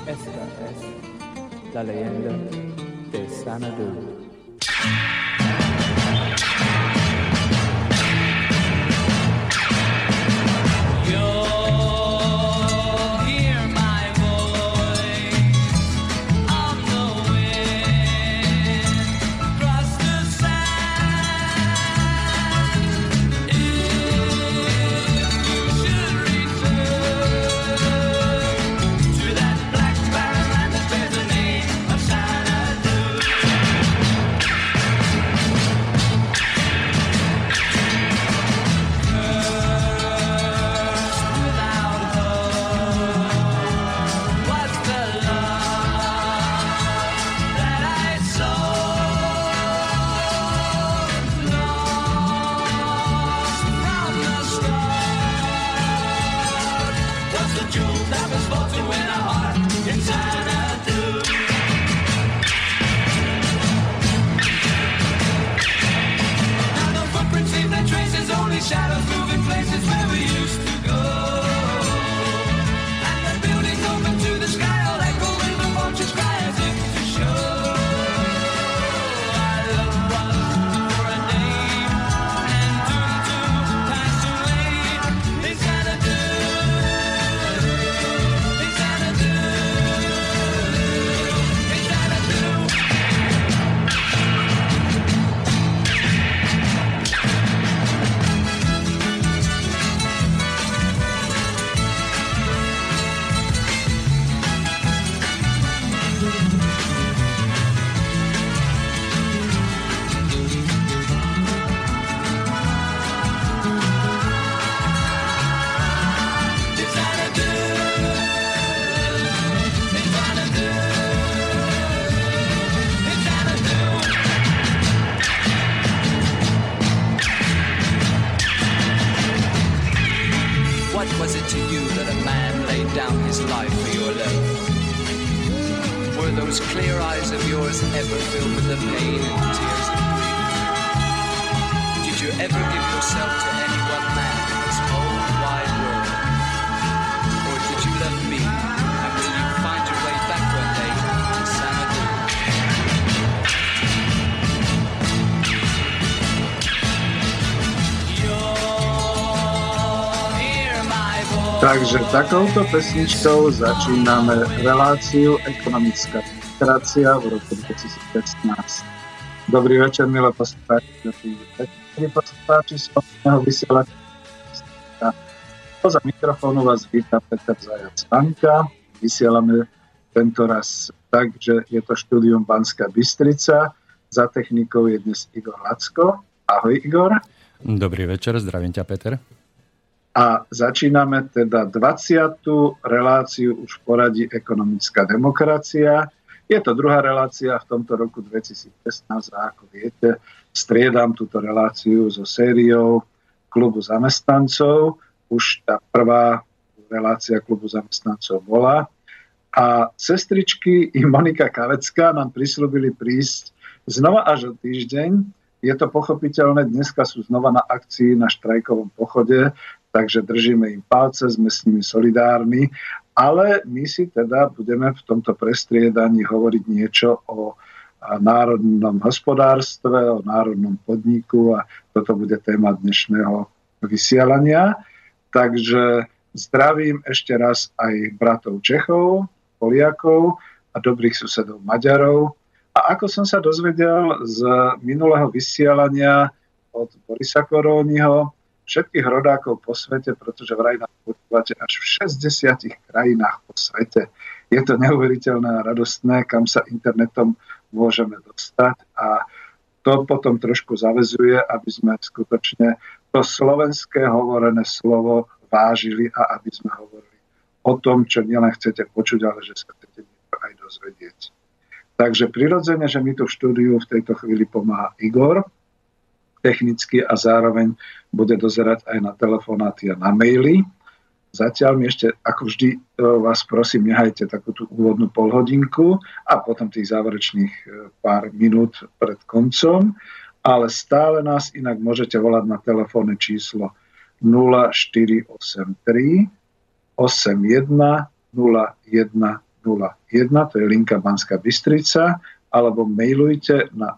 Esta es la leyenda de Xanadu. Takže takouto pesničkou začíname reláciu Ekonomická demokracia v roku 2015. Dobrý večer, milé poslucháči, slobodného vysielača. Poza mikrofónu vás víta Peter Zajac-Vanka. Vysielame tento raz tak, že je to štúdium Banská Bystrica. Za technikou je dnes Igor Lacko. Ahoj, Igor. Dobrý večer, zdravím ťa, Peter. A začíname teda 20. reláciu už v poradí Ekonomická demokracia. Je to druhá relácia v tomto roku 2016 a ako viete, striedam túto reláciu so sériou Klubu zamestnancov. Už tá prvá relácia Klubu zamestnancov bola. A sestričky i Monika Kavecká nám prisľúbili prísť znova až o týždeň. Je to pochopiteľné, dneska sú znova na akcii na štrajkovom pochode, takže držíme im palce, sme s nimi solidárni, ale my si teda budeme v tomto prestriedaní hovoriť niečo o národnom hospodárstve, o národnom podniku a toto bude téma dnešného vysielania. Takže zdravím ešte raz aj bratov Čechov, Poliakov a dobrých susedov Maďarov. A ako som sa dozvedel z minulého vysielania od Borisa Koróniho, všetkých rodákov po svete, pretože vraj nás počúvate až v 60 krajinách po svete. Je to neuveriteľné a radostné, kam sa internetom môžeme dostať a to potom trošku zaväzuje, aby sme skutočne to slovenské hovorené slovo vážili a aby sme hovorili o tom, čo nielen chcete počuť, ale že sa chcete niečo aj dozvedieť. Takže prirodzene, že mi tu v štúdiu v tejto chvíli pomáha Igor technicky a zároveň bude dozerať aj na telefonáty a na maily. Zatiaľ mi ešte, ako vždy, vás prosím, nehajte takú tú úvodnú polhodinku a potom tých záverečných pár minút pred koncom, ale stále nás inak môžete volať na telefónne číslo 0483 81 0101. to je linka Banská Bystrica, alebo mailujte na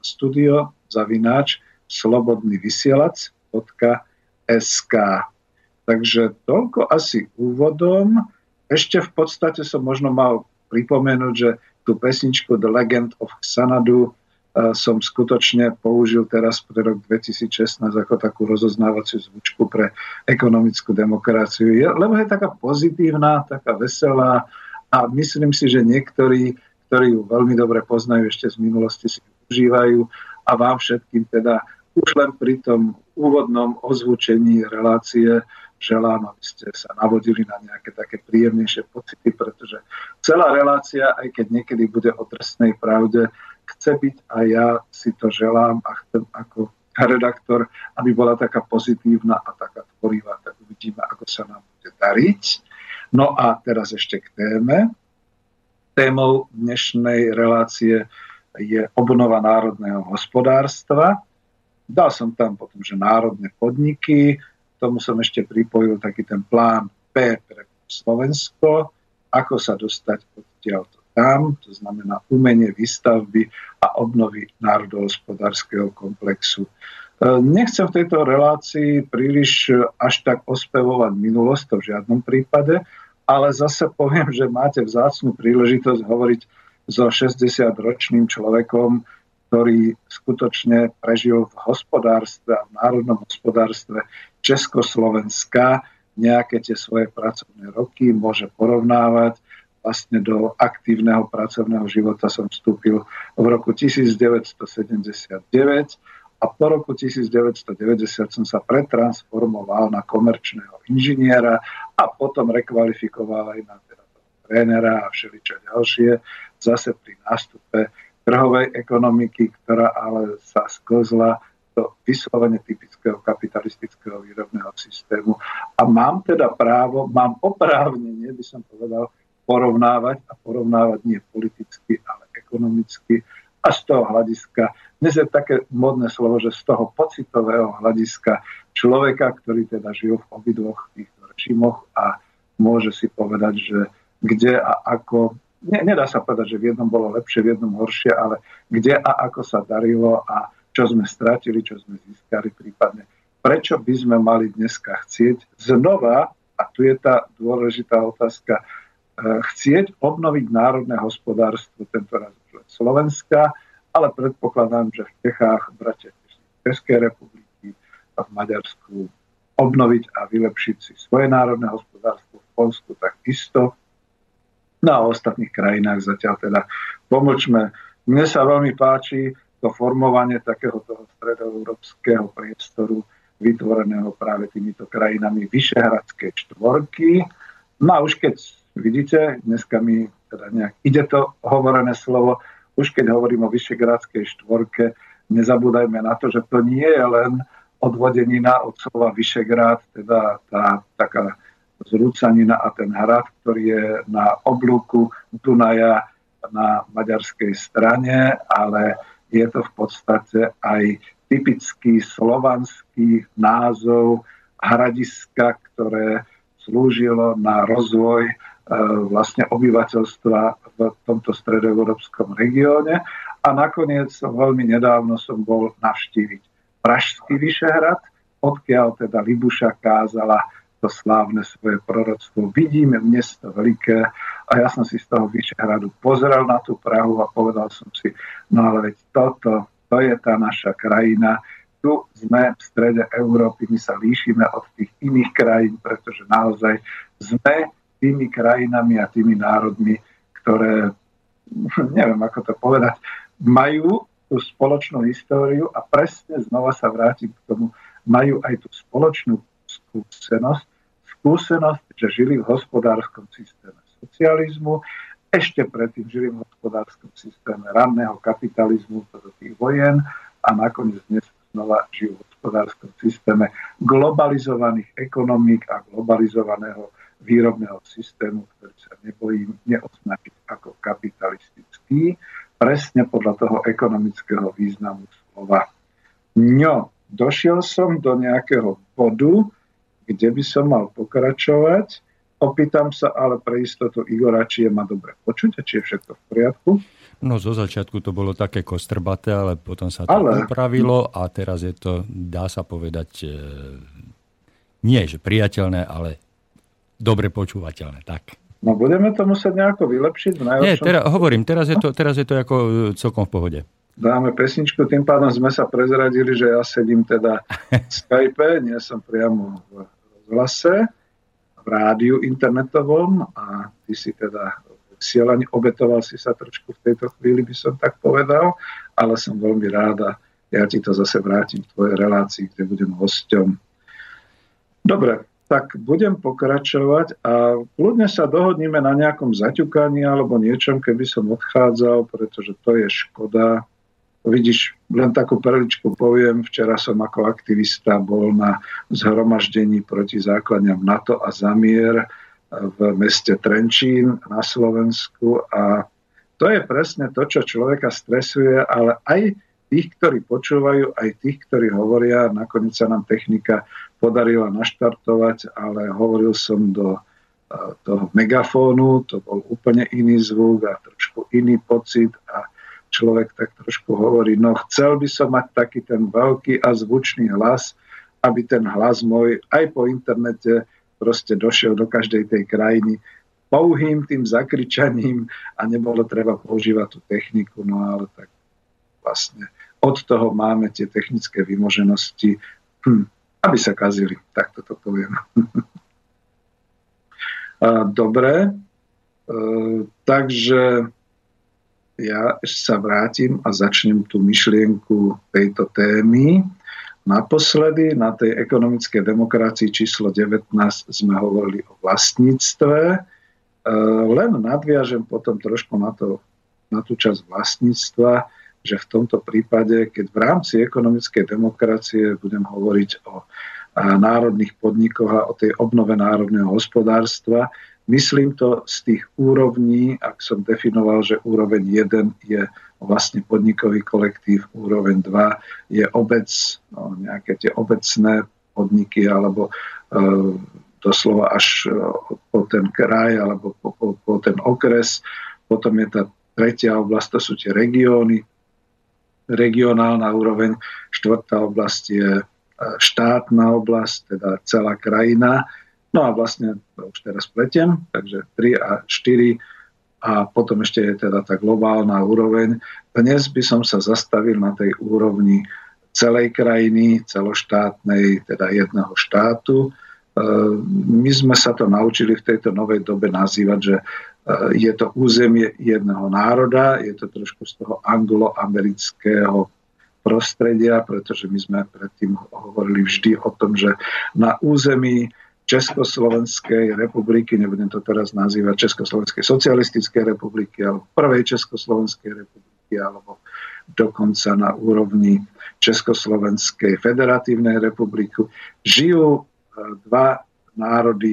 studio@slobodnyvysielac.sk. Takže toľko asi úvodom. Ešte v podstate som možno mal pripomenúť, že tú pesničku The Legend of Xanadu som skutočne použil teraz pre rok 2016 ako takú rozoznávaciu zvučku pre ekonomickú demokraciu, lebo je taká pozitívna, taká veselá a myslím si, že niektorí, ktorí ju veľmi dobre poznajú ešte z minulosti, si ju užívajú a vám všetkým teda už len pri tom úvodnom ozvučení relácie želám, aby ste sa navodili na nejaké také príjemnejšie pocity, pretože celá relácia, aj keď niekedy bude o trestnej pravde, chce byť a ja si to želám a chcem ako redaktor, aby bola taká pozitívna a taká tvorivá, tak uvidíme, ako sa nám bude dariť. No a teraz ešte k téme. Témou dnešnej relácie je obnova národného hospodárstva. Dal som tam potom, že národné podniky, tomu som ešte pripojil taký ten plán P pre Slovensko, ako sa dostať odtiaľto tam, to znamená umenie výstavby a obnovy národohospodárskeho komplexu. Nechcem v tejto relácii príliš až tak ospevovať minulosť, to v žiadnom prípade, ale zase poviem, že máte vzácnu príležitosť hovoriť so 60-ročným človekom, ktorý skutočne prežil v hospodárstve a v národnom hospodárstve Československa nejaké tie svoje pracovné roky, môže porovnávať. Vlastne do aktívneho pracovného života som vstúpil v roku 1979 a po roku 1990 som sa pretransformoval na komerčného inžiniera a potom rekvalifikoval aj na teda trénera a všeličo ďalšie, zase pri nástupe trhovej ekonomiky, ktorá ale sa sklzla do vyslovene typického kapitalistického výrobného systému. A mám teda právo, mám oprávnenie, by som povedal, porovnávať nie politicky, ale ekonomicky. A z toho hľadiska, dnes je také modné slovo, že z toho pocitového hľadiska človeka, ktorý teda žil v obidvoch týchto režimoch a môže si povedať, že kde a ako, nedá sa povedať, že v jednom bolo lepšie, v jednom horšie, ale kde a ako sa darilo a čo sme stratili, čo sme získali prípadne. Prečo by sme mali dneska chcieť znova, a tu je tá dôležitá otázka, chcieť obnoviť národné hospodárstvo, tentoraz už Slovenska, ale predpokladám, že v Čechách, bratia z Českej republiky a v Maďarsku obnoviť a vylepšiť si svoje národné hospodárstvo, v Poľsku takisto. No a v ostatných krajinách zatiaľ teda pomlčme. Mne sa veľmi páči to formovanie takého toho stredoeurópskeho priestoru vytvoreného práve týmito krajinami Vyšehradskej štvorky. No a už keď vidíte, dneska mi teda nejak ide to hovorené slovo, už keď hovorím o Vyšehradskej štvorke, nezabúdajme na to, že to nie je len odvodenina od slova Vyšehrad, teda tá taká zrúcanina a ten hrad, ktorý je na oblúku Dunaja na maďarskej strane, ale je to v podstate aj typický slovanský názov hradiska, ktoré slúžilo na rozvoj vlastne obyvateľstva v tomto stredoeurópskom regióne. A nakoniec veľmi nedávno som bol navštíviť Pražský Vyšehrad, odkiaľ teda Libuša kázala to slávne svoje proroctvo. Vidíme mesto veľké a ja som si z toho Vyšehradu pozrel na tú Prahu a povedal som si, no ale veď to je tá naša krajina. Tu sme v strede Európy, my sa líšime od tých iných krajín, pretože naozaj sme tými krajinami a tými národmi, ktoré, neviem ako to povedať, majú tú spoločnú históriu a presne znova sa vrátim k tomu, majú aj tú spoločnú skúsenosť, že žili v hospodárskom systéme socializmu, ešte predtým žili v hospodárskom systéme ranného kapitalizmu, do tých vojen a nakoniec dnes znova žijú v hospodárskom systéme globalizovaných ekonomík a globalizovaného výrobného systému, ktorý sa nebojím neoznačiť ako kapitalistický, presne podľa toho ekonomického významu slova. No, došiel som do nejakého bodu, kde by som mal pokračovať Opýtam sa ale pre istotu Igora, či je ma dobre počuť a či je všetko v poriadku. No zo začiatku to bolo také kostrbaté, ale potom sa to upravilo a teraz je to, dá sa povedať, nie že priateľné, ale dobre počúvateľné. Tak. No budeme to musieť nejako vylepšiť v najlepšom... Nie, teraz je to ako celkom v pohode. Dáme pesničku, tým pádom sme sa prezradili, že ja sedím teda v Skype, nie som priamo v rozhlase, v rádiu internetovom a ty si teda vysielaní, obetoval si sa trošku v tejto chvíli, by som tak povedal, ale som veľmi rád a ja ti to zase vrátim v tvojej relácii, kde budem hosťom. Dobre, tak budem pokračovať a kľudne sa dohodníme na nejakom zaťukaní alebo niečom, keby som odchádzal, pretože to je škoda. Vidíš, len takú perličku poviem, včera som ako aktivista bol na zhromaždení proti základňam NATO a za mier v meste Trenčín na Slovensku a to je presne to, čo človeka stresuje, ale aj tých, ktorí počúvajú, aj tých, ktorí hovoria. Nakoniec sa nám technika podarila naštartovať, ale hovoril som do toho megafónu, to bol úplne iný zvuk a trošku iný pocit a človek tak trošku hovorí, no chcel by som mať taký ten veľký a zvučný hlas, aby ten hlas môj aj po internete proste došiel do každej tej krajiny pouhým tým zakričaním a nebolo treba používať tú techniku, no ale tak vlastne od toho máme tie technické vymoženosti, aby sa kazili, tak toto poviem. Dobre, takže ja sa vrátim a začnem tú myšlienku tejto témy. Naposledy na tej ekonomickej demokracii číslo 19 sme hovorili o vlastníctve. Len nadviažem potom trošku na tú časť vlastníctva, že v tomto prípade, keď v rámci ekonomickej demokracie budem hovoriť o národných podnikoch a o tej obnove národného hospodárstva, myslím to z tých úrovní, ak som definoval, že úroveň 1 je vlastne podnikový kolektív, úroveň 2 je obec, nejaké tie obecné podniky, alebo doslova až po ten kraj, alebo po ten okres. Potom je tá tretia oblasť, to sú tie regióny, regionálna úroveň, štvrtá oblasť je štátna oblasť, teda celá krajina. No a vlastne, už teraz pletiem, takže 3 a 4 a potom ešte je teda tá globálna úroveň. Dnes by som sa zastavil na tej úrovni celej krajiny, celoštátnej, teda jedného štátu. My sme sa to naučili v tejto novej dobe nazývať, že je to územie jedného národa, je to trošku z toho angloamerického prostredia, pretože my sme predtým hovorili vždy o tom, že na území Československej republiky, nebudem to teraz nazývať Československej socialistickej republiky, alebo prvej Československej republiky, alebo dokonca na úrovni Československej federatívnej republiky, žijú dva národy,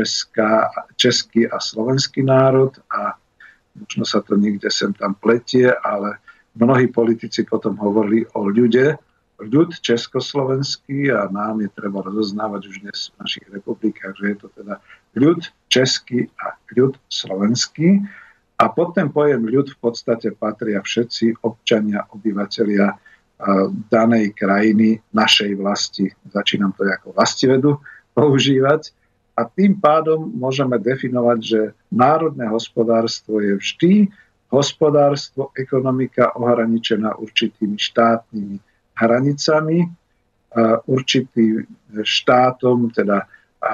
český a slovenský národ a možno sa to niekde sem tam pletie, ale mnohí politici potom hovorili o ľud československý a nám je treba rozoznávať už dnes v našich republikách, že je to teda ľud český a ľud slovenský. A pod ten pojem ľud v podstate patria všetci občania, obyvatelia danej krajiny, našej vlasti. Začínam to ako vlastivedu používať. A tým pádom môžeme definovať, že národné hospodárstvo je vždy hospodárstvo, ekonomika ohraničená určitými štátnymi hranicami, určitým štátom, teda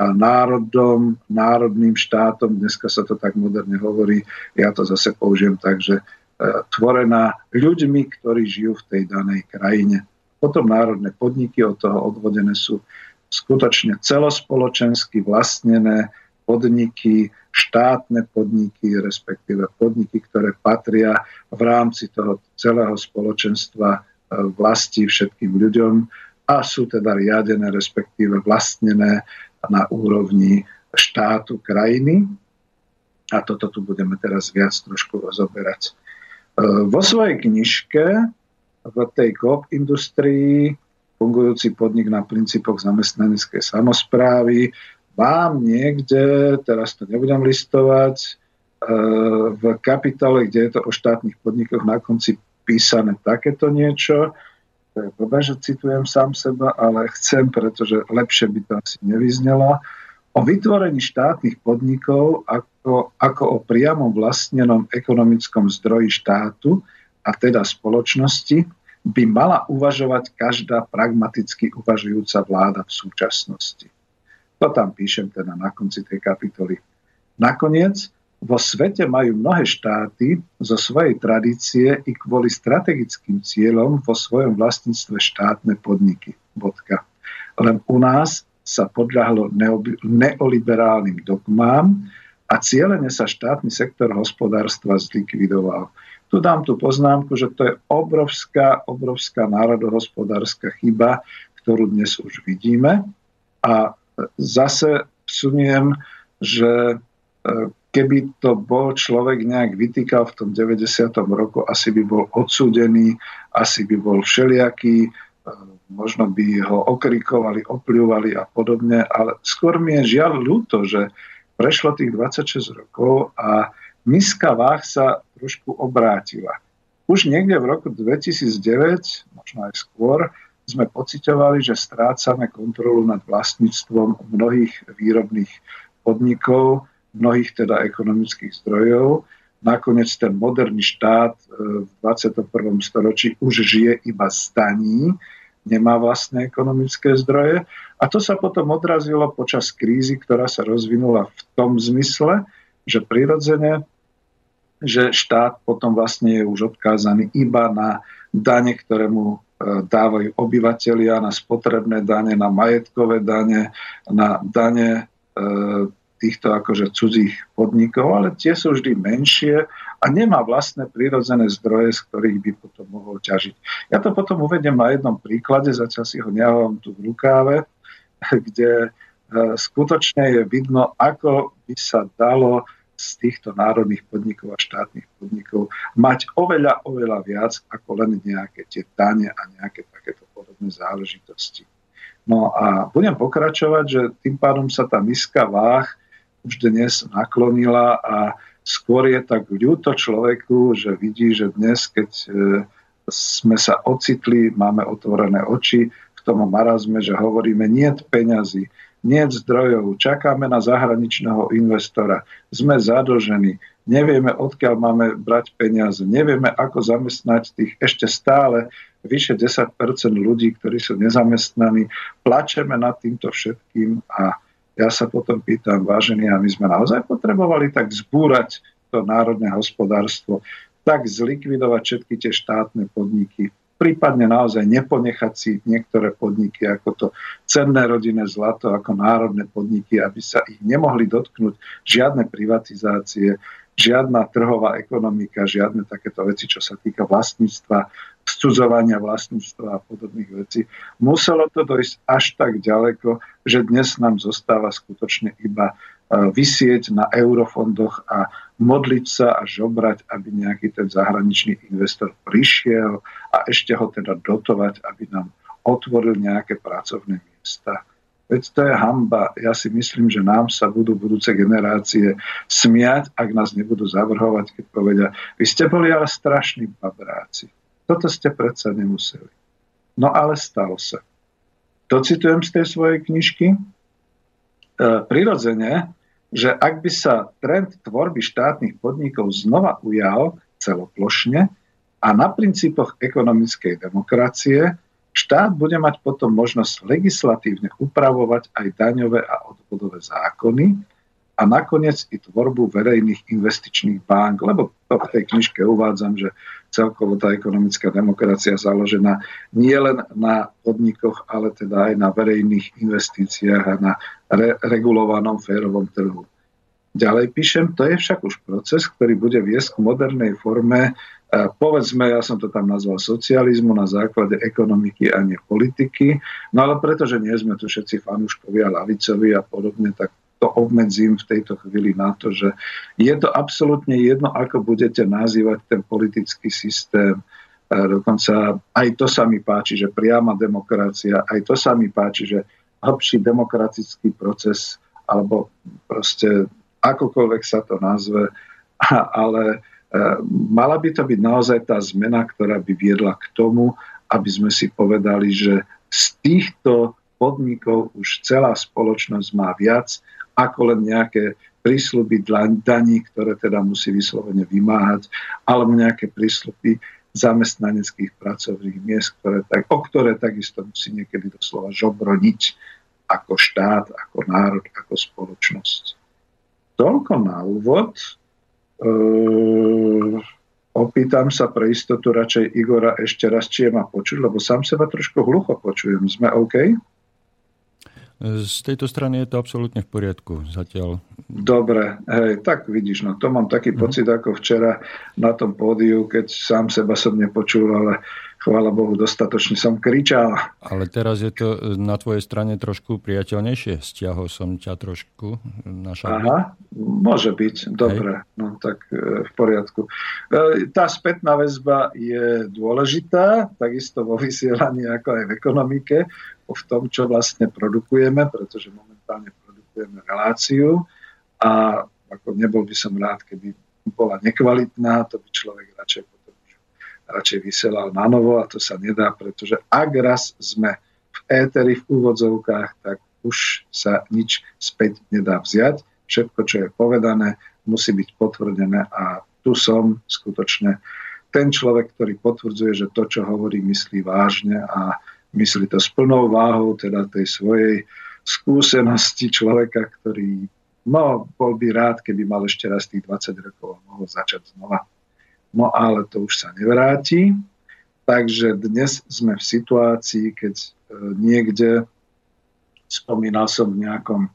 národným štátom, dneska sa to tak moderne hovorí, ja to zase použijem tak, že tvorená ľuďmi, ktorí žijú v tej danej krajine. Potom národné podniky od toho odvodené sú skutočne celospoločensky vlastnené podniky, štátne podniky, respektíve podniky, ktoré patria v rámci toho celého spoločenstva vlasti všetkým ľuďom a sú teda riadené, respektíve vlastnené na úrovni štátu krajiny. A toto tu budeme teraz viac trošku rozoberať. Vo svojej knižke v tej Coop industrii, fungujúci podnik na princípoch zamestnaneckej samosprávy, mám niekde, teraz to nebudem listovať, v kapitole, kde je to o štátnych podnikoch, na konci písané takéto niečo. To je blbé, že citujem sám seba, ale chcem, pretože lepšie by to asi nevyznelo. O vytvorení štátnych podnikov ako o priamom vlastnenom ekonomickom zdroji štátu, a teda spoločnosti, by mala uvažovať každá pragmaticky uvažujúca vláda v súčasnosti. To tam píšem teda na konci tej kapitoly. Nakoniec, vo svete majú mnohé štáty zo svojej tradície i kvôli strategickým cieľom vo svojom vlastníctve štátne podniky. Bodka. Len u nás sa podľahlo neoliberálnym dogmám a cieľene sa štátny sektor hospodárstva zlikvidoval. Tu dám tú poznámku, že to je obrovská národohospodárska chyba, ktorú dnes už vidíme. A zase vsuniem, že keby to bol človek nejak vytýkal v tom 90. roku, asi by bol odsúdený, asi by bol všelijaký, možno by ho okrikovali, opľúvali a podobne, ale skôr mi je žiaľ ľúto, že prešlo tých 26 rokov a miska váh sa trošku obrátila. Už niekde v roku 2009, možno aj skôr, sme pociťovali, že strácame kontrolu nad vlastníctvom mnohých výrobných podnikov, mnohých teda ekonomických zdrojov. Nakoniec ten moderný štát v 21. storočí už žije iba z daní, nemá vlastné ekonomické zdroje. A to sa potom odrazilo počas krízy, ktorá sa rozvinula v tom zmysle, že prirodzene, že štát potom vlastne je už odkázaný iba na dane, ktoré mu dávajú obyvatelia, na spotrebné dane, na majetkové dane, na dane týchto akože cudzích podnikov, ale tie sú vždy menšie a nemá vlastné prírodzené zdroje, z ktorých by potom mohol ťažiť. Ja to potom uvediem na jednom príklade, zatiaľ si ho nehávam tu v rukáve, kde skutočne je vidno, ako by sa dalo z týchto národných podnikov a štátnych podnikov mať oveľa viac ako len nejaké tie dane a nejaké takéto podobné záležitosti. No a budem pokračovať, že tým pádom sa tá miska váh už dnes naklonila a skôr je tak ľúto človeku, že vidí, že dnes, keď sme sa ocitli, máme otvorené oči v tom marazme, že hovoríme niet peňazí, niet zdrojov, čakáme na zahraničného investora, sme zadlžení, nevieme, odkiaľ máme brať peniaze, nevieme, ako zamestnať tých ešte stále vyše 10% ľudí, ktorí sú nezamestnaní, plačeme nad týmto všetkým a ja sa potom pýtam, vážení, a my sme naozaj potrebovali tak zbúrať to národné hospodárstvo, tak zlikvidovať všetky tie štátne podniky, prípadne naozaj neponechať si niektoré podniky ako to cenné rodinné zlato, ako národné podniky, aby sa ich nemohli dotknúť žiadne privatizácie, žiadna trhová ekonomika, žiadne takéto veci, čo sa týka vlastníctva, scudzovania vlastníctva a podobných vecí. Muselo to dojsť až tak ďaleko, že dnes nám zostáva skutočne iba visieť na eurofondoch a modliť sa a žobrať, aby nejaký ten zahraničný investor prišiel a ešte ho teda dotovať, aby nám otvoril nejaké pracovné miesta. Veď to je hanba. Ja si myslím, že nám sa budú budúce generácie smiať, ak nás nebudú zavrhovať, keď povedia, vy ste boli ale strašní babráci. Toto ste predsa nemuseli. No ale stalo sa. To citujem z tej svojej knižky. Prirodzene, že ak by sa trend tvorby štátnych podnikov znova ujal celoplošne a na princípoch ekonomickej demokracie, štát bude mať potom možnosť legislatívne upravovať aj daňové a odvodové zákony a nakoniec i tvorbu verejných investičných bank, lebo to v tej knižke uvádzam, že celkovo tá ekonomická demokracia založená nie len na podnikoch, ale teda aj na verejných investíciách a na regulovanom férovom trhu. Ďalej píšem, to je však už proces, ktorý bude viesť k modernej forme, povedzme, ja som to tam nazval socializmu na základe ekonomiky a nie politiky, no ale pretože nie sme tu všetci fanúškovia lavicovi a podobne, tak to obmedzím v tejto chvíli na to, že je to absolútne jedno, ako budete nazývať ten politický systém. Dokonca aj to sa mi páči, že priama demokracia, aj to sa mi páči, že hlbší demokratický proces alebo proste akokoľvek sa to nazve, ale mala by to byť naozaj tá zmena, ktorá by viedla k tomu, aby sme si povedali, že z týchto podnikov už celá spoločnosť má viac ako len nejaké prísľuby daní, ktoré teda musí vyslovene vymáhať, alebo nejaké prísľuby zamestnaneckých pracovných miest, o ktoré takisto musí niekedy doslova žobroniť ako štát, ako národ, ako spoločnosť. Toľko na úvod. Opýtam sa pre istotu radšej Igora ešte raz, či je ma počuť, lebo sám seba trošku hlucho počujem. Sme OK? Z tejto strany je to absolútne v poriadku zatiaľ. Dobre, hej, tak vidíš, no to mám taký pocit ako včera na tom pódiu, keď sám seba som nepočul, ale chvála Bohu, dostatočne som kričal. Ale teraz je to na tvojej strane trošku priateľnejšie? Stiahol som ťa trošku na šalu. Aha, môže byť, dobre, no tak v poriadku. Tá spätná väzba je dôležitá, takisto vo vysielaní ako aj v ekonomike, v tom, čo vlastne produkujeme, pretože momentálne produkujeme reláciu a ako nebol by som rád, keby bola nekvalitná, to by človek radšej vysielal na novo a to sa nedá, pretože ak raz sme v éteri v úvodzovkách, tak už sa nič späť nedá vziať. Všetko, čo je povedané, musí byť potvrdené a tu som skutočne ten človek, ktorý potvrdzuje, že to, čo hovorí, myslí vážne a myslí to s plnou váhou, teda tej svojej skúsenosti človeka, ktorý bol by rád, keby mal ešte raz tých 20 rokov a mohol začať znova. No ale to už sa nevráti. Takže dnes sme v situácii, keď niekde spomínal som v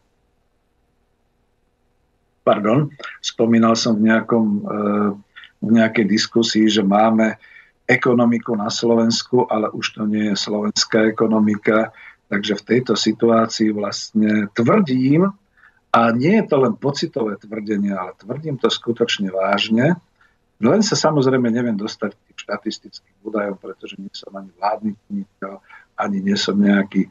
nejakej diskusii, že máme ekonomiku na Slovensku, ale už to nie je slovenská ekonomika. Takže v tejto situácii vlastne tvrdím, a nie je to len pocitové tvrdenie, ale tvrdím to skutočne vážne, len sa samozrejme neviem dostať k tým štatistickým údajom, pretože nie som ani vládny činiteľ, ani nie som nejaký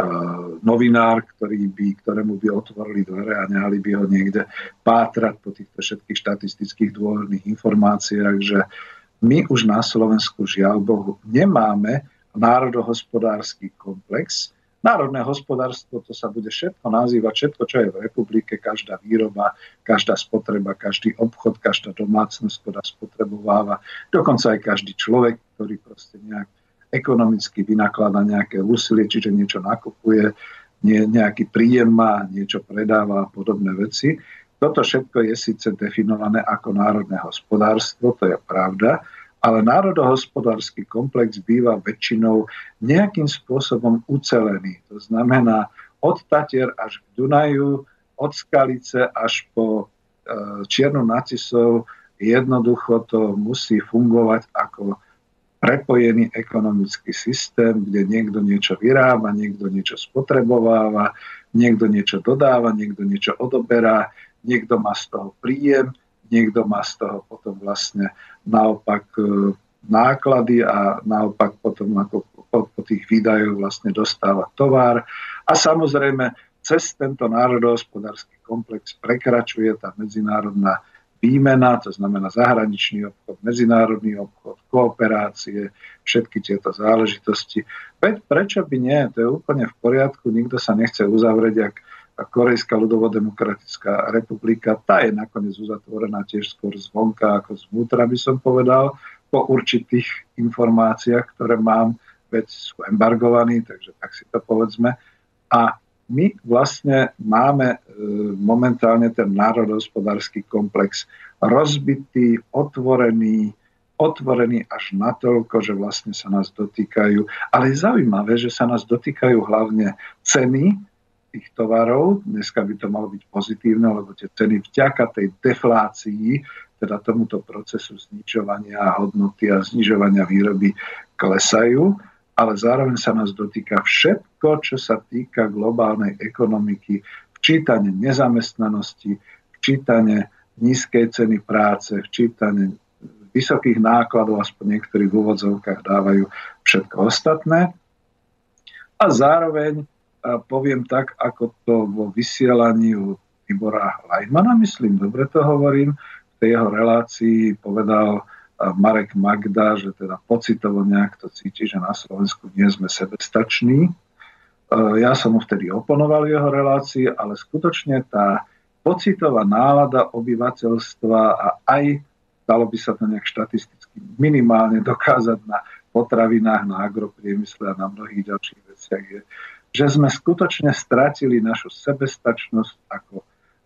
novinár, ktorému by otvorili dvere a nehali by ho niekde pátrať po týchto všetkých štatistických dôvodných informáciách, že my už na Slovensku, žiaľ Bohu, nemáme národohospodársky komplex. Národné hospodárstvo, to sa bude všetko nazývať, všetko, čo je v republike, každá výroba, každá spotreba, každý obchod, každá domácnosť, ktorá spotrebováva, dokonca aj každý človek, ktorý proste nejak ekonomicky vynakladá nejaké úsilie, čiže niečo nakupuje, nejaký príjem má, niečo predáva a podobné veci. Toto všetko je síce definované ako národné hospodárstvo, to je pravda, ale národohospodársky komplex býva väčšinou nejakým spôsobom ucelený. To znamená od Tatier až k Dunaju, od Skalice až po Čiernu nad Tisou, jednoducho to musí fungovať ako prepojený ekonomický systém, kde niekto niečo vyrába, niekto niečo spotrebováva, niekto niečo dodáva, niekto niečo odoberá, niekto má z toho príjem, niekto má z toho potom vlastne naopak náklady a naopak potom ako po tých výdajoch vlastne dostáva tovar. A samozrejme cez tento národohospodársky komplex prekračuje tá medzinárodná výmena, to znamená zahraničný obchod, medzinárodný obchod, kooperácie, všetky tieto záležitosti. Veď prečo by nie? To je úplne v poriadku, nikto sa nechce uzavrieť, jak Korejská ľudovodemokratická republika, tá je nakoniec uzatvorená tiež skôr zvonka ako zvnútra, by som povedal, po určitých informáciách, ktoré mám, veď sú embargovaní, takže tak si to povedzme. A my vlastne máme momentálne ten národohospodársky komplex rozbitý, otvorený až natoľko, že vlastne sa nás dotýkajú. Ale je zaujímavé, že sa nás dotýkajú hlavne ceny tých tovarov. Dneska by to malo byť pozitívne, lebo tie ceny vďaka tej deflácii, teda tomuto procesu znižovania hodnoty a znižovania výroby klesajú, ale zároveň sa nás dotýka všetko, čo sa týka globálnej ekonomiky, včítanie nezamestnanosti, včítanie nízkej ceny práce, včítanie vysokých nákladov, aspoň niektorí v úvodzovkách dávajú všetko ostatné. A zároveň poviem tak, ako to vo vysielaní u Tibora Lajmana, myslím, dobre to hovorím, v tej jeho relácii povedal Marek Magda, že teda pocitovo nejak to cíti, že na Slovensku nie sme sebestační. Ja som mu vtedy oponoval jeho relácii, ale skutočne tá pocitová nálada obyvateľstva a aj, dalo by sa to nejak štatisticky minimálne dokázať na potravinách, na agropriemysle a na mnohých ďalších veciach je, že sme skutočne stratili našu sebestačnosť ako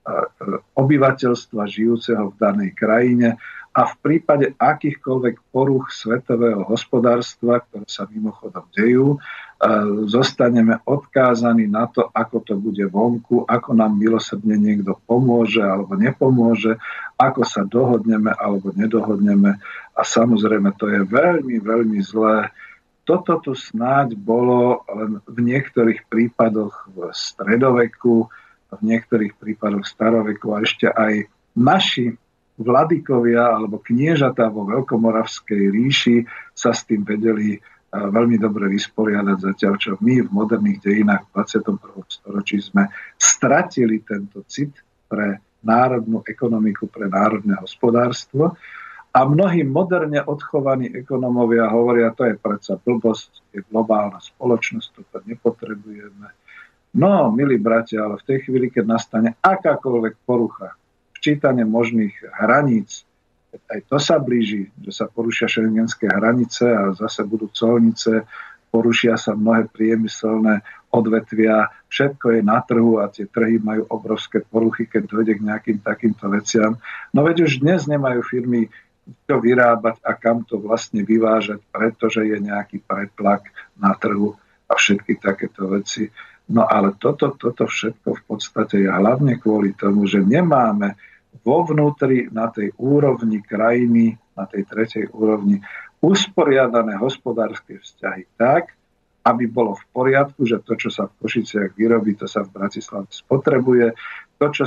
obyvateľstva žijúceho v danej krajine a v prípade akýchkoľvek poruch svetového hospodárstva, ktoré sa mimochodom dejú, zostaneme odkázaní na to, ako to bude vonku, ako nám milosrdne niekto pomôže alebo nepomôže, ako sa dohodneme alebo nedohodneme. A samozrejme, to je veľmi, veľmi zlé. Toto tu snáď bolo len v niektorých prípadoch v stredoveku, v niektorých prípadoch staroveku a ešte aj naši vladykovia alebo kniežatá vo Veľkomoravskej ríši sa s tým vedeli veľmi dobre vysporiadať, zatiaľ čo my v moderných dejinách v 21. storočí sme stratili tento cit pre národnú ekonomiku, pre národné hospodárstvo a mnohí moderne odchovaní ekonómovia hovoria, to je predsa blbosť, je globálna spoločnosť, toto nepotrebujeme. No, milí bratia, ale v tej chvíli, keď nastane akákoľvek porucha, včítanie možných hraníc, aj to sa blíži, že sa porušia šengenské hranice a zase budú colnice, porušia sa mnohé priemyselné odvetvia, všetko je na trhu a tie trhy majú obrovské poruchy, keď dojde k nejakým takýmto veciam. No veď už dnes nemajú firmy čo vyrábať a kam to vlastne vyvážať, pretože je nejaký pretlak na trhu a všetky takéto veci. No ale toto všetko v podstate je hlavne kvôli tomu, že nemáme vo vnútri na tej úrovni krajiny, na tej tretej úrovni, usporiadané hospodárske vzťahy tak, aby bolo v poriadku, že to, čo sa v Košiciach vyrobí, to sa v Bratislave spotrebuje, to, čo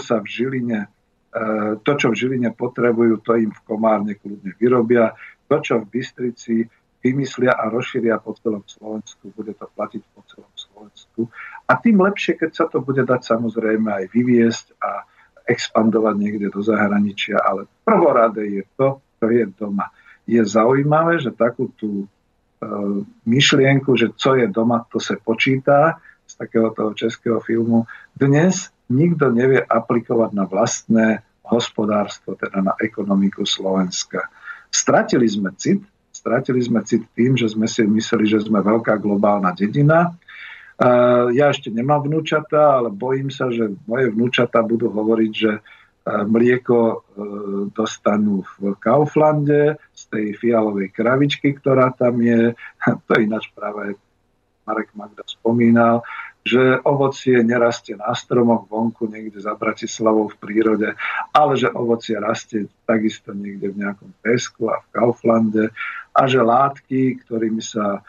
v Žiline potrebujú, to im v Komárne kľudne vyrobia, to, čo v Bystrici vymyslia a rozšíria po celom Slovensku, bude to platiť po celom Slovensku. A tým lepšie, keď sa to bude dať samozrejme aj vyviesť a expandovať niekde do zahraničia, ale prvoradé je to, čo je doma. Je zaujímavé, že takú tú myšlienku, že co je doma, to sa počítá z takého toho českého filmu, dnes nikto nevie aplikovať na vlastné hospodárstvo, teda na ekonomiku Slovenska. Stratili sme cit tým, že sme si mysleli, že sme veľká globálna dedina. Ja ešte nemám vnúčatá, ale bojím sa, že moje vnúčatá budú hovoriť, že mlieko dostanú v Kauflande z tej fialovej kravičky, ktorá tam je. To ináč práve Marek Magda spomínal, že ovocie nerastie na stromoch vonku niekde za Bratislavou v prírode, ale že ovocie rastie takisto niekde v nejakom Tesku a v Kauflande a že látky, ktorými sa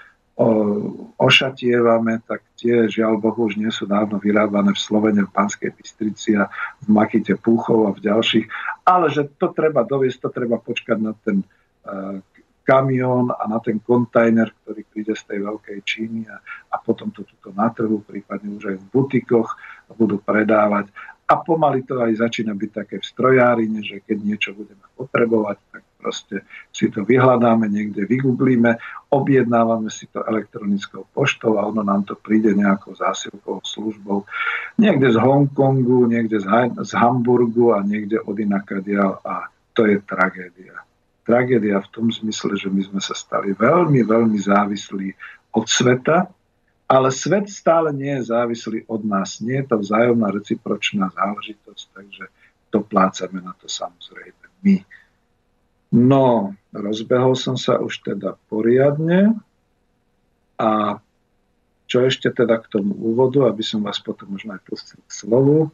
ošatievame, tak tie žiaľ Bohu už nie sú dávno vyrábané v Slovene, v Banskej Bystrici a v Makite Púchov a v ďalších, ale že to treba doviesť, to treba počkať na ten kamión a na ten kontajner, ktorý príde z tej veľkej Číny a potom to tuto na trhu, prípadne už aj v butikoch budú predávať. A pomaly to aj začína byť také v strojárine, že keď niečo budeme potrebovať, tak proste si to vyhľadáme, niekde vygooglíme, objednávame si to elektronickou poštou a ono nám to príde nejakou zásilkovou službou. Niekde z Hongkongu, niekde z Hamburgu a niekde od inakadiaľ a to je tragédia. Tragédia v tom zmysle, že my sme sa stali veľmi, veľmi závislí od sveta, ale svet stále nie je závislý od nás. Nie je to vzájomná recipročná záležitosť, takže doplácame na to samozrejme my. No, rozbehol som sa už teda poriadne a čo ešte teda k tomu úvodu, aby som vás potom možno aj pustil k slovu.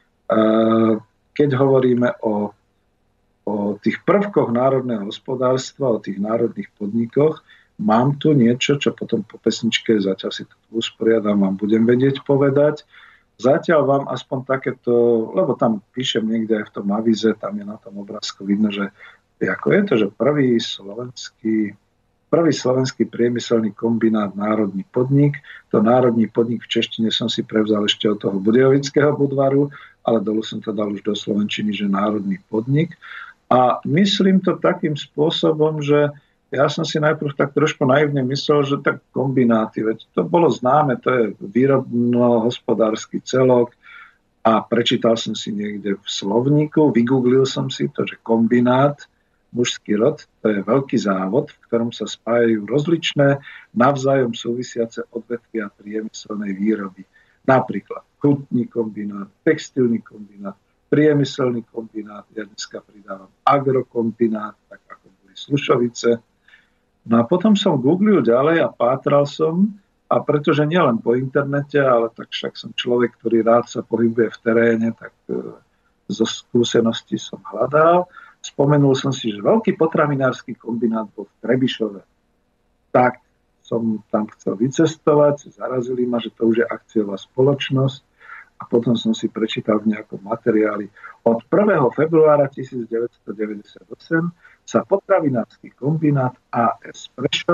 Keď hovoríme o tých prvkoch národného hospodárstva, o tých národných podnikoch, mám tu niečo, čo potom po pesničke, zatiaľ si to usporiadam, vám budem vedieť povedať. Zatiaľ vám aspoň takéto, lebo tam píšem niekde aj v tom avíze, tam je na tom obrázku vidno, že ako je to, že prvý slovenský prvý slovenský priemyselný kombinát Národný podnik. To Národný podnik v češtine som si prevzal ešte od toho Budějovického Budvaru, ale dolu som to dal už do slovenčiny, že Národný podnik. A myslím to takým spôsobom, že ja som si najprv tak trošku naivne myslel, že tak kombináty, veď to bolo známe, to je výrobno-hospodársky celok a prečítal som si niekde v slovníku, vygooglil som si to, že kombinát, mužský rod, to je veľký závod, v ktorom sa spájajú rozličné navzájom súvisiace odvetvia priemyselnej výroby. Napríklad hutný kombinát, textilný kombinát, priemyselný kombinát, ja dneska pridávam agrokombinát, tak ako boli Slušovice. No a potom som googlil ďalej a pátral som, a pretože nielen po internete, ale tak však som človek, ktorý rád sa pohybuje v teréne, tak zo skúseností som hľadal. Spomenul som si, že veľký potravinársky kombinát bol v Trebišove. Tak som tam chcel vycestovať, zarazili ma, že to už je akciová spoločnosť a potom som si prečítal v nejakom materiáli. Od 1. februára 1998 sa potravinársky kombinát AS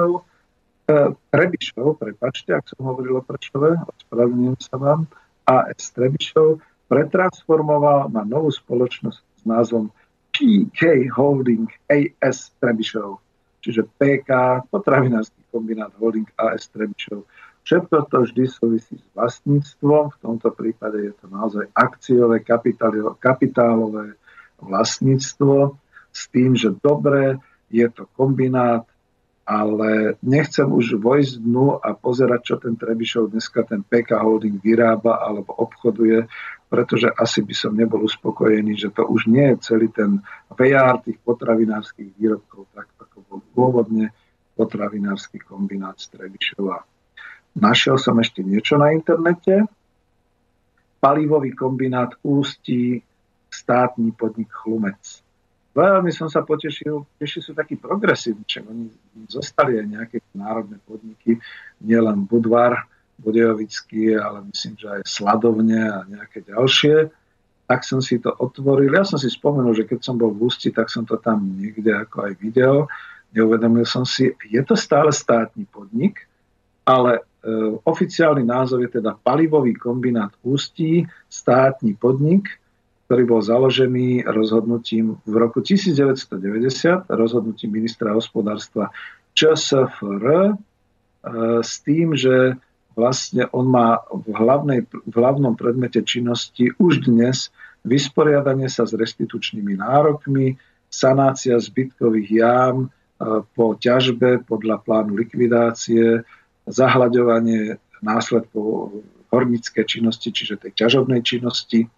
Trebišov, prepáčte, ak som hovoril o Prešove, ospravedlňujem sa vám, AS Trebišov pretransformoval na novú spoločnosť s názvom PK Holding AS Trebišov, čiže PK, potravinársky kombinát Holding AS Trebišov. Všetko to vždy súvisí s vlastníctvom, v tomto prípade je to naozaj akciové, kapitálové vlastníctvo, s tým, že dobre, je to kombinát, ale nechcem už vojsť dnu a pozerať, čo ten Trebišov dneska ten PK Holding vyrába alebo obchoduje, pretože asi by som nebol uspokojený, že to už nie je celý ten VR tých potravinárskych výrobkov, tak ako bol pôvodne potravinársky kombinát z Trebišova. Našiel som ešte niečo na internete. Palivový kombinát Ústí, státny podnik Chlumec. Veľmi som sa potešil, ešte sú takí progresívni, že oni zostali aj nejaké národné podniky, nielen Budvar, Budějovický, ale myslím, že aj Sladovne a nejaké ďalšie. Tak som si to otvoril. Ja som si spomenul, že keď som bol v Ústí, tak som to tam niekde ako aj videl. Neuvedomil som si, je to stále státny podnik, ale oficiálny názov je teda Palivový kombinát Ústí, státny podnik, ktorý bol založený rozhodnutím v roku 1990, rozhodnutím ministra hospodárstva ČSFR, s tým, že vlastne on má v hlavnom predmete činnosti už dnes vysporiadanie sa s restitučnými nárokmi, sanácia zbytkových jám po ťažbe podľa plánu likvidácie, zahľaďovanie následkov horníckej činnosti, čiže tej ťažobnej činnosti,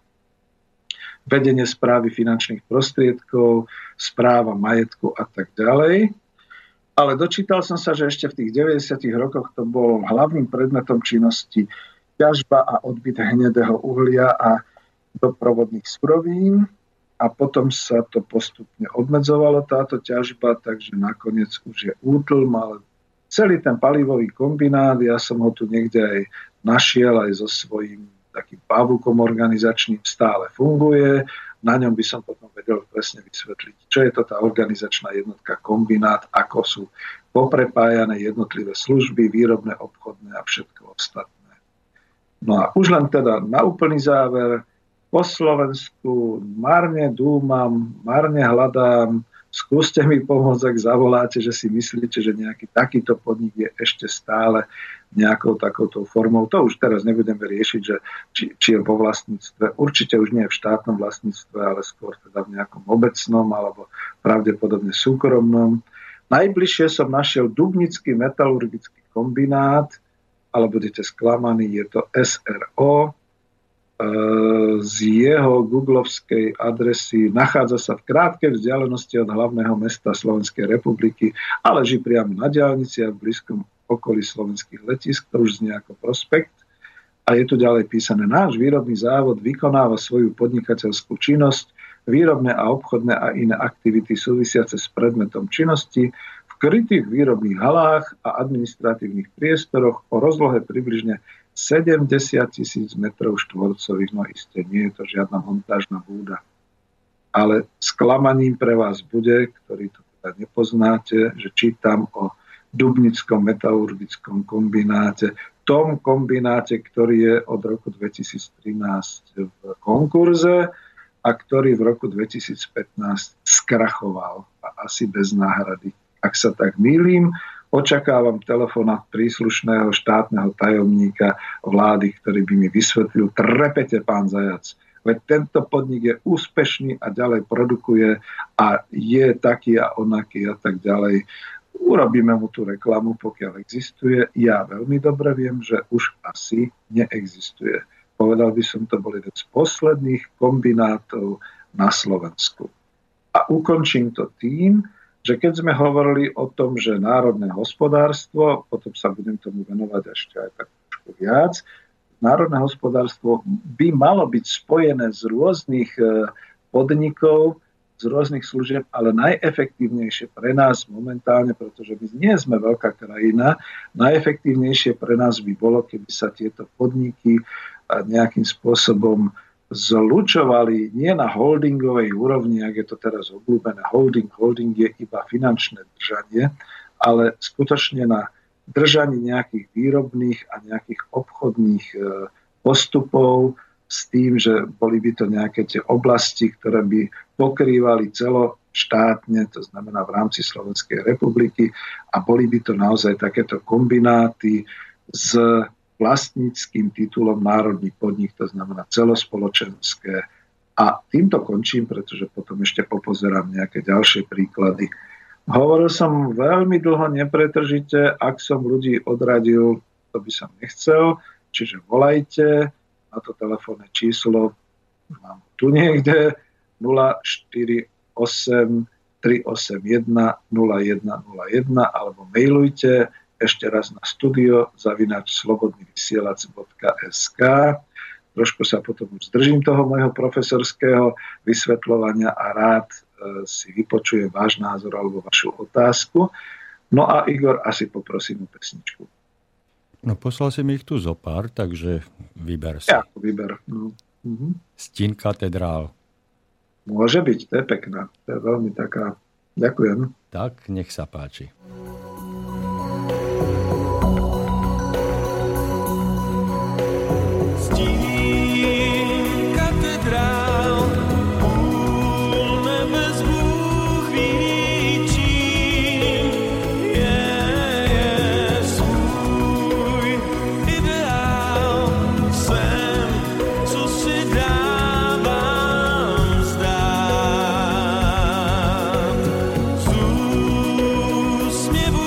vedenie správy finančných prostriedkov, správa majetku a tak ďalej. Ale dočítal som sa, že ešte v tých 90. rokoch to bolo hlavným predmetom činnosti ťažba a odbyt hnedého uhlia a doprovodných surovín. A potom sa to postupne obmedzovalo, táto ťažba, takže nakoniec už je útlm, ale celý ten palivový kombinát, ja som ho tu niekde aj našiel aj so svojím takým pavúkom organizačným, stále funguje. Na ňom by som potom vedel presne vysvetliť, čo je to tá organizačná jednotka kombinát, ako sú poprepájané jednotlivé služby, výrobné, obchodné a všetko ostatné. No a už len teda na úplný záver, po Slovensku marne dúmam, marne hľadám, skúste mi pomôcť, ak zavoláte, že si myslíte, že nejaký takýto podnik je ešte stále nejakou takouto formou. To už teraz nebudeme riešiť, že či je vo vlastníctve. Určite už nie v štátnom vlastníctve, ale skôr teda v nejakom obecnom alebo pravdepodobne súkromnom. Najbližšie som našiel Dubnický metalurgický kombinát, ale budete sklamaní, je to SRO. Z jeho googlovskej adresy nachádza sa v krátkej vzdialenosti od hlavného mesta Slovenskej republiky a leží priamo na diaľnici a v blízkom okolí slovenských letísk, to už znie ako prospekt. A je tu ďalej písané, náš výrobný závod vykonáva svoju podnikateľskú činnosť, výrobné a obchodné a iné aktivity súvisiace s predmetom činnosti v krytých výrobných halách a administratívnych priestoroch o rozlohe približne 70 000 metrov štvorcových, no isté, nie je to žiadna montážna búda. Ale sklamaním pre vás bude, ktorý to teda nepoznáte, že čítam o Dubnickom metalurgickom kombináte, tom kombináte, ktorý je od roku 2013 v konkurze a ktorý v roku 2015 skrachoval a asi bez náhrady. Ak sa tak mýlim, očakávam telefonát príslušného štátneho tajomníka vlády, ktorý by mi vysvetlil, trepete, pán Zajac, veď tento podnik je úspešný a ďalej produkuje a je taký a onaký a tak ďalej. Urobíme mu tú reklamu, pokiaľ existuje. Ja veľmi dobre viem, že už asi neexistuje. Povedal by som, to bol jeden z posledných kombinátov na Slovensku. A ukončím to tým, že keď sme hovorili o tom, že národné hospodárstvo, potom sa budem tomu venovať ešte aj tak trošku viac, národné hospodárstvo by malo byť spojené z rôznych podnikov, z rôznych služieb, ale najefektívnejšie pre nás momentálne, pretože my nie sme veľká krajina, najefektívnejšie pre nás by bolo, keby sa tieto podniky nejakým spôsobom zlučovali nie na holdingovej úrovni, ak je to teraz obľúbené. Holding je iba finančné držanie, ale skutočne na držaní nejakých výrobných a nejakých obchodných postupov s tým, že boli by to nejaké tie oblasti, ktoré by pokrývali celoštátne, to znamená v rámci Slovenskej republiky a boli by to naozaj takéto kombináty s vlastníckym titulom národný podnik, to znamená celospoločenské. A týmto končím, pretože potom ešte popozerám nejaké ďalšie príklady. Hovoril som veľmi dlho nepretržite, ak som ľudí odradil, to by som nechcel, čiže volajte na to telefónne číslo, mám tu niekde, 048 381 0101 alebo mailujte ešte raz na studio@slobodnyvysielac.sk. Trošku sa potom už zdržím toho môjho profesorského vysvetľovania a rád si vypočujem váš názor alebo vašu otázku. No a Igor, asi poprosím o pesničku. No poslal si mi ich tu zo pár, takže vyber si. Ja to vyber. No. Stín katedrál. Môže byť, to je pekná. To je veľmi taká... Ďakujem. Tak, nech sa páči. Směvu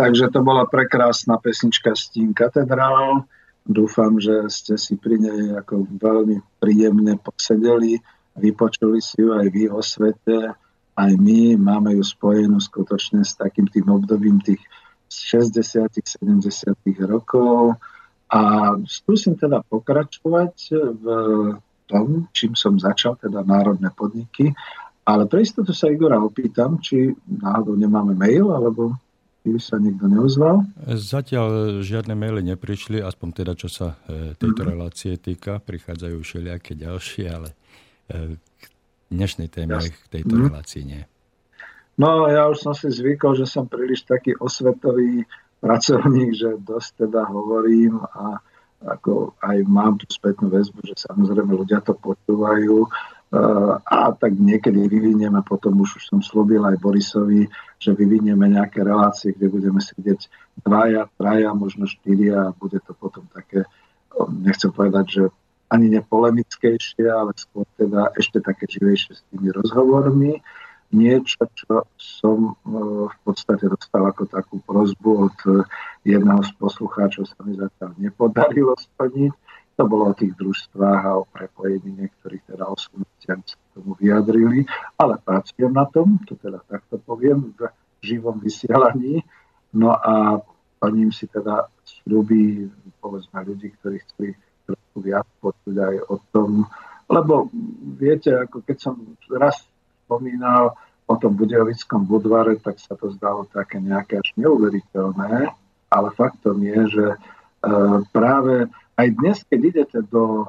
Takže to bola prekrásna pesnička Stín katedrál. Dúfam, že ste si pri nej ako veľmi príjemne posedeli. Vypočuli si ju aj vy vo svete. Aj my máme ju spojenú skutočne s takým tým obdobím tých 60. 70. rokov. A skúsim teda pokračovať v tom, čím som začal, teda národné podniky. Ale pre istotu sa Igora opýtam, či náhodou nemáme mail, alebo by sa nikto neozval? Zatiaľ žiadne maily neprišli, aspoň teda, čo sa tejto relácie týka. Prichádzajú všelijaké ďalšie, ale k dnešnej téme, k tejto relácii nie. No, ja už som si zvykol, že som príliš taký osvetový pracovník, že dosť teda hovorím a ako aj mám tú spätnú väzbu, že samozrejme ľudia to počúvajú. A tak niekedy vyvinieme, potom už som slúbil aj Borisovi, že vyvinieme nejaké relácie, kde budeme sedieť 2, 3, možno 4 a bude to potom také, nechcem povedať, že ani nepolemickejšie, ale skôr teda ešte také živejšie s tými rozhovormi. Niečo, čo som v podstate dostal ako takú prosbu od jedného z poslucháčov, sa mi zatiaľ nepodarilo splniť. To bolo o tých družstvách a o prepojení niektorých teda osobnostiach sa k tomu vyjadrili, ale pracujem na tom, to teda takto poviem, v živom vysielaní. No a plním si teda sľuby, povedzme ľudí, ktorí chceli trošku viac počuť aj o tom, lebo viete, ako keď som raz spomínal o tom Budejovickom Budvare, tak sa to zdalo také nejaké až neuveriteľné, ale faktom je, že práve aj dnes, keď idete do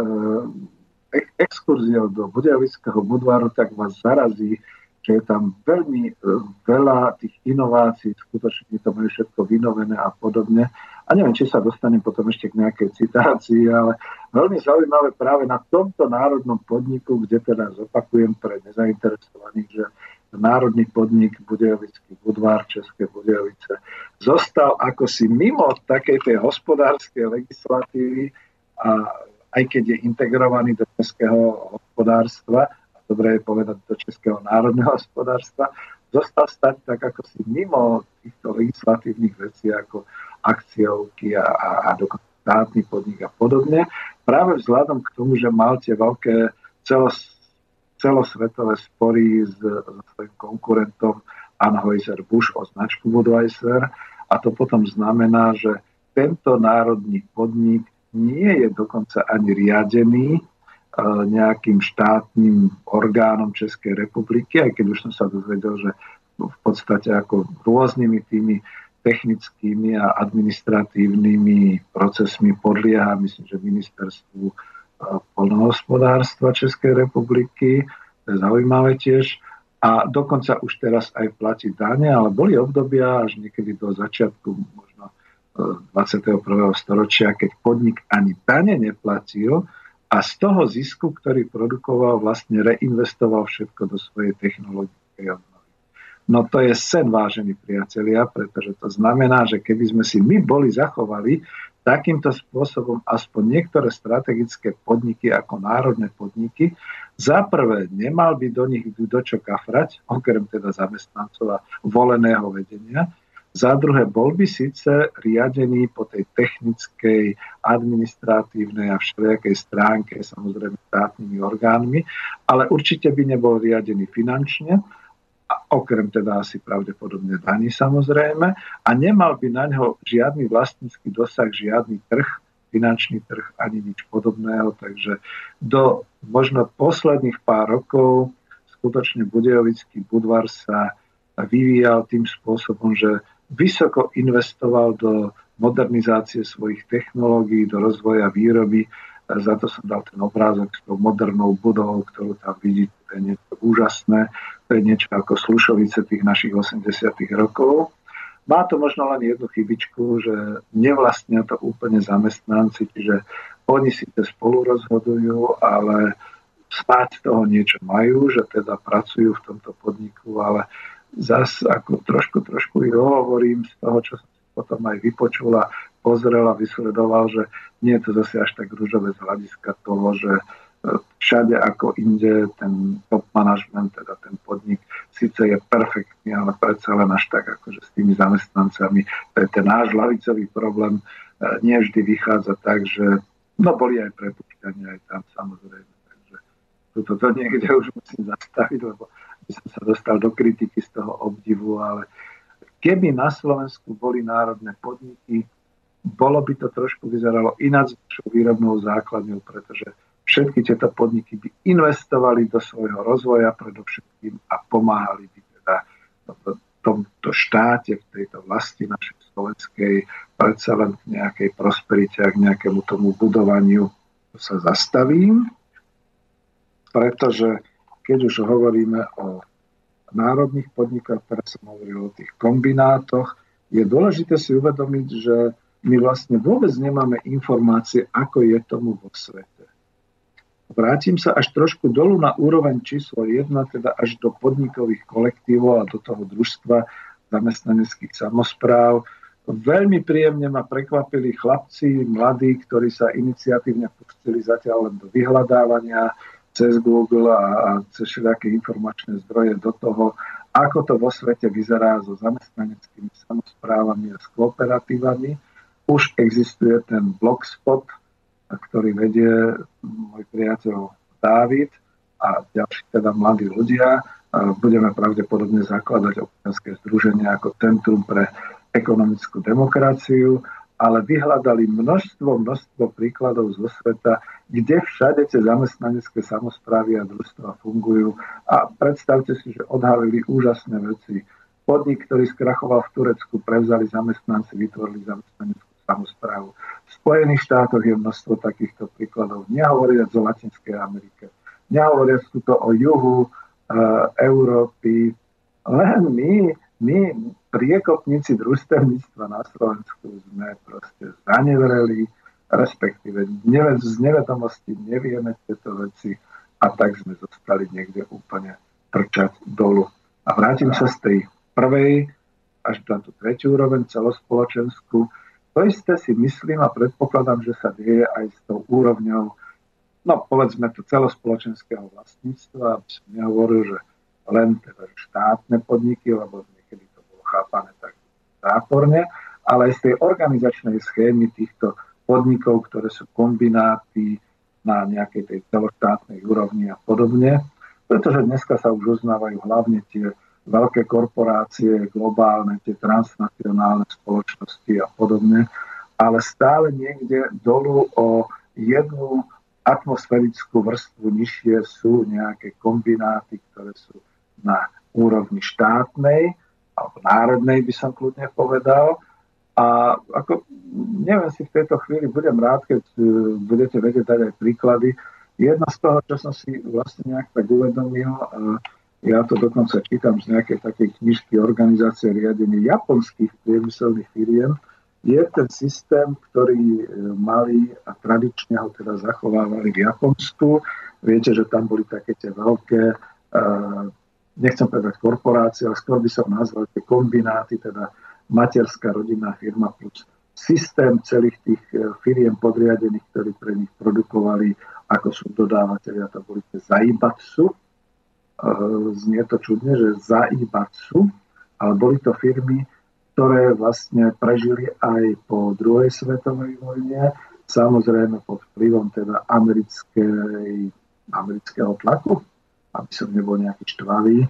exkurziou do Budejovického Budvaru, tak vás zarazí, že je tam veľmi veľa tých inovácií, skutočne to majú všetko vynovené a podobne. A neviem, či sa dostanem potom ešte k nejakej citácii, ale veľmi zaujímavé práve na tomto národnom podniku, kde teda zopakujem pre nezainteresovaných, že národný podnik Budejovický Budvar, České Budejovice, zostal ako si mimo takej tej hospodárskej legislatívy a aj keď je integrovaný do českého hospodárstva, a dobre je povedať do českého národného hospodárstva, zostal stať tak ako si mimo týchto legislatívnych vecí ako akciovky a dokonca štátny podnik a podobne. Práve vzhľadom k tomu, že mal tie veľké celosvetové spory so svojím konkurentom Anheuser-Busch o značku Budweiser a to potom znamená, že tento národný podnik nie je dokonca ani riadený nejakým štátnym orgánom Českej republiky, aj keď už som sa dozvedel, že v podstate ako rôznymi tými technickými a administratívnymi procesmi podlieha, myslím, že ministerstvu poľnohospodárstva Českej republiky, to je zaujímavé tiež, a dokonca už teraz aj platí dane, ale boli obdobia až niekedy do začiatku možno 21. storočia, keď podnik ani dane neplatil a z toho zisku, ktorý produkoval, vlastne reinvestoval všetko do svojej technologickej obnovy. No to je sen, vážení priatelia, pretože to znamená, že keby sme si my boli zachovali takýmto spôsobom aspoň niektoré strategické podniky ako národné podniky, za prvé nemal by do nich kto čo kafrať, okrem teda zamestnancov a voleného vedenia. Za druhé, bol by síce riadený po tej technickej, administratívnej a všelijakej stránke, samozrejme štátnymi orgánmi, ale určite by nebol riadený finančne, okrem teda asi pravdepodobne daní samozrejme, a nemal by na ňo žiadny vlastnícky dosah, žiadny trh, finančný trh, ani nič podobného. Takže do možno posledných pár rokov skutočne Budejovický Budvar sa vyvíjal tým spôsobom, že vysoko investoval do modernizácie svojich technológií, do rozvoja výroby. Za to som dal ten obrázok s tou modernou budovou, ktorú tam vidíte. To je niečo úžasné. To je niečo ako Slušovice tých našich 80. rokov. Má to možno len jednu chybičku, že nevlastnia to úplne zamestnanci, čiže oni si to spolu rozhodujú, ale snáď z toho niečo majú, že teda pracujú v tomto podniku, ale zase ako trošku ich hovorím z toho, čo som si potom aj vypočul a pozrel a vysledoval, že nie je to zase až tak ružové z hľadiska toho, že všade ako inde ten top management, teda ten podnik si síce je perfektný, ale predsa len až tak, akože s tými zamestnancami. Ten náš ľavicový problém nie vždy vychádza tak, že boli aj prepušťania aj tam samozrejme. Takže toto niekde už musím zastaviť, lebo by som sa dostal do kritiky z toho obdivu, ale keby na Slovensku boli národné podniky, bolo by to trošku vyzeralo ináč s našou výrobnou základňou, pretože všetky tieto podniky by investovali do svojho rozvoja predovšetkým a pomáhali by teda v tomto štáte, v tejto vlasti našej slovenskej predsa len k nejakej prosperite a k nejakému tomu budovaniu sa zastavím, pretože keď už hovoríme o národných podnikoch, teraz som hovoril o tých kombinátoch, je dôležité si uvedomiť, že my vlastne vôbec nemáme informácie, ako je tomu vo svete. Vrátim sa až trošku dolu na úroveň číslo 1, teda až do podnikových kolektívov a do toho družstva zamestnaneckých samospráv. Veľmi príjemne ma prekvapili chlapci, mladí, ktorí sa iniciatívne pustili zatiaľ len do vyhľadávania cez Google a cez všetky informačné zdroje do toho, ako to vo svete vyzerá so zamestnaneckými samosprávami a s kooperatívami. Už existuje ten blogspot, ktorý vedie môj priateľ Dávid a ďalší teda mladí ľudia. Budeme pravdepodobne zakladať občianske združenie ako Centrum pre ekonomickú demokraciu, ale vyhľadali množstvo príkladov zo sveta, kde všade tie zamestnanecké samosprávy a družstva fungujú. A predstavte si, že odhalili úžasné veci. Podnik, ktorý skrachoval v Turecku, prevzali zamestnanci, vytvorili zamestnaneckú samosprávu. V Spojených štátoch je množstvo takýchto príkladov. Nehovoriac o Latinskej Amerike. Nehovoriac tuto o juhu Európy. Len my priekopníci družstevníctva na Slovensku sme proste zanevreli, respektíve z nevedomosti nevieme tieto veci a tak sme zostali niekde úplne trčať dolu. A vrátim sa z tej prvej až na tú tretiu úroveň celospoločenskú. To isté si myslím a predpokladám, že sa deje aj s tou úrovňou, povedzme to celospoločenského vlastníctva, aby som nehovoril, že len teda štátne podniky, lebo niekedy to bolo chápané tak záporne, ale aj z tej organizačnej schémy týchto podnikov, ktoré sú kombináty na nejakej tej celoštátnej úrovni a podobne, pretože dneska sa už uznávajú hlavne tie veľké korporácie, globálne, tie transnacionálne spoločnosti a podobne, ale stále niekde dolu o jednu atmosférickú vrstvu nižšie sú nejaké kombináty, ktoré sú na úrovni štátnej alebo národnej, by som kľudne povedal. A ako, neviem si v tejto chvíli, budem rád, keď budete vedieť dať aj príklady. Jedno z toho, čo som si vlastne nejak tak uvedomil, ja to dokonca čítam z nejakej takej knižky Organizácie riadenia japonských priemyselných firiem, je ten systém, ktorý mali a tradične ho teda zachovávali v Japonsku. Viete, že tam boli také tie veľké, nechcem povedať korporácie, ale skôr by som nazval tie kombináty, teda materská rodinná firma plus systém celých tých firiem podriadených, ktorí pre nich produkovali, ako sú dodávateľia, to boli tie zaibatsu. Znie to čudne, že zaibatsu, ale boli to firmy, ktoré vlastne prežili aj po druhej svetovej vojne, samozrejme pod vplyvom teda amerického tlaku, aby som nebol nejaký štvavý,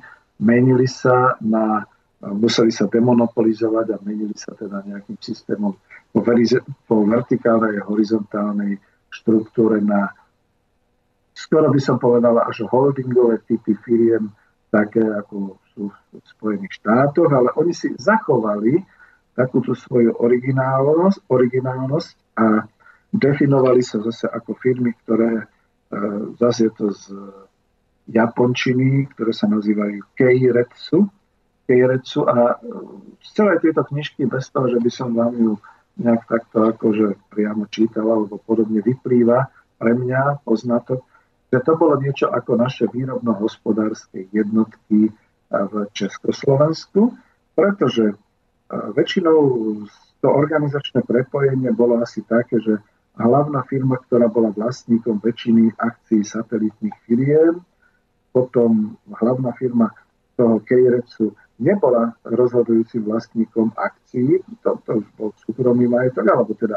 museli sa demonopolizovať a menili sa teda nejakým systémom po vertikálnej a horizontálnej štruktúre na, skoro by som povedal, až holdingové typy firiem, také ako sú v Spojených štátoch, ale oni si zachovali takúto svoju originálnosť a definovali sa zase ako firmy, ktoré zase je to z japončiny, ktoré sa nazývajú Keiretsu a z celej tejto knižky, bez toho, že by som vám ju nejak takto akože priamo čítal alebo podobne, vyplýva pre mňa poznatok, že to bolo niečo ako naše výrobno-hospodárske jednotky v Československu, pretože väčšinou to organizačné prepojenie bolo asi také, že hlavná firma, ktorá bola vlastníkom väčšiny akcií satelitných firiem, potom hlavná firma toho Keiretsu nebola rozhodujúcim vlastníkom akcií, to už bol súkromný majetok, alebo teda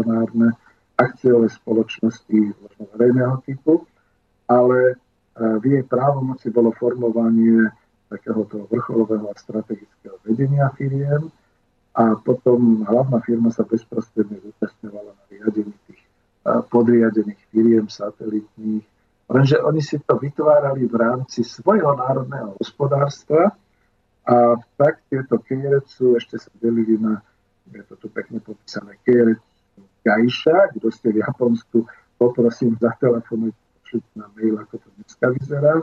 akciové spoločnosti možno verejného typu, ale v jej právomoci bolo formovanie takéhoto vrcholového a strategického vedenia firiem a potom hlavná firma sa bezprostredne zúčastňovala na riadení tých podriadených firiem satelitných. Lenže oni si to vytvárali v rámci svojho národného hospodárstva a tak tieto Keiretsu ešte sa delili na, je to tu pekne popísané, Keiretsu Gaisha, kto ste v Japonsku, poprosím, zatelefonujte na mail, ako to dneska vyzerá.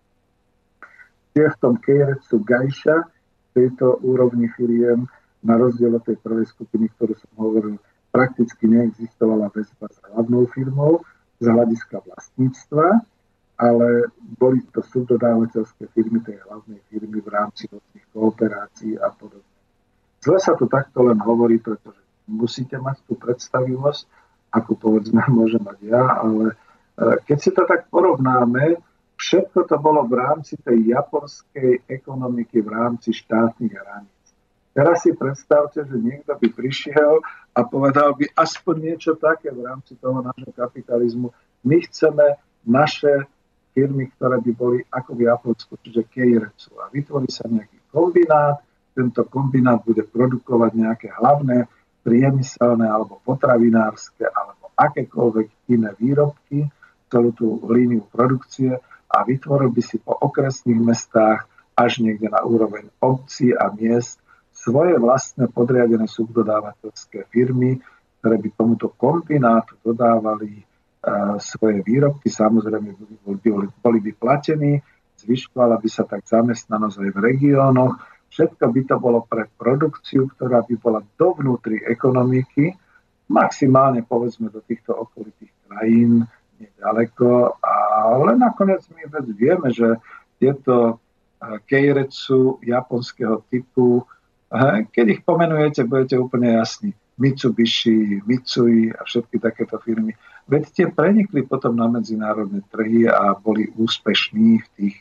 Tie v tom Keiretsu Gaisha, tejto úrovni firiem, na rozdiel od tej prvej skupiny, ktorú som hovoril, prakticky neexistovala väzba s hlavnou firmou z hľadiska vlastníctva, ale boli to subdodávateľské firmy tej hlavnej firmy v rámci rôznych kooperácií a podobne. Zle sa to takto len hovorí, pretože musíte mať tú predstavivosť, ako povedzme môžem mať ja, ale keď si to tak porovnáme, všetko to bolo v rámci tej japonskej ekonomiky, v rámci štátnych hraníc. Teraz si predstavte, že niekto by prišiel a povedal by aspoň niečo také v rámci toho nášho kapitalizmu. My chceme naše firmy, ktoré by boli ako v Japonsku, čiže Keiretsu. A vytvorí sa nejaký kombinát, tento kombinát bude produkovať nejaké hlavné priemyselné alebo potravinárske alebo akékoľvek iné výrobky, celú tú líniu produkcie a vytvoril by si po okresných mestách až niekde na úroveň obcí a miest svoje vlastné podriadené subdodávateľské firmy, ktoré by tomuto kombinátu dodávali svoje výrobky. Samozrejme boli by platení, zvyšovala by sa tak zamestnanosť aj v regiónoch. Všetko by to bolo pre produkciu, ktorá by bola dovnútri ekonomiky, maximálne povedzme do týchto okolitých krajín, nedaleko. Ale nakoniec my vieme, že tieto Keiretsu japonského typu, keď ich pomenujete, budete úplne jasní. Mitsubishi, Mitsui a všetky takéto firmy. Veď tie prenikli potom na medzinárodné trhy a boli úspešní v tých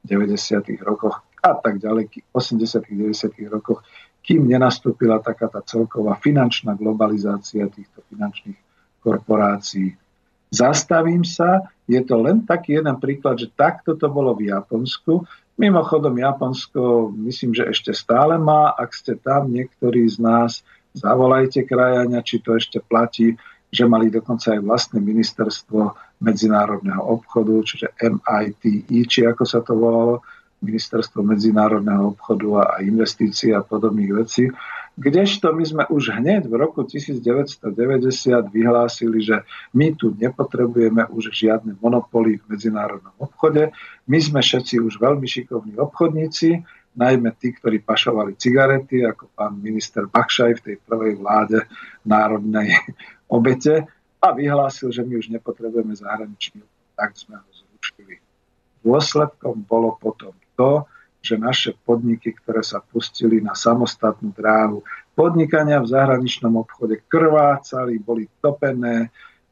90. rokoch a tak ďalej, 80. 90. rokoch, kým nenastúpila taká tá celková finančná globalizácia týchto finančných korporácií. Zastavím sa, je to len taký jeden príklad, že takto to bolo v Japonsku. Mimochodom, Japonsko, myslím, že ešte stále má. Ak ste tam, niektorí z nás, zavolajte krajania, či to ešte platí, že mali dokonca aj vlastné ministerstvo medzinárodného obchodu, čiže MITI, či ako sa to volalo, ministerstvo medzinárodného obchodu a investícií a podobných vecí. Kdežto my sme už hneď v roku 1990 vyhlásili, že my tu nepotrebujeme už žiadne monopoly v medzinárodnom obchode. My sme všetci už veľmi šikovní obchodníci, najmä tí, ktorí pašovali cigarety, ako pán minister Bakšaj v tej prvej vláde národnej obete, a vyhlásil, že my už nepotrebujeme zahraničný obchod, tak sme ho zrušili. Dôsledkom bolo potom to, že naše podniky, ktoré sa pustili na samostatnú dráhu podnikania v zahraničnom obchode, krvácali, boli topené.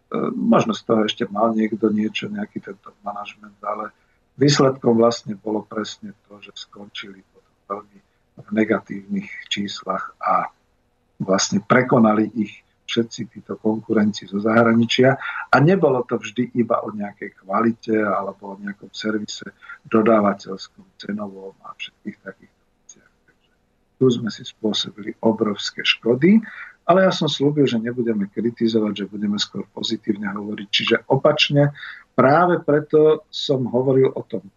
Možno z toho ešte mal niekto niečo, nejaký tento manažment, ale výsledkom vlastne bolo presne to, že skončili potom veľmi v negatívnych číslach a vlastne prekonali ich všetci títo konkurenci zo zahraničia. A nebolo to vždy iba o nejakej kvalite alebo o nejakom servise dodávateľskom, cenovom a všetkých takýchto veciach. Takže tu sme si spôsobili obrovské škody, ale ja som slúbil, že nebudeme kritizovať, že budeme skôr pozitívne hovoriť. Čiže opačne, práve preto som hovoril o tom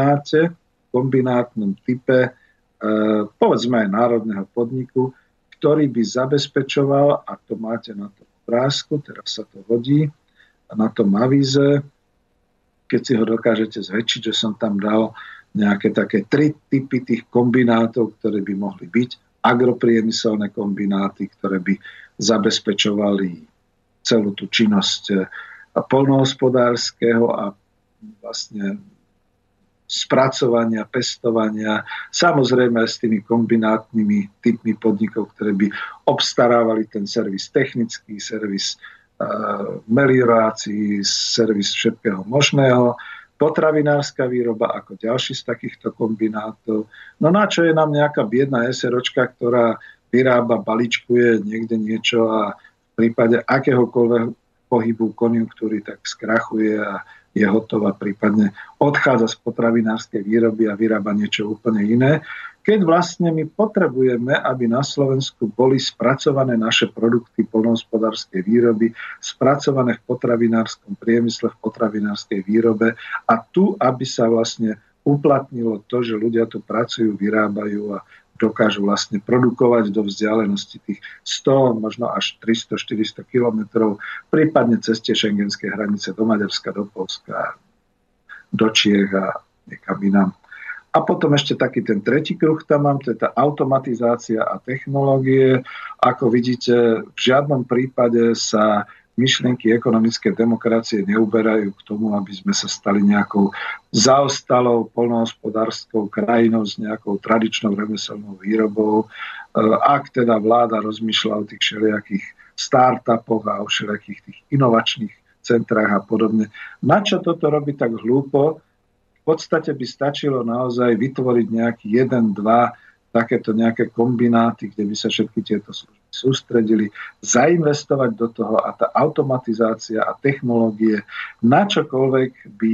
kombinátnom type, povedzme aj národného podniku, ktorý by zabezpečoval, a to máte na tom obrázku, teraz sa to hodí, na tom avíze, keď si ho dokážete zväčšiť, že som tam dal nejaké také 3 typy tých kombinátov, ktoré by mohli byť. Agropriemyselné kombináty, ktoré by zabezpečovali celú tú činnosť poľnohospodárskeho a vlastne spracovania, pestovania, samozrejme s tými kombinátnymi typmi podnikov, ktoré by obstarávali ten servis technický, servis meliorácií, servis všetkého možného. potravinárska výroba ako ďalší z takýchto kombinátov. No na čo je nám nejaká biedná SROčka, ktorá vyrába, balíčkuje niekde niečo a v prípade akéhokoľvek pohybu konjunktúry tak skrachuje a je hotová, prípadne odchádza z potravinárskej výroby a vyrába niečo úplne iné. Keď vlastne my potrebujeme, aby na Slovensku boli spracované naše produkty poľnohospodárskej výroby, spracované v potravinárskom priemysle, v potravinárskej výrobe a tu, aby sa vlastne uplatnilo to, že ľudia tu pracujú, vyrábajú a dokážu vlastne produkovať do vzdialenosti tých 100, možno až 300-400 kilometrov, prípadne cez tie šengenské hranice do Maďarska, do Poľska, do Čiech a niekam inám. A potom ešte taký ten tretí kruh tam mám, to je tá automatizácia a technológie. Ako vidíte, v žiadnom prípade sa myšlienky ekonomickej demokracie neuberajú k tomu, aby sme sa stali nejakou zaostalou poľnohospodárskou krajinou s nejakou tradičnou remeselnou výrobou. Ak teda vláda rozmýšľa o tých všelijakých startupoch a o všelijakých tých inovačných centrách a podobne. Na čo toto robí tak hlúpo? V podstate by stačilo naozaj vytvoriť nejaký 1-2 takéto nejaké kombináty, kde by sa všetky tieto služby sústredili, zainvestovať do toho a tá automatizácia a technológie na čokoľvek by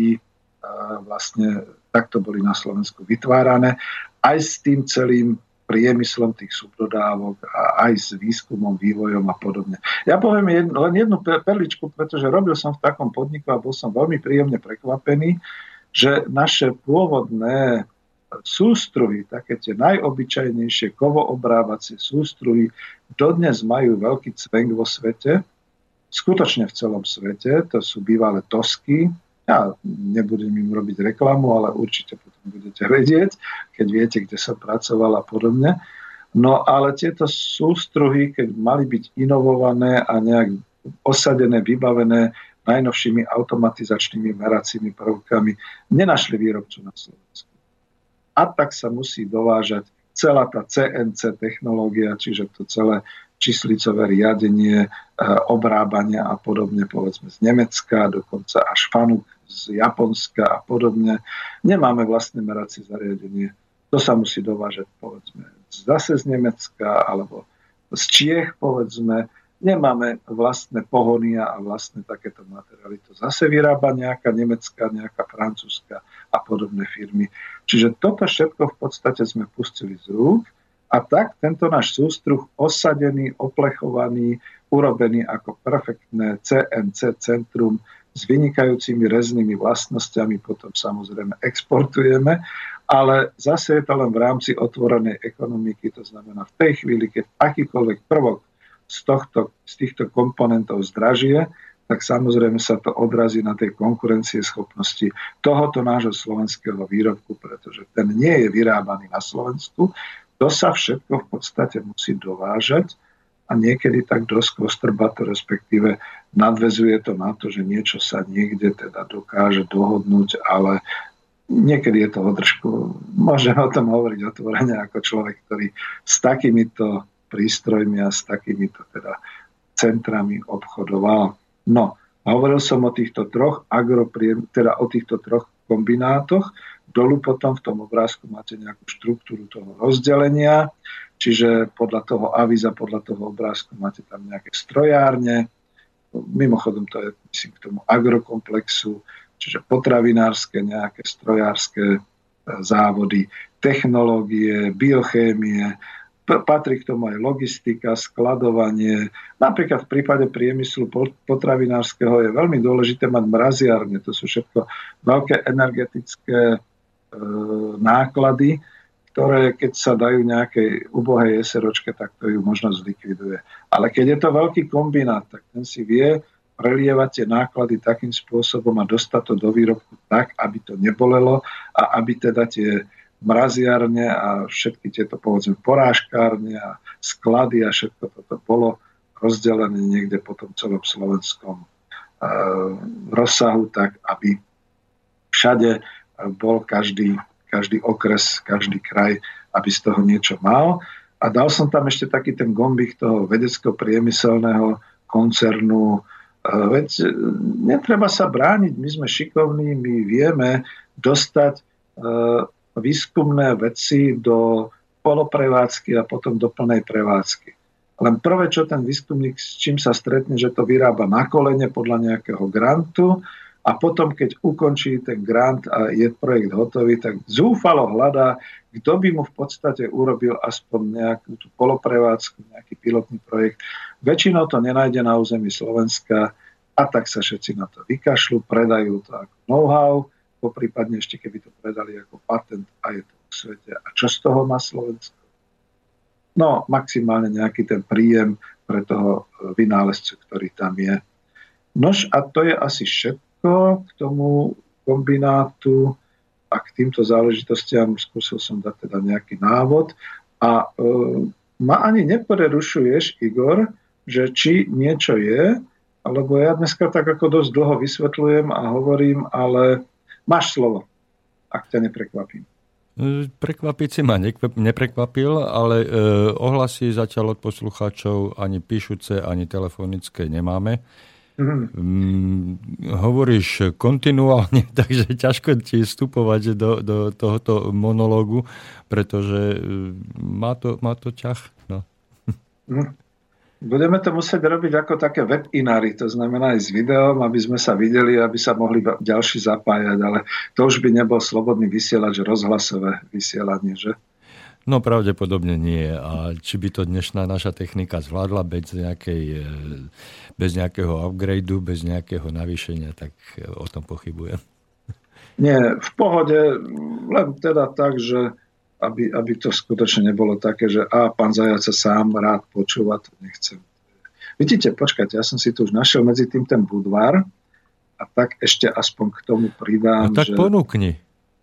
vlastne takto boli na Slovensku vytvárané, aj s tým celým priemyslom tých subdodávok a aj s výskumom, vývojom a podobne. Ja poviem len jednu perličku, pretože robil som v takom podniku a bol som veľmi príjemne prekvapený, že naše pôvodné sústruhy, také tie najobyčajnejšie kovoobrábacie sústruhy, dodnes majú veľký cvenk vo svete, skutočne v celom svete, to sú bývalé Tosky. Ja nebudem im robiť reklamu, ale určite potom budete vedieť, keď viete, kde som pracoval a podobne. No ale tieto sústruhy, keď mali byť inovované a nejak osadené, vybavené najnovšími automatizačnými meracími prvkami, nenašli výrobcu na Slovensku. A tak sa musí dovážať celá tá CNC technológia, čiže to celé číslicové riadenie, obrábania a podobne, povedzme z Nemecka, dokonca až Fanuc z Japonska a podobne. Nemáme vlastné meracie zariadenie. To sa musí dovážať, povedzme, zase z Nemecka alebo z Čiech, povedzme. Nemáme vlastné pohony a vlastné takéto materiály. To zase vyrába nejaká nemecká, nejaká francúzska a podobné firmy. Čiže toto všetko v podstate sme pustili z rúk a tak tento náš sústruh osadený, oplechovaný, urobený ako perfektné CNC centrum s vynikajúcimi reznými vlastnosťami, potom samozrejme exportujeme, ale zase je to len v rámci otvorenej ekonomiky, to znamená v tej chvíli, keď akýkoľvek prvok z týchto komponentov zdražie, tak samozrejme sa to odrazí na tej konkurencieschopnosti tohoto nášho slovenského výrobku, pretože ten nie je vyrábaný na Slovensku. To sa všetko v podstate musí dovážať a niekedy tak dosť kostrbato, respektíve nadväzuje to na to, že niečo sa niekde teda dokáže dohodnúť, ale niekedy je to održku. Môžem o tom hovoriť otvorene ako človek, ktorý s takýmito prístrojmi a s takýmito teda centrami obchodoval. No, hovoril som o týchto troch o týchto troch kombinátoch. Dolu potom v tom obrázku máte nejakú štruktúru toho rozdelenia, čiže podľa toho avíza, podľa toho obrázku máte tam nejaké strojárne. Mimochodom to je, myslím, k tomu agrokomplexu, čiže potravinárske, nejaké strojárske závody, technológie, biochémie, patrí k tomu aj logistika, skladovanie. Napríklad v prípade priemyslu potravinárskeho je veľmi dôležité mať mraziarne. To sú všetko veľké energetické náklady, ktoré keď sa dajú nejakej ubohej SROčke, tak to ju možno zlikviduje. Ale keď je to veľký kombinát, tak ten si vie prelievať tie náklady takým spôsobom a dostať to do výrobku tak, aby to nebolelo a aby teda tie mraziarne a všetky tieto, povedzme, porážkárne a sklady a všetko toto bolo rozdelené niekde po tom celom slovenskom rozsahu, tak aby všade bol každý okres, každý kraj, aby z toho niečo mal. A dal som tam ešte taký ten gombík toho vedecko-priemyselného koncernu Veď netreba sa brániť, my sme šikovní, my vieme dostať výskumné veci do poloprevádzky a potom do plnej prevádzky. Len prvé, čo ten výskumník, s čím sa stretne, že to vyrába na kolene podľa nejakého grantu a potom, keď ukončí ten grant a je projekt hotový, tak zúfalo hľadá, kto by mu v podstate urobil aspoň nejakú tú poloprevádzku, nejaký pilotný projekt. Väčšinou to nenájde na území Slovenska a tak sa všetci na to vykašľú, predajú to ako know-how, poprípadne ešte keby to predali ako patent a je to v svete. A čo z toho má Slovensko? No, maximálne nejaký ten príjem pre toho vynálezcu, ktorý tam je. Nož a to je asi všetko k tomu kombinátu a k týmto záležitostiam. Skúsil som dať teda nejaký návod. A ma ani neprerušuješ, Igor, že či niečo je, alebo ja dneska tak ako dosť dlho vysvetľujem a hovorím, ale máš slovo, ak ťa neprekvapím. Prekvapiť si ma neprekvapil, ale ohlasy zatiaľ od poslucháčov ani píšuce, ani telefonické nemáme. Hovoríš kontinuálne, takže ťažko ti vstupovať do tohoto monológu, pretože má to ťah. No. Budeme to musieť robiť ako také webinári, to znamená aj s videom, aby sme sa videli, aby sa mohli ďalší zapájať, ale to už by nebol slobodný vysielač, rozhlasové vysielanie, že? No pravdepodobne nie. A či by to dnešná naša technika zvládla bez nejakého upgradeu, bez nejakého navýšenia, tak o tom pochybujem. Nie, v pohode, len teda tak, že aby to skutočne nebolo také, že pán Zajac sa sám rád počúva, to nechcem. Vidíte, počkajte, ja som si tu už našiel medzi tým ten Budvar a tak ešte aspoň k tomu pridám. No tak ponúkni.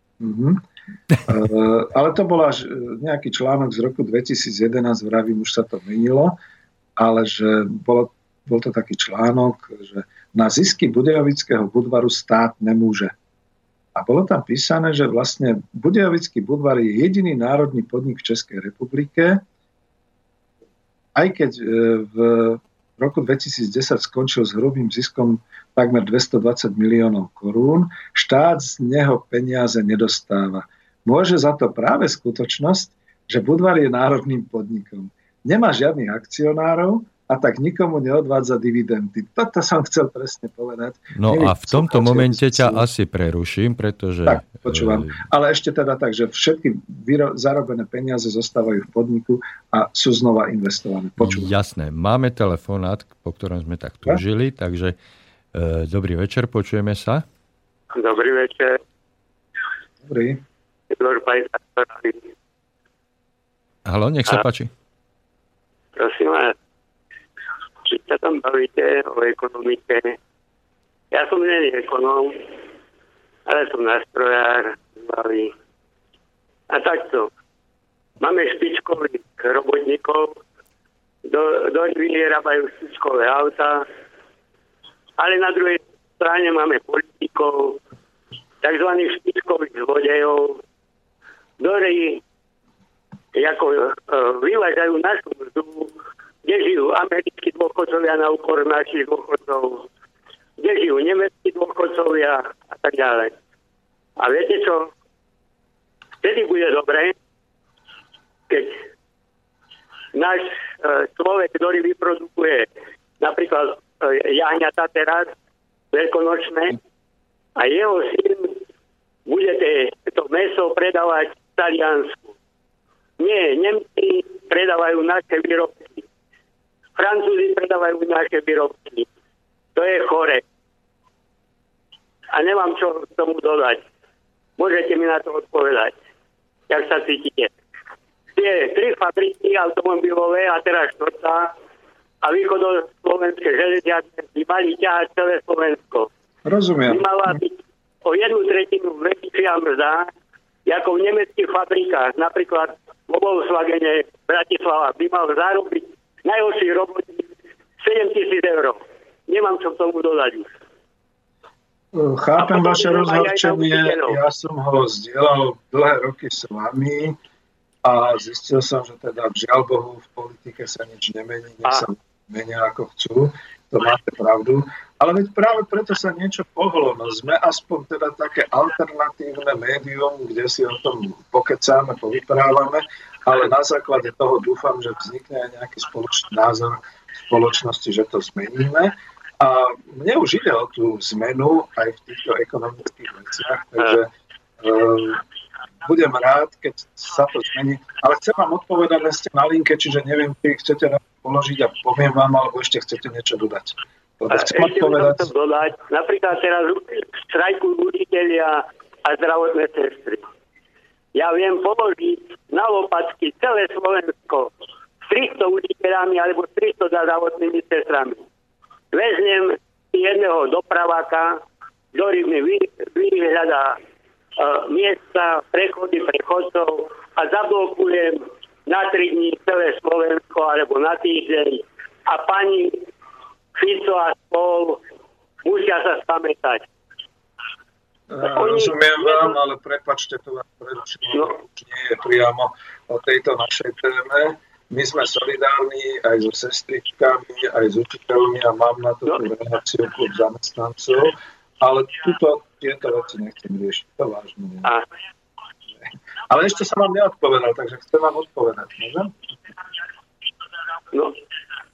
Ale to bol až nejaký článok z roku 2011, vravím, už sa to menilo, ale že bol to taký článok, že na zisky Budějovického Budvaru stát nemôže. A bolo tam písané, že vlastne Budějovický Budvar je jediný národný podnik v Českej republike, aj keď v roku 2010 skončil s hrubým ziskom takmer 220 miliónov korún, štát z neho peniaze nedostáva. Môže za to práve skutočnosť, že Budvar je národným podnikom. Nemá žiadnych akcionárov, a tak nikomu neodvádza dividendy. Toto som chcel presne povedať. No a v tomto momente ťa asi preruším, pretože... Tak, počúvam. Ale ešte teda tak, že všetky zarobené peniaze zostávajú v podniku a sú znova investované. Počúvam. Jasné. Máme telefonát, po ktorom sme tak túžili, takže dobrý večer, počujeme sa. Dobrý večer. Dobrý. Haló, nech sa páči. Prosím vás, či sa tam bavíte o ekonomike. Ja som nie ekonóm, ale som nástrojár, baví. A takto. Máme špičkových robotníkov, doň vyrábajú špičkové auta, ale na druhej strane máme politikov, takzvaných špičkových zlodejov, ktorí vyvážajú našu mzdu, kde žijú americkí dôchodcovia na úkor našich dôchodcov, kde žijú nemeckí dôchodcovia a tak ďalej. A viete čo? Vtedy bude dobre, keď náš človek, ktorý vyprodukuje napríklad jahňatá teraz, veľkonočné, a jeho syn bude to mäso predávať v Taliansku. Nie, Nemci predávajú naše výrobky. Francúzi predávajú naše výrobky. To je chore. A nemám čo k tomu dodať. Môžete mi na to odpovedať. Jak sa cítite? Tie 3 fabriky automobilové a teraz 4. a východoslovenské železiarne by mali ťahať celé Slovensko. Rozumiem. By mala byť o 1/3 väčšia mzda, ako v nemeckých fabrikách. Napríklad vo Volkswagene Bratislava by mal zarobiť najhorší robotník 7 000 eur. Nemám čo k tomu dodať už. Chápem vaše rozhorčenie. Ja som ho zdieľal dlhé roky s vami a zistil som, že teda žiaľ Bohu v politike sa nič nemení, nech sa menia ako chcú. to máte pravdu. Ale veď práve preto sa niečo pohlo. No sme aspoň teda také alternatívne médium, kde si o tom pokecáme, povyprávame, ale na základe toho dúfam, že vznikne aj nejaký spoločný názor v spoločnosti, že to zmeníme. A mne už ide o tú zmenu aj v týchto ekonomických veciach, takže budem rád, keď sa to zmení. Ale chcem vám odpovedať, že ste na linke, čiže neviem, či chcete položiť a poviem vám, alebo ešte chcete niečo dodať. Chcem dodať. Napríklad teraz štrajkujú učitelia a zdravotné sestry. Ja viem položiť na lopacky celé Slovensko s 300 učiteľami alebo 300 zdravotnými sestrami. Vezmem jedného dopraváka, ktorý mi vyhľadá miesta, prechody pre chodcov a zablokujem na 3 dní celé Slovensko alebo na týždeň a pani Fico a spol musia sa spamätať. Rozumiem vám, ale prepáčte, to vám preruším, už nie je priamo o tejto našej téme. My sme solidárni aj so sestričkami, aj s učiteľmi a mám na to reláciu klub zamestnancov, ale tieto veci nechcem riešiť, to vážne nie. Ale ešte som vám neodpovedal, takže chcem vám odpovedať, môžem? No.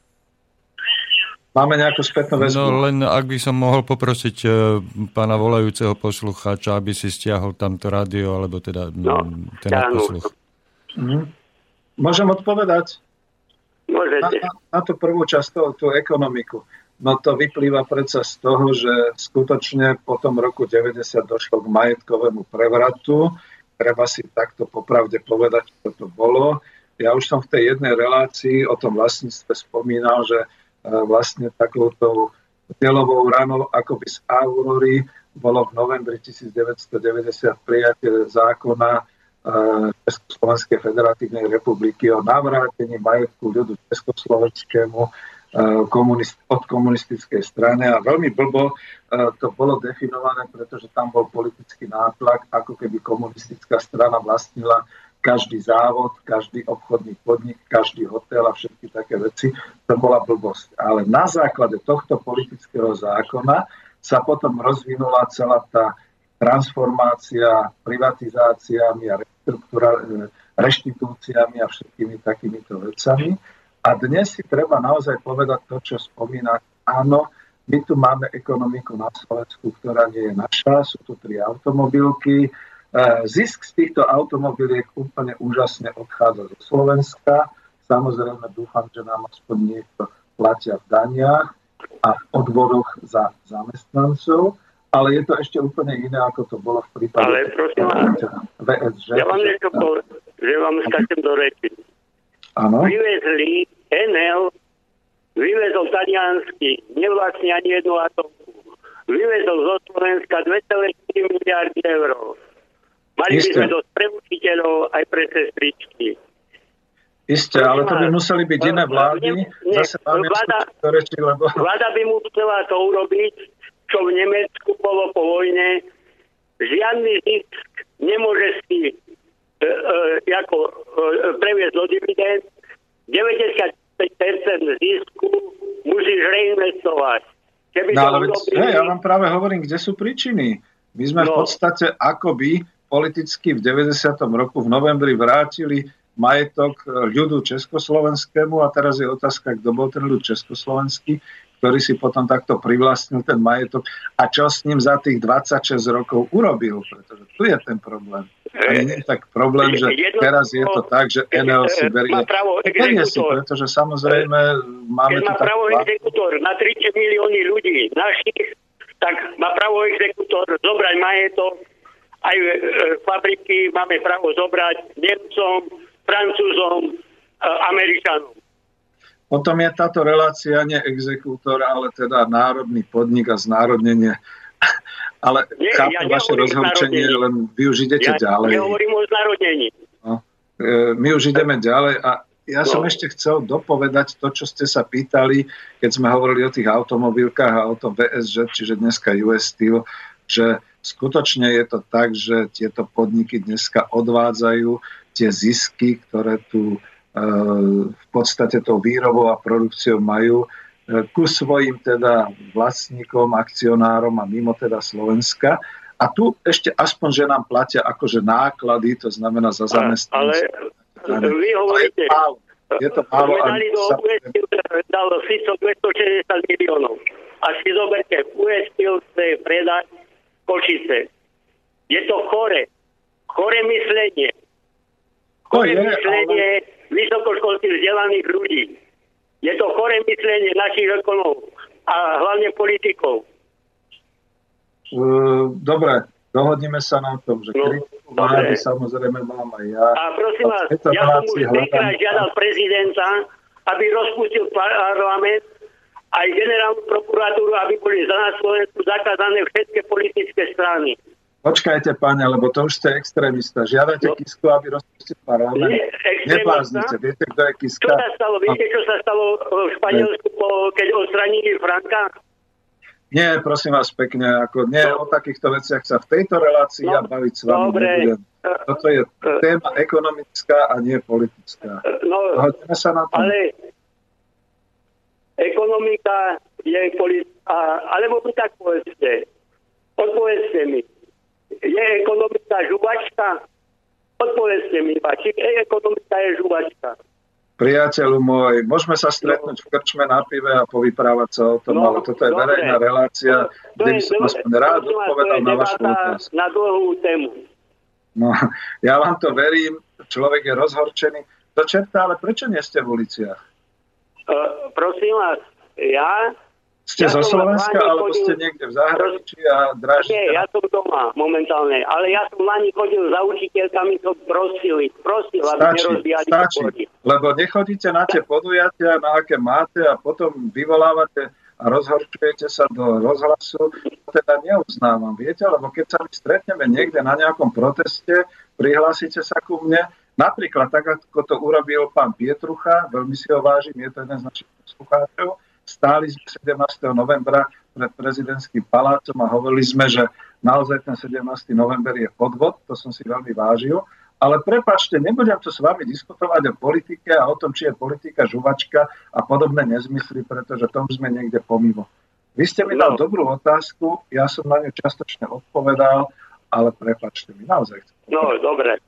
Máme nejakú spätnú väzbu? No len ak by som mohol poprosiť pána volajúceho poslucháča, aby si stiahol tamto rádio, alebo teda ten posluch. Môžem odpovedať? Môžete. Na tú prvú časť, tú ekonomiku. No to vyplýva predsa z toho, že skutočne po tom roku 90 došlo k majetkovému prevratu. Treba si takto popravde povedať, čo to bolo. Ja už som v tej jednej relácii o tom vlastníctve spomínal, že vlastne takouto dielovou ranou akoby z Aurory bolo v novembri 1990 prijatie zákona Československej federatívnej republiky o navrátení majetku ľudu československému od komunistickej strany a veľmi blbo to bolo definované, pretože tam bol politický nátlak, ako keby komunistická strana vlastnila každý závod, každý obchodný podnik, každý hotel a všetky také veci. To bola blbosť. Ale na základe tohto politického zákona sa potom rozvinula celá tá transformácia privatizáciami a reštitúciami a všetkými takýmito vecami. A dnes si treba naozaj povedať to, čo spomínať. Áno, my tu máme ekonomiku na Slovensku, ktorá nie je naša. Sú tu 3 automobilky. Zisk z týchto automobiliek úplne úžasne odchádza zo Slovenska. Samozrejme dúfam, že nám aspoň niekto platia v daniach a v odvodoch za zamestnancov, ale je to ešte úplne iné, ako to bolo v prípade VSŽ. Ja vám niečo poviem, že vám skáčem do reči. Áno. Vyvezli Enel, vyvezol taliansky, nevlastní ani jednu atomku. Vyvezol zo Slovenska 2,4 miliardy eur. Mali by sme dosť pre učiteľov aj pre sestričky. Isté, ale to by museli byť iné vlády. Vláda by musela to urobiť, čo v Nemecku bolo po vojne. Žiadny zisk nemôže si previesť do dividend. 95% zisku musíš reinvestovať. Ja vám práve hovorím, kde sú príčiny. My sme v podstate akoby politicky v 90. roku v novembri vrátili majetok ľudu československému a teraz je otázka, kto bol ten ľud československý, ktorý si potom takto privlastnil ten majetok a čo s ním za tých 26 rokov urobil, pretože tu je ten problém. A nie je tak problém, že teraz je to tak, že Enel si berie si, pretože samozrejme máme tu tak... Keď má právo exekútor na 30 milióny ľudí našich, tak má právo exekútor zobrať majetok. Aj fabriky máme právo zobrať Nemcom, Francúzom, Američanom. Potom je táto relácia nie exekútor, ale teda národný podnik a znárodnenie. Ale chápem vaše rozhorčenie, len vy už idete ďalej. Ja nehovorím o znárodnení. No, my už ideme ďalej a ja som ešte chcel dopovedať to, čo ste sa pýtali, keď sme hovorili o tých automobilkách a o tom VSŽ, čiže dneska US Steel, že skutočne je to tak, že tieto podniky dneska odvádzajú tie zisky, ktoré tu v podstate tou výrobou a produkciou majú ku svojim teda vlastníkom, akcionárom a mimo teda Slovenska. A tu ešte aspoň, že nám platia akože náklady, to znamená za zamestnanosť. Ale vy hovoríte, je to málo. Dal Fico 260 miliónov. A si zoberte, USTIL chce predať Košice. Je to chore myslenie. Myslenie vysokoškolských vzdelaných ľudí. Je to chore myslenie našich ekonomov a hlavne politikov. Dobre, dohodneme sa na tom, že kritiku vlády samozrejme mám aj ja. A prosím vás, ja som už trikrát žiadal prezidenta, aby rozpustil parlament, aj generálnu prokuratúru, aby boli na Slovensku zakázané všetky politické strany. Počkajte, páne, lebo to už ste extrémista. Žiadate Kisku, aby rozpustil parlament? Nebláznite. Viete, kto je Kiska? Viete, čo sa stalo v Španielsku, keď odstranili Franka? Nie, prosím vás pekne, o takýchto veciach sa v tejto relácii ja baviť s vami nebudem. Toto je téma ekonomická a nie politická. Dohodneme sa na tom. Ale ekonomika je politická, alebo by tak povedzte. Odpovedzte mi. Je ekonomika žuvačka? Odpovedzte mi, či ekonomika je žuvačka? Priateľu môj, môžeme sa stretnúť v krčme na pive a povyprávať sa o tom, ale toto je verejná relácia, kde by som aspoň rád odpovedal na vašu otázku. Na dlhú tému. No, ja vám to verím, človek je rozhorčený. Do čerta, ale prečo nie ste v uliciach? Prosím vás, Ste zo Slovenska, alebo ste niekde v zahraničí a drážite? Nie, ja som doma momentálne, ale ja som lani chodil za učiteľkami, to prosil, aby nerozbíjali stačí, lebo nechodíte na tie podujatia, na aké máte a potom vyvolávate a rozhorčujete sa do rozhlasu, to teda neuznávam, viete, lebo keď sa my stretneme niekde na nejakom proteste, prihlásite sa ku mne, napríklad tak, ako to urobil pán Pietrucha, veľmi si ho vážim, je to jeden z našich poslucháčov. Stáli sme 17. novembra pred prezidentským palácom a hovorili sme, že naozaj ten 17. november je podvod, to som si veľmi vážil. Ale prepáčte, nebudem tu s vami diskutovať o politike a o tom, či je politika žuvačka a podobné nezmysly, pretože to už sme niekde pomimo. Vy ste mi dal dobrú otázku, ja som na ňu čiastočne odpovedal, ale prepáčte mi, naozaj chcem. No, dobre.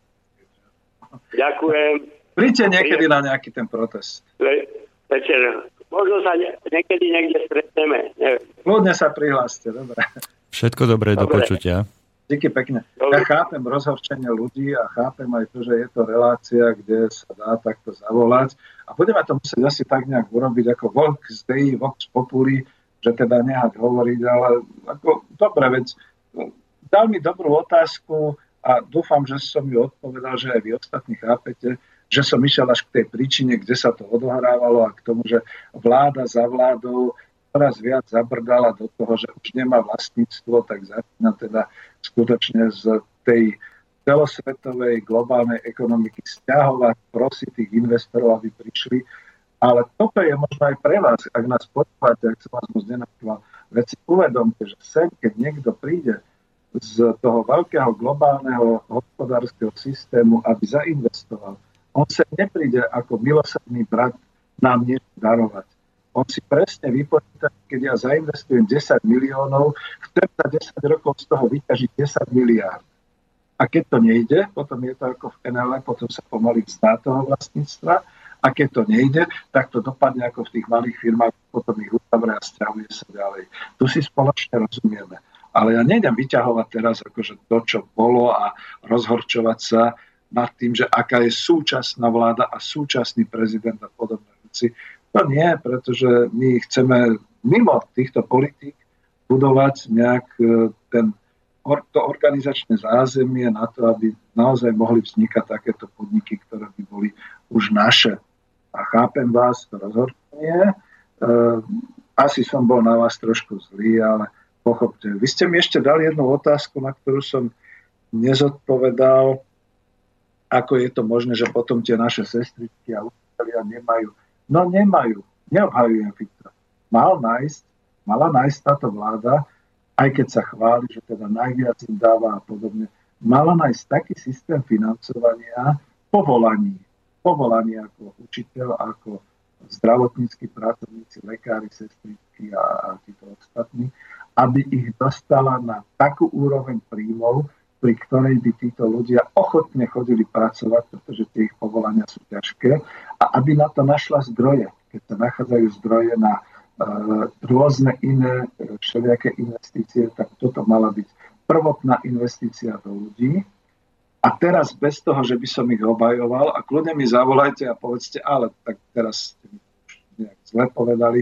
Ďakujem. Príďte niekedy na nejaký ten protest. Večer. Možno sa niekedy niekde stretneme. Kľudne sa prihláste, dobre. Všetko dobré, do počutia. Díky pekne. Ja chápem rozhorčenie ľudí a chápem aj to, že je to relácia, kde sa dá takto zavolať. A budeme to musieť asi tak nejak urobiť ako Vox Dei, Vox Populi, že teda nehať hovoriť, ale ako, dobre, veď dal mi dobrú otázku a dúfam, že som ju odpovedal, že aj vy ostatní chápete, že som išiel až k tej príčine, kde sa to odohrávalo a k tomu, že vláda za vládou raz viac zabrdala do toho, že už nemá vlastníctvo, tak začína teda skutočne z tej celosvetovej globálnej ekonomiky stiahovať, prosiť tých investorov, aby prišli. Ale toto je možno aj pre vás, ak nás počúvate, ak som vás moc nenachval, veď si uvedomte, že sem, keď niekto príde z toho veľkého globálneho hospodárskeho systému, aby zainvestoval, on sa nepríde ako milosrdný brat nám niečo darovať. On si presne vypočíta, keď ja zainvestujem 10 miliónov, chcem za 10 rokov z toho vyťažiť 10 miliárd. A keď to nejde, potom je to ako v NL, potom sa pomaly vzdá toho vlastníctva. A keď to nejde, tak to dopadne ako v tých malých firmách, potom ich uzavrie a stiahuje sa ďalej. Tu si spoločne rozumieme. Ale ja nejdem vyťahovať teraz akože to, čo bolo a rozhorčovať sa nad tým, že aká je súčasná vláda a súčasný prezident a podobné veci. To nie, pretože my chceme mimo týchto politík budovať nejak to organizačné zázemie na to, aby naozaj mohli vznikať takéto podniky, ktoré by boli už naše. A chápem vás, to rozhorčenie. Asi som bol na vás trošku zlý, ale pochopte. Vy ste mi ešte dali jednu otázku, na ktorú som nezodpovedal. Ako je to možné, že potom tie naše sestričky a učitelia nemajú? No nemajú. Neobhajujem Fica. Mala nájsť táto vláda, aj keď sa chváli, že teda najviac im dáva a podobne, mala nájsť taký systém financovania povolaní ako učiteľ, ako zdravotníckí pracovníci, lekári, sestričky a títo ostatní, aby ich dostala na takú úroveň príjmov, pri ktorej by títo ľudia ochotne chodili pracovať, pretože tie ich povolania sú ťažké, a aby na to našla zdroje. Keď sa nachádzajú zdroje na rôzne iné všelijaké investície, tak toto mala byť prvotná investícia do ľudí. A teraz bez toho, že by som ich obhajoval, a kľudne mi zavolajte a povedzte, ale tak teraz ste mi už nejak zle povedali,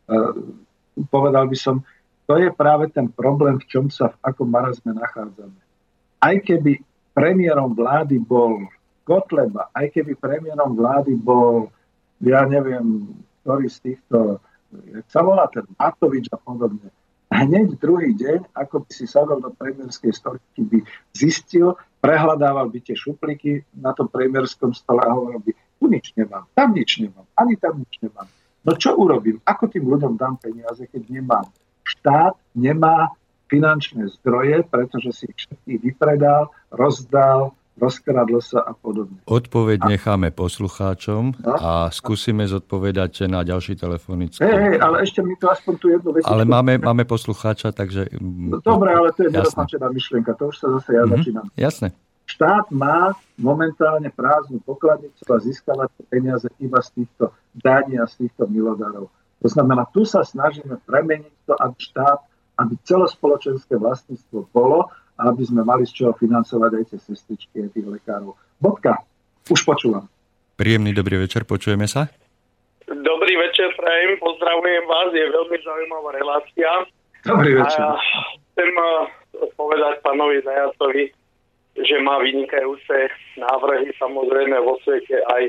povedal by som, to je práve ten problém, v čom sa v akom marazme nachádzame. Aj keby premiérom vlády bol Kotleba, aj keby premiérom vlády bol, ja neviem, ktorý z týchto, jak sa volá ten Matovič a podobne, hneď druhý deň, ako by si sadol do premiérskej stoličky, by zistil, prehľadával by tie šuplíky na tom premiérskom stole a hovoril by, tu nič nemám, tam nič nemám, ani tam nič nemám. No čo urobím? Ako tým ľuďom dám peniaze, keď nemám? Štát nemá finančné zdroje, pretože si ich všetkých vypredal, rozdal, rozkradlo sa a podobne. Odpoveď necháme poslucháčom a skúsime zodpovedať na ďalší telefonický. Ale ešte mi to aspoň tu jednu vec. Ale máme poslucháča, takže... Dobre, ale to je nedokončená myšlienka. To už sa zase ja začínam. Jasné. Štát má momentálne prázdnu pokladnicu a získavať peniaze iba z týchto daní a z týchto milodárov. To znamená, tu sa snažíme premeniť to, aby štát, aby celospoločenské vlastníctvo bolo a aby sme mali z čoho financovať aj tie sestričky, aj tých lekárov. Bodka. Už počúvam. Príjemný dobrý večer, počujeme sa? Dobrý večer, prajem, pozdravujem vás, je veľmi zaujímavá relácia. Dobrý večer. A chcem povedať pánovi Zajacovi, že má vynikajúce návrhy, samozrejme vo svete aj,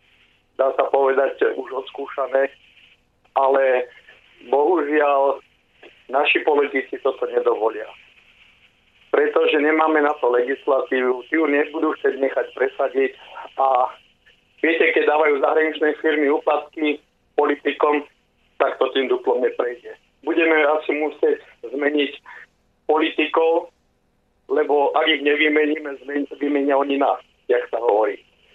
dá sa povedať, už odskúšané, ale bohužiaľ naši politici toto nedovolia. Pretože nemáme na to legislatívu, tí ju nebudú chcieť nechať presadiť a viete, keď dávajú zahraničné firmy úplatky politikom, tak to tým duplom neprejde. Budeme asi musieť zmeniť politikov, lebo ak ich nevymeníme, vymenia oni nás, jak sa hovorí.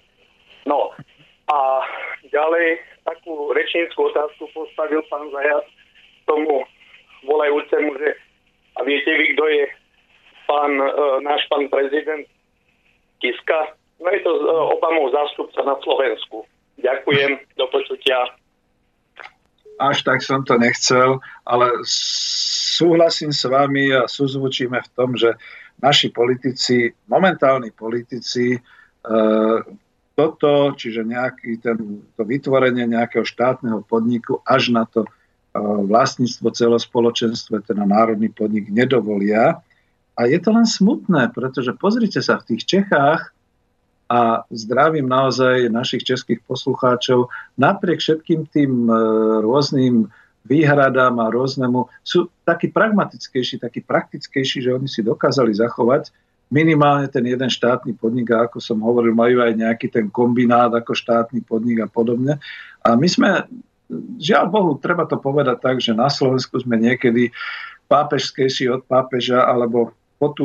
No a ďalej takú rečnícku otázku postavil pán Zajac tomu volajúcemu, že a viete vy, kto je náš pán prezident Kiska? No je to Obamov zástupca na Slovensku. Ďakujem, do počutia. Až tak som to nechcel, ale súhlasím s vami a súzvučíme v tom, že naši politici, momentálni politici, toto, čiže to vytvorenie nejakého štátneho podniku až na to vlastníctvo celospoločenstve, teda národný podnik, nedovolia. A je to len smutné, pretože pozrite sa, v tých Čechách, a zdravím naozaj našich českých poslucháčov, napriek všetkým tým rôznym výhradám a rôznemu, sú takí pragmatickejší, takí praktickejší, že oni si dokázali zachovať minimálne ten jeden štátny podnik, a ako som hovoril, majú aj nejaký ten kombinát ako štátny podnik a podobne. A my sme, žiaľ Bohu, treba to povedať tak, že na Slovensku sme niekedy pápežskejší od pápeža, alebo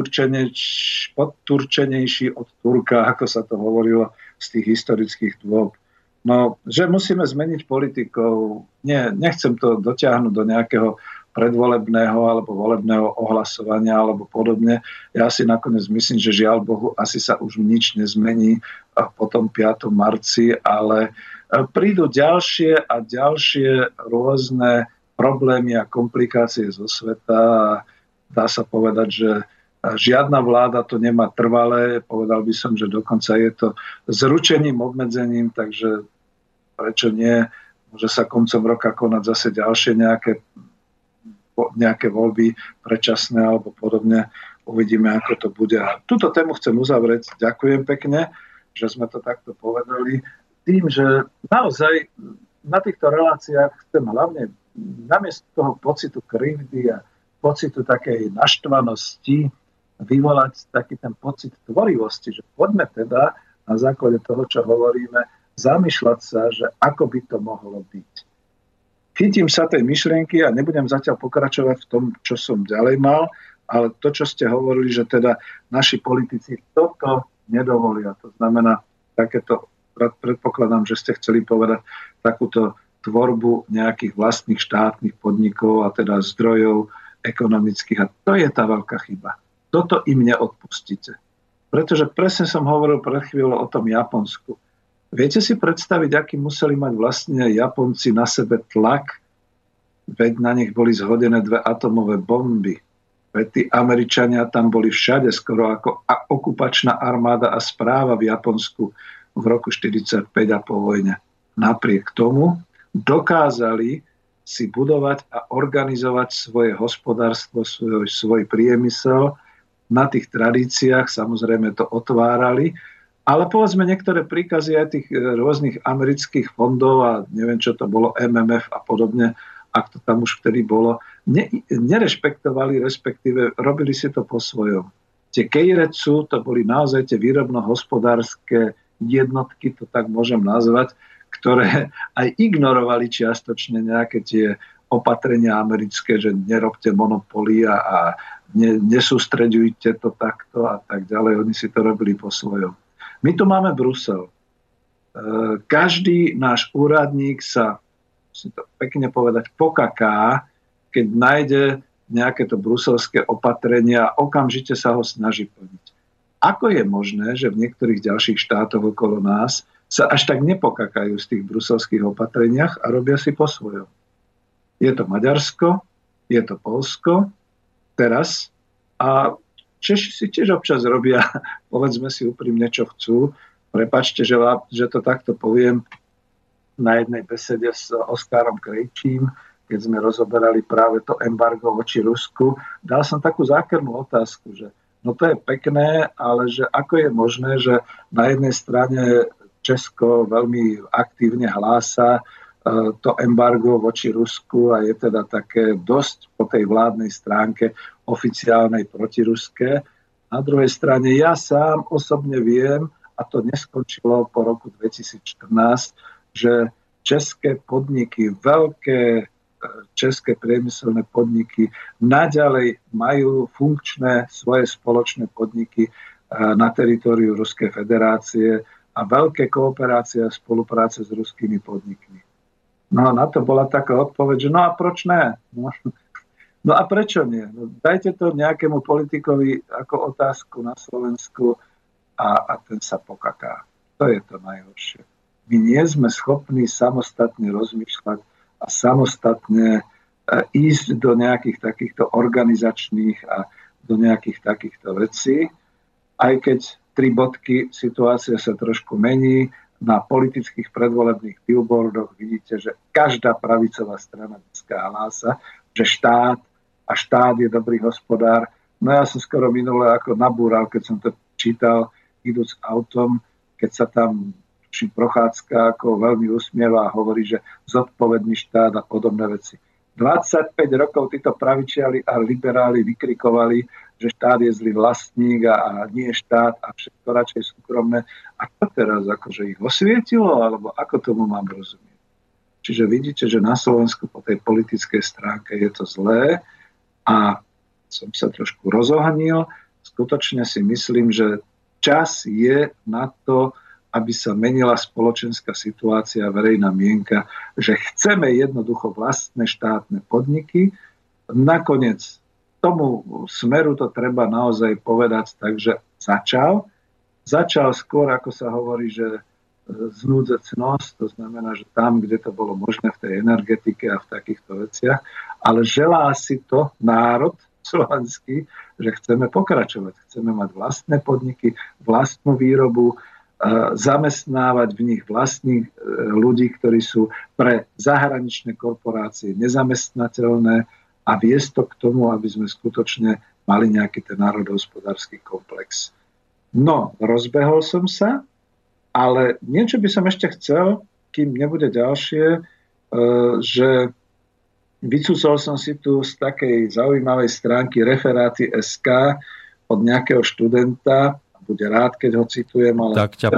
podturčenejší od Turka, ako sa to hovorilo z tých historických dôb. No, že musíme zmeniť politikov. Nie, nechcem to dotiahnuť do nejakého predvolebného alebo volebného ohlasovania alebo podobne. Ja si nakoniec myslím, že žiaľ Bohu, asi sa už nič nezmení po tom 5. marci, ale prídu ďalšie a ďalšie rôzne problémy a komplikácie zo sveta a dá sa povedať, že žiadna vláda to nemá trvalé. Povedal by som, že dokonca je to s ručením, obmedzením, takže prečo nie? Môže sa koncom roka konať zase ďalšie nejaké voľby predčasné alebo podobne. Uvidíme, ako to bude. A túto tému chcem uzavrieť. Ďakujem pekne, že sme to takto povedali. Tým, že naozaj na týchto reláciách chcem hlavne namiesto toho pocitu krivdy a pocitu takej naštvanosti vyvolať taký ten pocit tvorivosti, že poďme teda na základe toho, čo hovoríme, zamýšľať sa, že ako by to mohlo byť. Chytím sa tej myšlienky a nebudem zatiaľ pokračovať v tom, čo som ďalej mal, ale to, čo ste hovorili, že teda naši politici toto nedovolia. To znamená, takéto, predpokladám, že ste chceli povedať takúto tvorbu nejakých vlastných štátnych podnikov a teda zdrojov ekonomických. A to je tá veľká chyba. Toto im neodpustíte. Pretože presne som hovoril pred chvíľou o tom Japonsku. Viete si predstaviť, aký museli mať vlastne Japonci na sebe tlak, veď na nich boli zhodené 2 atomové bomby. Veď tí Američania tam boli všade, skoro ako okupačná armáda a správa v Japonsku v roku 1945 a po vojne. Napriek tomu dokázali si budovať a organizovať svoje hospodárstvo, svoj priemysel na tých tradíciách, samozrejme to otvárali, ale povedzme niektoré príkazy aj tých rôznych amerických fondov a neviem, čo to bolo, MMF a podobne, ak to tam už vtedy bolo, nerešpektovali, respektíve robili si to po svojom. Tie Keiretsu, to boli naozaj tie výrobno-hospodárske jednotky, to tak môžem nazvať, ktoré aj ignorovali čiastočne nejaké tie opatrenia americké, že nerobte monopoly a nesústreďujte to takto a tak ďalej. Oni si to robili po svojom. My tu máme Brusel. Každý náš úradník sa, musím to pekne povedať, pokaká, keď nájde nejaké to bruselské opatrenia a okamžite sa ho snaží plniť. Ako je možné, že v niektorých ďalších štátoch okolo nás sa až tak nepokakajú z tých bruselských opatreniach a robia si po svojom? Je to Maďarsko, je to Poľsko teraz a Češi si tiež občas robia, povedzme si úprimne, čo chcú. Prepáčte, že to takto poviem, na jednej besede s Oskarom Krejčím, keď sme rozoberali práve to embargo voči Rusku, dal som takú zákernú otázku, že no to je pekné, ale že ako je možné, že na jednej strane Česko veľmi aktívne hlása to embargo voči Rusku a je teda také dosť po tej vládnej stránke oficiálnej protiruské. Na druhej strane ja sám osobne viem, a to neskončilo po roku 2014, že české podniky, veľké české priemyselné podniky naďalej majú funkčné svoje spoločné podniky na teritóriu Ruskej federácie a veľké kooperácie a spolupráce s ruskými podnikmi. No na to bola taká odpoveď, že no a proč ne? No a prečo nie? No, dajte to nejakému politikovi ako otázku na Slovensku a ten sa pokaká. To je to najhoršie. My nie sme schopní samostatne rozmýšľať a samostatne ísť do nejakých takýchto organizačných a do nejakých takýchto vecí. Aj keď 3 bodky, situácia sa trošku mení, na politických predvolebných billboardoch vidíte, že každá pravicová strana dneska hlása, že štát je dobrý hospodár. No ja som skoro minule ako nabúral, keď som to čítal, idúc autom, keď sa tam Prochádzka ako veľmi usmieva a hovorí, že zodpovedný štát a podobné veci. 25 rokov títo pravičiari a liberáli vykrikovali, že štát je zlý vlastník a nie štát a všetko radšej súkromné. A to teraz akože ich osvietilo, alebo ako tomu mám rozumieť? Čiže vidíte, že na Slovensku po tej politickej stránke je to zlé a som sa trošku rozohnil. Skutočne si myslím, že čas je na to, aby sa menila spoločenská situácia, verejná mienka, že chceme jednoducho vlastné štátne podniky. Nakoniec tomu smeru to treba naozaj povedať, takže začal skôr, ako sa hovorí, že znúdzecnosť, to znamená, že tam, kde to bolo možné v tej energetike a v takýchto veciach, ale želá si to národ slovenský, že chceme pokračovať, chceme mať vlastné podniky, vlastnú výrobu, zamestnávať v nich vlastných ľudí, ktorí sú pre zahraničné korporácie nezamestnateľné a viesť to k tomu, aby sme skutočne mali nejaký ten národohospodársky komplex. No, rozbehol som sa, ale niečo by som ešte chcel, kým nebude ďalšie, že vycúcol som si tu z takej zaujímavej stránky referáty.sk od nejakého študenta, bude rád, keď ho citujem, ale tak ťa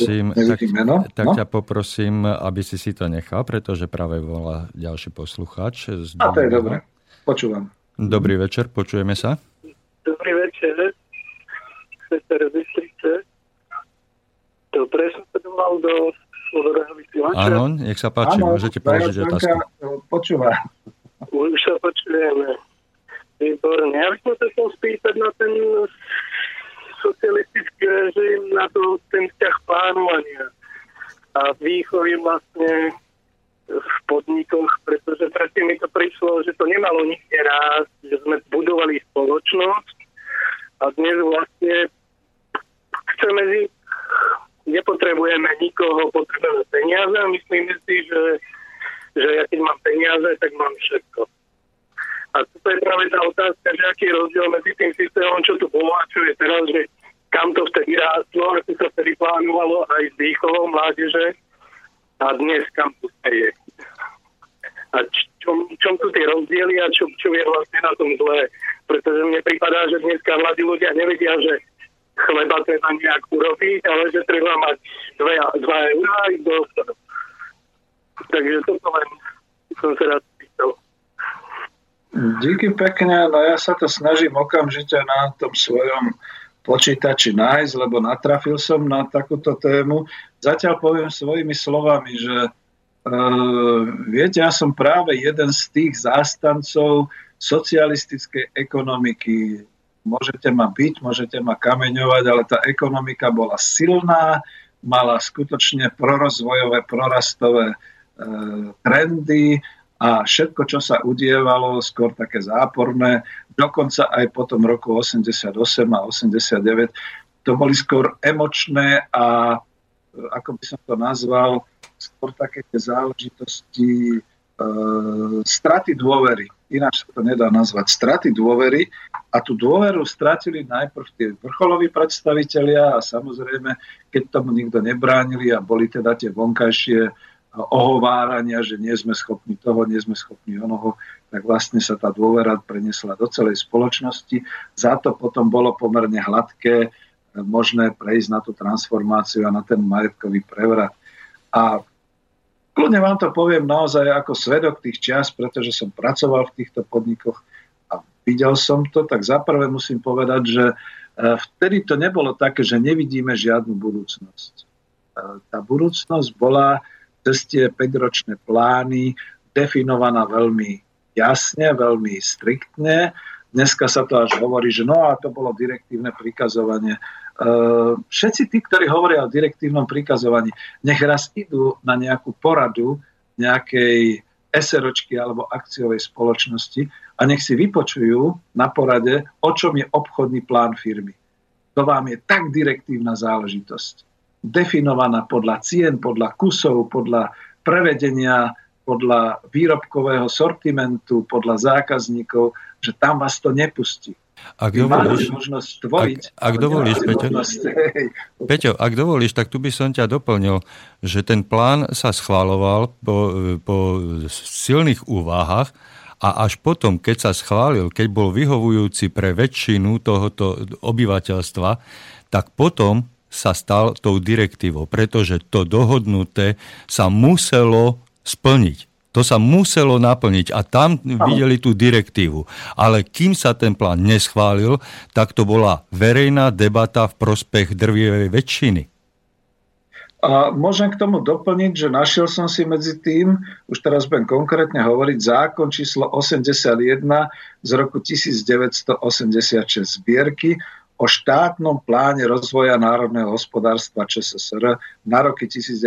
poprosím, aby si to nechal, pretože práve volá ďalší poslucháč. A to je dobré. Počúvam. Dobrý večer, počujeme sa. Dobrý večer. Peter Bystrice. Dobre som sledoval do Slobodného vysielača. Áno, nech sa páči, môžete položiť otázku. Počúva. Už sa počujeme. Výborne. Ja by som sa chcel spýtať na ten socialistický režim, na to ten vzťah plánovania a výchovy vlastne v podnikoch, pretože predtým mi to prišlo, že to nemalo nikde rásť, že sme budovali spoločnosť a dnes vlastne chceme žiť, nepotrebujeme nikoho, potrebujeme peniaze a myslíme si, že ja keď mám peniaze, tak mám všetko. A to je práve tá otázka, že aký je rozdiel medzi tým systémom, čo tu bolo a čo je teraz, že kam to vtedy rástlo, ako sa vtedy plánovalo aj s výchovou mládeže a dnes kam to je. A čom sú tie rozdiely a čo je vlastne na tom zlé. Pretože mne pripadá, že dneska mladí ľudia nevedia, že chleba treba nejak urobiť, ale že treba mať 2 eurá a ísť do obchodu. Takže toto len som sa rád pýtal. Díky pekne, no ja sa to snažím okamžite na tom svojom počítači nájsť, lebo natrafil som na takúto tému. Zatiaľ poviem svojimi slovami, že viete, ja som práve jeden z tých zástancov socialistickej ekonomiky. Môžete ma byť, môžete ma kameňovať, ale tá ekonomika bola silná, mala skutočne prorozvojové, prorastové trendy a všetko, čo sa udievalo, skôr také záporné, dokonca aj po tom roku 88 a 89, to boli skôr emočné a, ako by som to nazval, skôr také záležitosti straty dôvery. Ináč sa to nedá nazvať. Straty dôvery a tú dôveru stratili najprv tie vrcholoví predstavitelia a samozrejme, keď tomu nikto nebránili a boli teda tie vonkajšie ohovárania, že nie sme schopní toho, nie sme schopní onoho, tak vlastne sa tá dôvera preniesla do celej spoločnosti. Za to potom bolo pomerne hladké možné prejsť na tú transformáciu a na ten majetkový prevrat. A kľudne vám to poviem naozaj ako svedok tých čias, pretože som pracoval v týchto podnikoch a videl som to, tak zaprvé musím povedať, že vtedy to nebolo také, že nevidíme žiadnu budúcnosť. Tá budúcnosť bola cez tie 5-ročné plány definovaná veľmi jasne, veľmi striktne. Dneska sa to až hovorí, že no a to bolo direktívne prikazovanie. Všetci tí, ktorí hovoria o direktívnom prikazovaní, nech raz idú na nejakú poradu nejakej SROčky alebo akciovej spoločnosti a nech si vypočujú na porade, o čom je obchodný plán firmy. To vám je tak direktívna záležitosť. Definovaná podľa cien, podľa kusov, podľa prevedenia, podľa výrobkového sortimentu, podľa zákazníkov, že tam vás to nepustí. Ak dovolíš, Peťo, ak dovolíš, tak tu by som ťa doplnil, že ten plán sa schváľoval po silných úvahách a až potom, keď sa schválil, keď bol vyhovujúci pre väčšinu tohoto obyvateľstva, tak potom sa stal tou direktívou, pretože to dohodnuté sa muselo splniť. To sa muselo naplniť a tam videli tú direktívu. Ale kým sa ten plán neschválil, tak to bola verejná debata v prospech drvivej väčšiny. A môžem k tomu doplniť, že našiel som si medzi tým, už teraz budem konkrétne hovoriť, zákon číslo 81 z roku 1986 zbierky o štátnom pláne rozvoja národného hospodárstva ČSSR na roky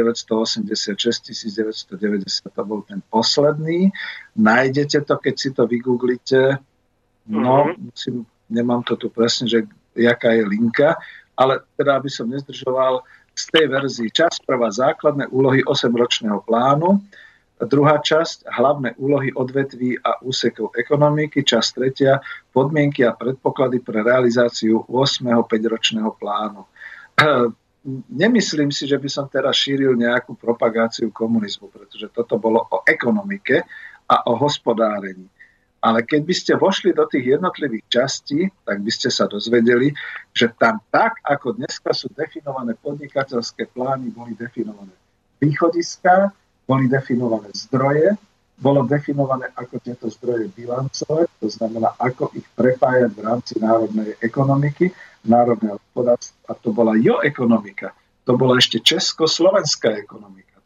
1986-1990. To bol ten posledný. Nájdete to, keď si to vygooglite. No, nemám to tu presne, že jaká je linka, ale teda, aby som nezdržoval, z tej verzii časť prvá základné úlohy 8-ročného plánu, druhá časť hlavné úlohy odvetví a úsekov ekonomiky, časť tretia podmienky a predpoklady pre realizáciu 8. 5-ročného plánu. Nemyslím si, že by som teraz šíril nejakú propagáciu komunizmu, pretože toto bolo o ekonomike a o hospodárení. Ale keď by ste vošli do tých jednotlivých častí, tak by ste sa dozvedeli, že tam tak, ako dneska sú definované podnikateľské plány, boli definované východiská, boli definované zdroje, bolo definované, ako tieto zdroje bilancovať, to znamená, ako ich prepájať v rámci národnej ekonomiky, národného hospodárstva. A to bola ekonomika. To bola ešte československá ekonomika.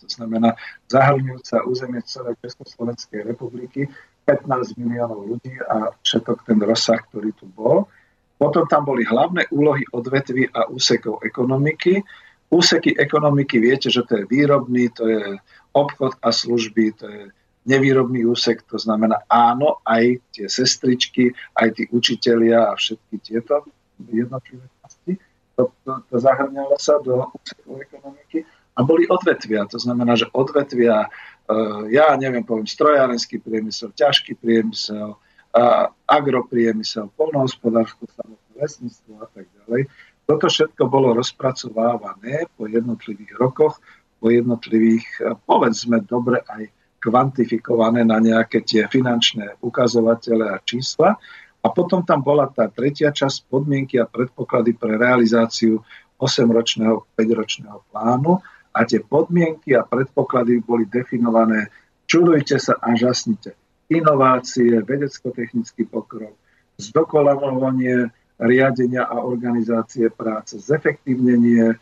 to znamená zahrňujúca územie celej Československej republiky, 15 miliónov ľudí a všetok ten rozsah, ktorý tu bol. Potom tam boli hlavné úlohy odvetví a úsekov ekonomiky. Úseky ekonomiky, viete, že to je výrobný, to je obchod a služby, to je nevýrobný úsek, to znamená áno, aj tie sestričky, aj tí učitelia a všetky tieto jednotlivé časti. To zahrňalo sa do úsekov ekonomiky. A boli odvetvia, to znamená, že odvetvia, poviem, strojárenský priemysel, ťažký priemysel, agropriemysel, poľnohospodárstvo, samotné lesníctvo a tak ďalej. Toto všetko bolo rozpracovávané po jednotlivých rokoch, po jednotlivých, povedzme, dobre aj kvantifikované na nejaké tie finančné ukazovatele a čísla. A potom tam bola tá tretia časť, podmienky a predpoklady pre realizáciu 8-ročného, 5-ročného plánu. A tie podmienky a predpoklady boli definované, čudujte sa a žasnite. Inovácie, vedecko-technický pokrok, zdokonalovanie riadenia a organizácie práce, zefektívnenie,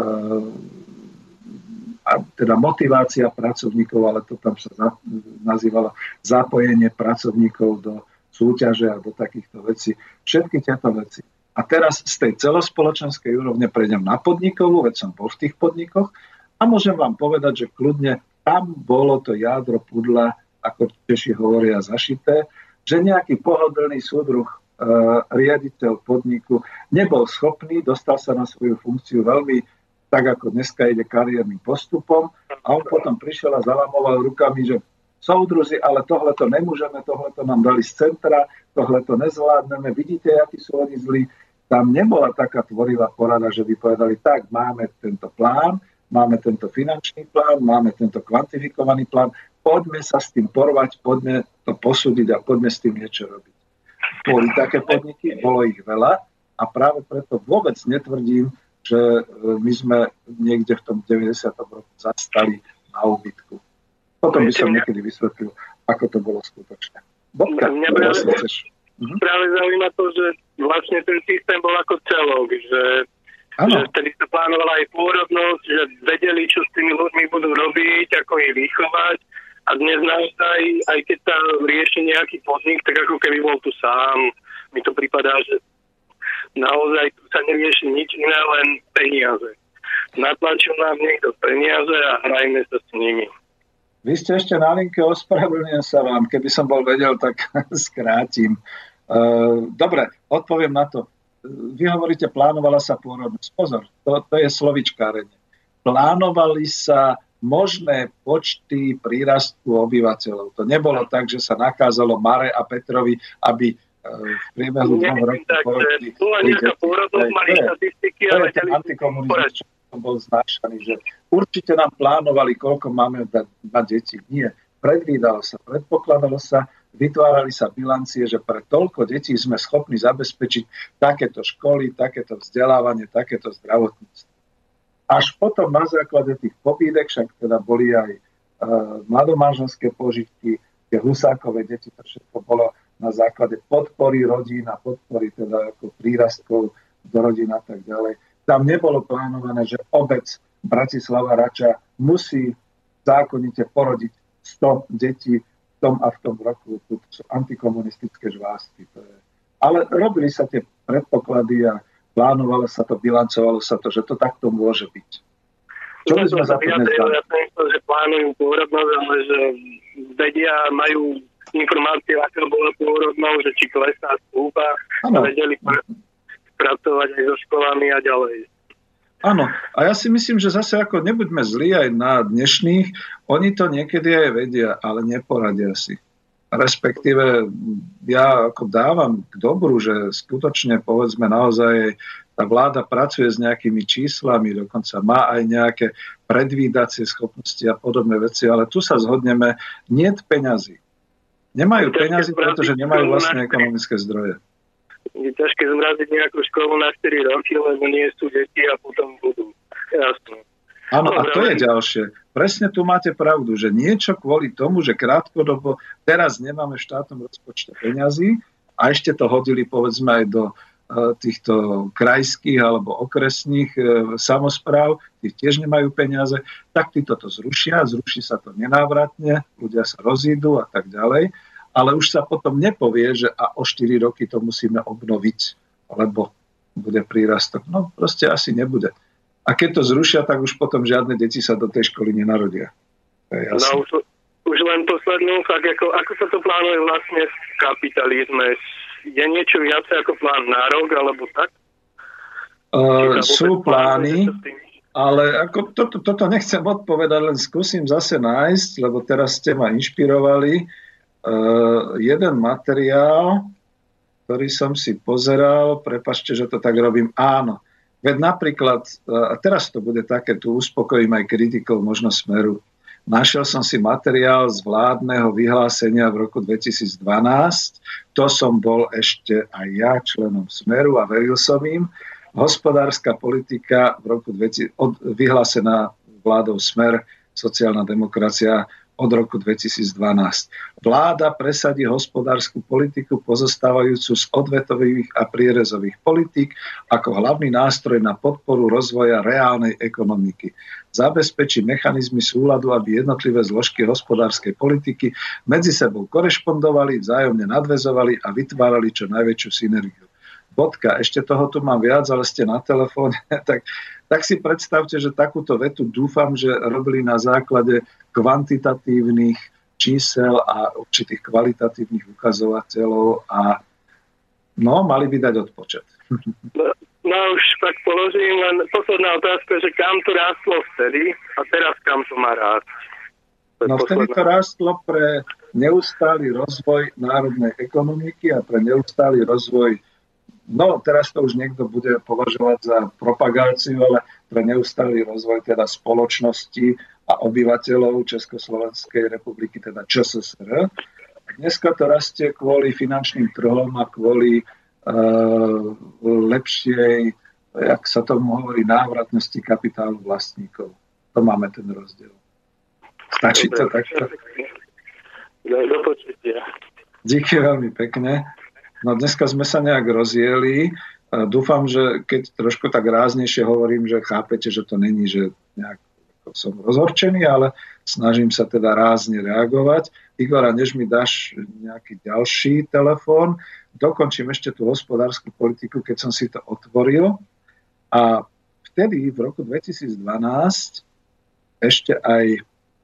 a teda motivácia pracovníkov, ale to tam sa nazývalo zapojenie pracovníkov do súťaže a do takýchto vecí. Všetky tieto veci. A teraz z tej celospoločenskej úrovne prejdem na podnikovú, veď som bol v tých podnikoch a môžem vám povedať, že kľudne tam bolo to jádro pudla, ako Češi hovoria, zašité, že nejaký pohodlný súdruh riaditeľ podniku nebol schopný, dostal sa na svoju funkciu veľmi tak, ako dneska ide kariérnym postupom a on potom prišiel a zalamoval rukami, že súdruzi, ale tohle to nemôžeme, tohle to nám dali z centra, tohle to nezvládneme, vidíte, akí sú oni zlí. Tam nebola taká tvorivá porada, že by povedali, tak, máme tento plán, máme tento finančný plán, máme tento kvantifikovaný plán, poďme sa s tým porvať, poďme to posúdiť a poďme s tým niečo robiť. Boli také podniky, bolo ich veľa a práve preto vôbec netvrdím, že my sme niekde v tom 90. roku zastali na úbytku. Potom by som niekedy vysvetlil, ako to bolo skutočne. Mňa práve zaujíma to, že vlastne ten systém bol ako celok, že vtedy sa plánovala aj pôrodnosť, že vedeli, čo s tými ľuďmi budú robiť, ako ich vychovať. A dnes naozaj, aj keď sa rieši nejaký podnik, tak ako keby bol tu sám. Mi to pripadá, že naozaj tu sa nerieši nič iné, len peniaze. Natlačil nám niekto peniaze a hrajme sa s nimi. Vy ste ešte na linke, ospravedlňujem sa vám. Keby som bol vedel, tak skrátim. Dobre, odpoviem na to. Vy hovoríte, plánovala sa pôrodnosť. Pozor, to je slovičkárenie. Plánovali sa možné počty prírastku obyvateľov. To nebolo tak, že sa nakázalo Mare a Petrovi, aby v priebehu 2 rokov porodili. Bola nejaká pôrodnosť, mali štatistiky, ale ten antikomunizmus, čo bol znášaný, že určite nám plánovali, koľko máme na deti. Nie. Predvídalo sa, predpokladalo sa, vytvárali sa bilancie, že pre toľko detí sme schopní zabezpečiť takéto školy, takéto vzdelávanie, takéto zdravotníctvo. Až potom na základe tých pobídek, však teda boli aj mladomanželské požitky, tie Husákové deti, to všetko bolo na základe podpory rodín a podpory teda ako prírastkov do rodín a tak ďalej. Tam nebolo plánované, že obec Bratislava Rača musí zákonite porodiť 100 detí v tom a v tom roku. To sú antikomunistické žvásty. Ale robili sa tie predpoklady a plánovalo sa to, bilancovalo sa to, že to takto môže byť. Čo by sme za to dnes dali? Ja som že plánujú pôrodnosť, ale že vedia, majú informácie, aká bola pôrodnosť, že či klesá, stúpa, vedeli pracovať aj so školami a ďalej. Áno, a ja si myslím, že zase ako nebuďme zlí aj na dnešných, oni to niekedy aj vedia, ale neporadia si. Respektíve ja ako dávam k dobru, že skutočne povedzme naozaj tá vláda pracuje s nejakými číslami, dokonca má aj nejaké predvídacie schopnosti a podobné veci, ale tu sa zhodneme, niet peňazí. Nemajú peňazí, pretože nemajú vlastné ekonomické zdroje. Je ťažké zmraziť nejakú školu na 4 roky, lebo nie sú deti a potom budú. Jasné. Áno, a to je ďalšie. Presne tu máte pravdu, že niečo kvôli tomu, že krátkodobo teraz nemáme v štátnom rozpočte peňazí a ešte to hodili povedzme aj do týchto krajských alebo okresných samospráv, tí tiež nemajú peniaze, tak títo to zrušia, zruší sa to nenávratne, ľudia sa rozídu a tak ďalej, ale už sa potom nepovie, že a o 4 roky to musíme obnoviť, lebo bude prírastok. No proste asi nebude. A keď to zrušia, tak už potom žiadne deti sa do tej školy nenarodia. No, už len poslednú, tak ako sa to plánuje vlastne v kapitalizme? Je niečo viac ako plán na rok, alebo tak? Sú plány, ale ako toto nechcem odpovedať, len skúsim zase nájsť, lebo teraz ste ma inšpirovali. Jeden materiál, ktorý som si pozeral, prepáčte, že to tak robím, áno. Veď napríklad, a teraz to bude také, tu uspokojím aj kritikov možno Smeru, našiel som si materiál z vládneho vyhlásenia v roku 2012. To som bol ešte aj ja členom Smeru a veril som im. Hospodárska politika v roku vyhlásená vládou Smer, sociálna demokracia od roku 2012. Vláda presadí hospodársku politiku pozostávajúcu z odvetových a prierezových politík ako hlavný nástroj na podporu rozvoja reálnej ekonomiky. Zabezpečí mechanizmy súladu, aby jednotlivé zložky hospodárskej politiky medzi sebou korešpondovali, vzájomne nadväzovali a vytvárali čo najväčšiu synergiu. Bodka, ešte toho tu mám viac, ale ste na telefóne, tak si predstavte, že takúto vetu dúfam, že robili na základe kvantitatívnych čísel a určitých kvalitatívnych ukazovateľov a mali by dať odpočet. No už tak položím len posledná otázka, že kam to rástlo vtedy a teraz kam to má rásť? No vtedy to rástlo pre neustály rozvoj národnej ekonomiky a pre neustály rozvoj, teraz to už niekto bude považovať za propagáciu, ale pre neustály rozvoj teda spoločnosti a obyvateľov Československej republiky, teda ČSSR. Dneska to rastie kvôli finančným trhom a kvôli lepšej, jak sa tomu hovorí, návratnosti kapitálu vlastníkov. To máme ten rozdiel. Stačí to takto? Do počutia. Díky veľmi pekne. No dneska sme sa nejak rozjeli. Dúfam, že keď trošku tak ráznejšie hovorím, že chápete, že to není, že nejak som rozhorčený, ale snažím sa teda rázne reagovať. Igora, než mi dáš nejaký ďalší telefón, dokončím ešte tú hospodárskú politiku, keď som si to otvoril. A vtedy, v roku 2012, ešte aj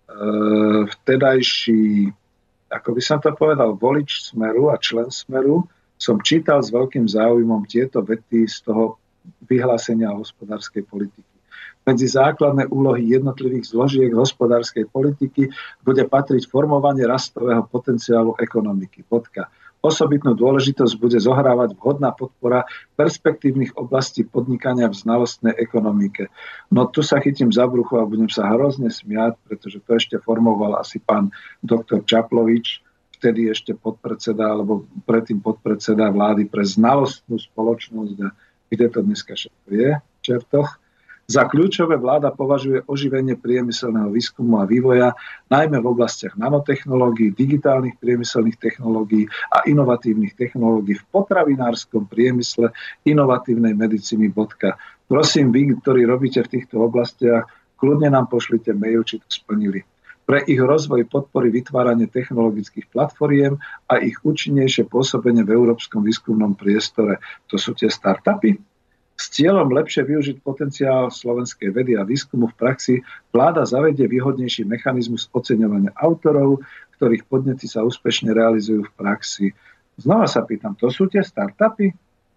vtedajší, ako by som to povedal, volič Smeru a člen Smeru, som čítal s veľkým záujmom tieto vety z toho vyhlásenia hospodárskej politiky. Medzi základné úlohy jednotlivých zložiek hospodárskej politiky bude patriť formovanie rastového potenciálu ekonomiky. Osobitnú dôležitosť bude zohrávať vhodná podpora perspektívnych oblastí podnikania v znalostnej ekonomike. No tu sa chytím za brucho a budem sa hrozne smiať, pretože to ešte formoval asi pán doktor Čaplovič, vtedy ešte podpredseda, alebo predtým podpredseda vlády pre znalostnú spoločnosť. A kde to dneska všetko je? Čertoch. Za kľúčové vláda považuje oživenie priemyselného výskumu a vývoja, najmä v oblastiach nanotechnológií, digitálnych priemyselných technológií a inovatívnych technológií v potravinárskom priemysle, inovatívnej medicíny. Prosím, vy, ktorí robíte v týchto oblastiach, kľudne nám pošlite mail, či to splnili. Pre ich rozvoj podpory vytváranie technologických platformiem a ich účinnejšie pôsobenie v európskom výskumnom priestore. To sú tie startupy. S cieľom lepšie využiť potenciál slovenskej vedy a výskumu v praxi vláda zavedie výhodnejší mechanizmus oceňovania autorov, ktorých podnety sa úspešne realizujú v praxi. Znova sa pýtam, to sú tie startupy?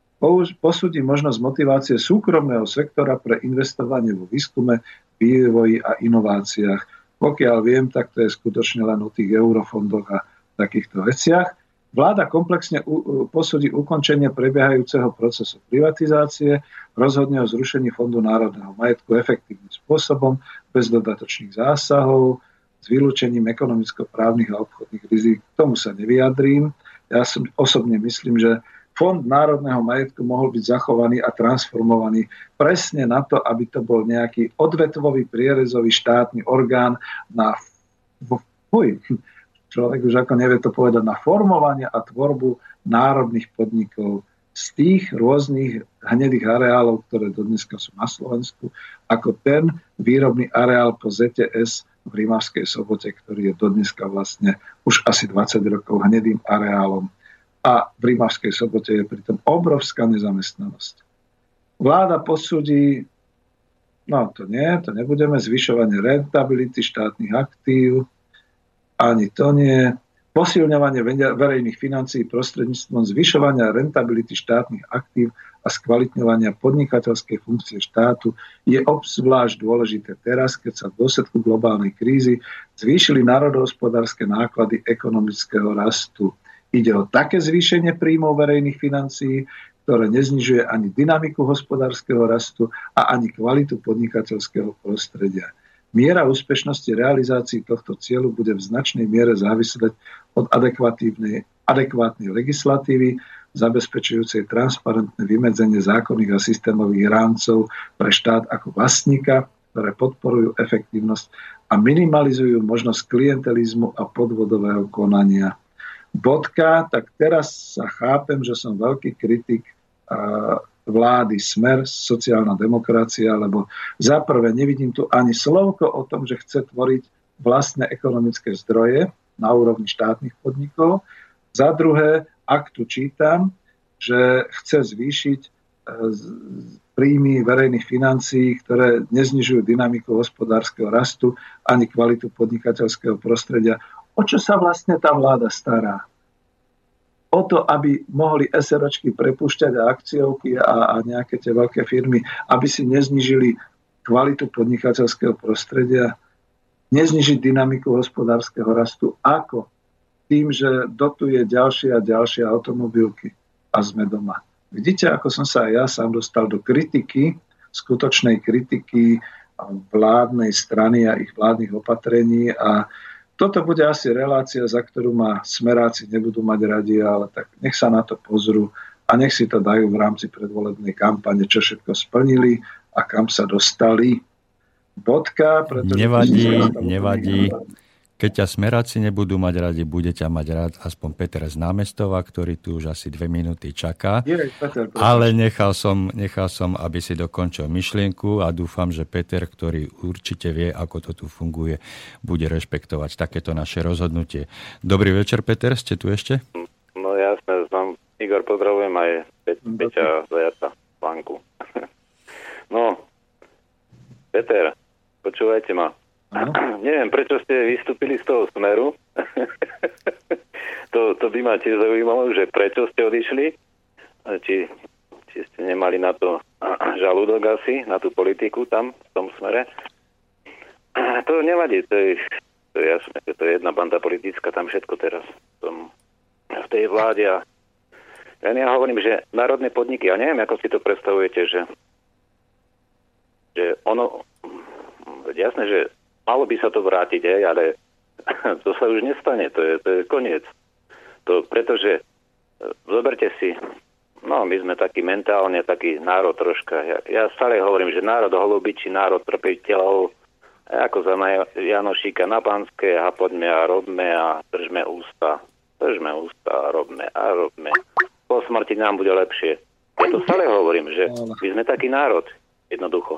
Posúdi možnosť motivácie súkromného sektora pre investovanie vo výskume, vývoji a inováciách. Pokiaľ viem, tak to je skutočne len o tých eurofondoch a takýchto veciach. Vláda komplexne posúdi ukončenie prebiehajúceho procesu privatizácie, rozhodne o zrušení Fondu národného majetku efektívnym spôsobom, bez dodatočných zásahov, s vylúčením ekonomicko-právnych a obchodných rizik. K tomu sa nevyjadrím. Ja osobne myslím, že Fond národného majetku mohol byť zachovaný a transformovaný presne na to, aby to bol nejaký odvetvový prierezový štátny orgán na človek už ako nevie to povedať, na formovanie a tvorbu národných podnikov. z tých rôznych hnedých areálov, ktoré dodneska sú na Slovensku, ako ten výrobný areál po ZTS v Rimavskej Sobote, ktorý je dodneska vlastne už asi 20 rokov hnedým areálom. A v Rimavskej Sobote je pritom obrovská nezamestnanosť. Vláda posúdi, to nebudeme, zvyšovanie rentability štátnych aktív, ani to nie. Posilňovanie verejných financií prostredníctvom zvyšovania rentability štátnych aktív a skvalitňovania podnikateľskej funkcie štátu je obzvlášť dôležité teraz, keď sa v dôsledku globálnej krízy zvýšili národohospodárske náklady ekonomického rastu. Ide o také zvýšenie príjmov verejných financií, ktoré neznižuje ani dynamiku hospodárskeho rastu a ani kvalitu podnikateľského prostredia. Miera úspešnosti realizácií tohto cieľu bude v značnej miere závisieť od adekvátnej legislatívy, zabezpečujúcej transparentné vymedzenie zákonných a systémových rámcov pre štát ako vlastníka, ktoré podporujú efektívnosť a minimalizujú možnosť klientelizmu a podvodového konania. Tak teraz sa chápem, že som veľký kritik vlády Smer, sociálna demokracia, lebo za prvé nevidím tu ani slovko o tom, že chce tvoriť vlastné ekonomické zdroje na úrovni štátnych podnikov. Za druhé, ak tu čítam, že chce zvýšiť príjmy verejných financií, ktoré neznižujú dynamiku hospodárskeho rastu ani kvalitu podnikateľského prostredia. O čo sa vlastne tá vláda stará? O to, aby mohli SROčky prepúšťať a akciovky a nejaké tie veľké firmy, aby si neznižili kvalitu podnikateľského prostredia, neznižiť dynamiku hospodárskeho rastu. Ako? Tým, že dotuje ďalšie a ďalšie automobilky a sme doma. Vidíte, ako som sa aj ja sám dostal do kritiky, skutočnej kritiky vládnej strany a ich vládnych opatrení a toto bude asi relácia, za ktorú ma smeráci nebudú mať radi, ale tak nech sa na to pozrú a nech si to dajú v rámci predvolebnej kampane, čo všetko splnili a kam sa dostali. Nevadí. Keď ťa smeráci nebudú mať radi, bude ťa mať rád aspoň Peter z Námestova, ktorý tu už asi 2 minúty čaká. Ale nechal som, aby si dokončil myšlienku a dúfam, že Peter, ktorý určite vie, ako to tu funguje, bude rešpektovať takéto naše rozhodnutie. Dobrý večer, Peter, ste tu ešte? No jasne, znam. Igor, pozdravujem aj Peťa Zajaca v Banku. No, Peter, počúvajte ma. Neviem, prečo ste vystúpili z toho Smeru. to by ma tiež zaujímalo, že prečo ste odišli. Či ste nemali na to žalúdok asi, na tú politiku tam, v tom Smere. To nevadí, to je jasné, že to je jedna banda politická, tam všetko teraz v tej vláde. Ja hovorím, že národné podniky, ja neviem, ako si to predstavujete, že ono, jasné, že malo by sa to vrátiť, ale to sa už nestane, to je koniec. Pretože zoberte si, my sme taký mentálne, taký národ troška. Ja stále hovorím, že národ holubičí, národ trpiteľov, ako za Janošíka na Panské a poďme a robme a držme ústa. Držme ústa a robme. Po smrti nám bude lepšie. Ja to stále hovorím, že my sme taký národ, jednoducho.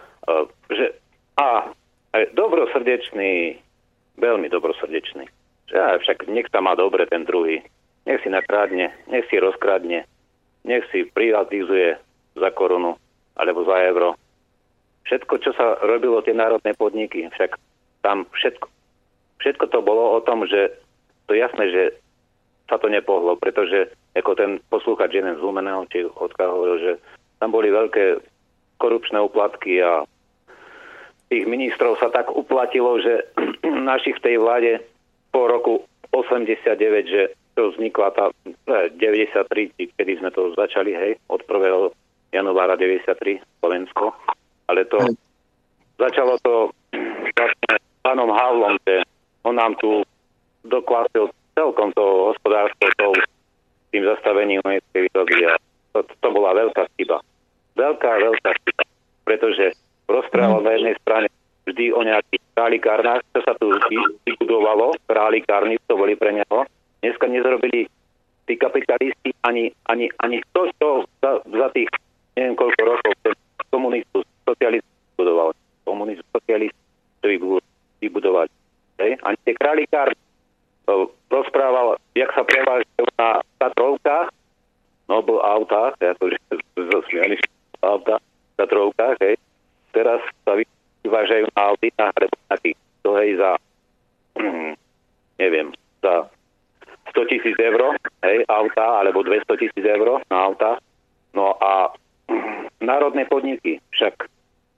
Dobrosrdečný, veľmi dobrosrdečný. Však nech sa má dobre ten druhý. Nech si nakradne, nech si rozkradne, nech si privatizuje za korunu alebo za euro. Všetko, čo sa robilo tie národné podniky, však tam všetko to bolo o tom, že to jasné, že sa to nepohlo, pretože ako ten poslúchač jeden z Lumeného či Odka hovoril, že tam boli veľké korupčné úplatky a tých ministrov sa tak uplatilo, že našich v tej vláde po roku 89, že to vznikla tá 93, kedy sme to začali, od 1. januára 93 Slovensko, ale to začalo to vlastne pánom Havlom, že on nám tu doklásil celkom to hospodárstvo tým zastavením umeleckej výroby a to bola veľká chyba. Veľká chyba, pretože rozprával na jednej strane vždy o nejakých králikárnách, čo sa tu vybudovalo, králikárny, to boli pre neho. Dneska nezrobili tí kapitalisti, ani to, čo za tých neviem koľko rokov komunistu socialisti budoval. Komunistu socialisti vybudovali. Ani tie králikár rozprával, jak sa prevážajú na Tatrovkách, Nobel autách, akože zasmiali autách, Tatrovkách, hej. Teraz sa vyvážajú na autách, alebo na tých, to hej, za neviem, za 100 000 eur, hej, auta, alebo 200 000 eur na auta. No a národné podniky však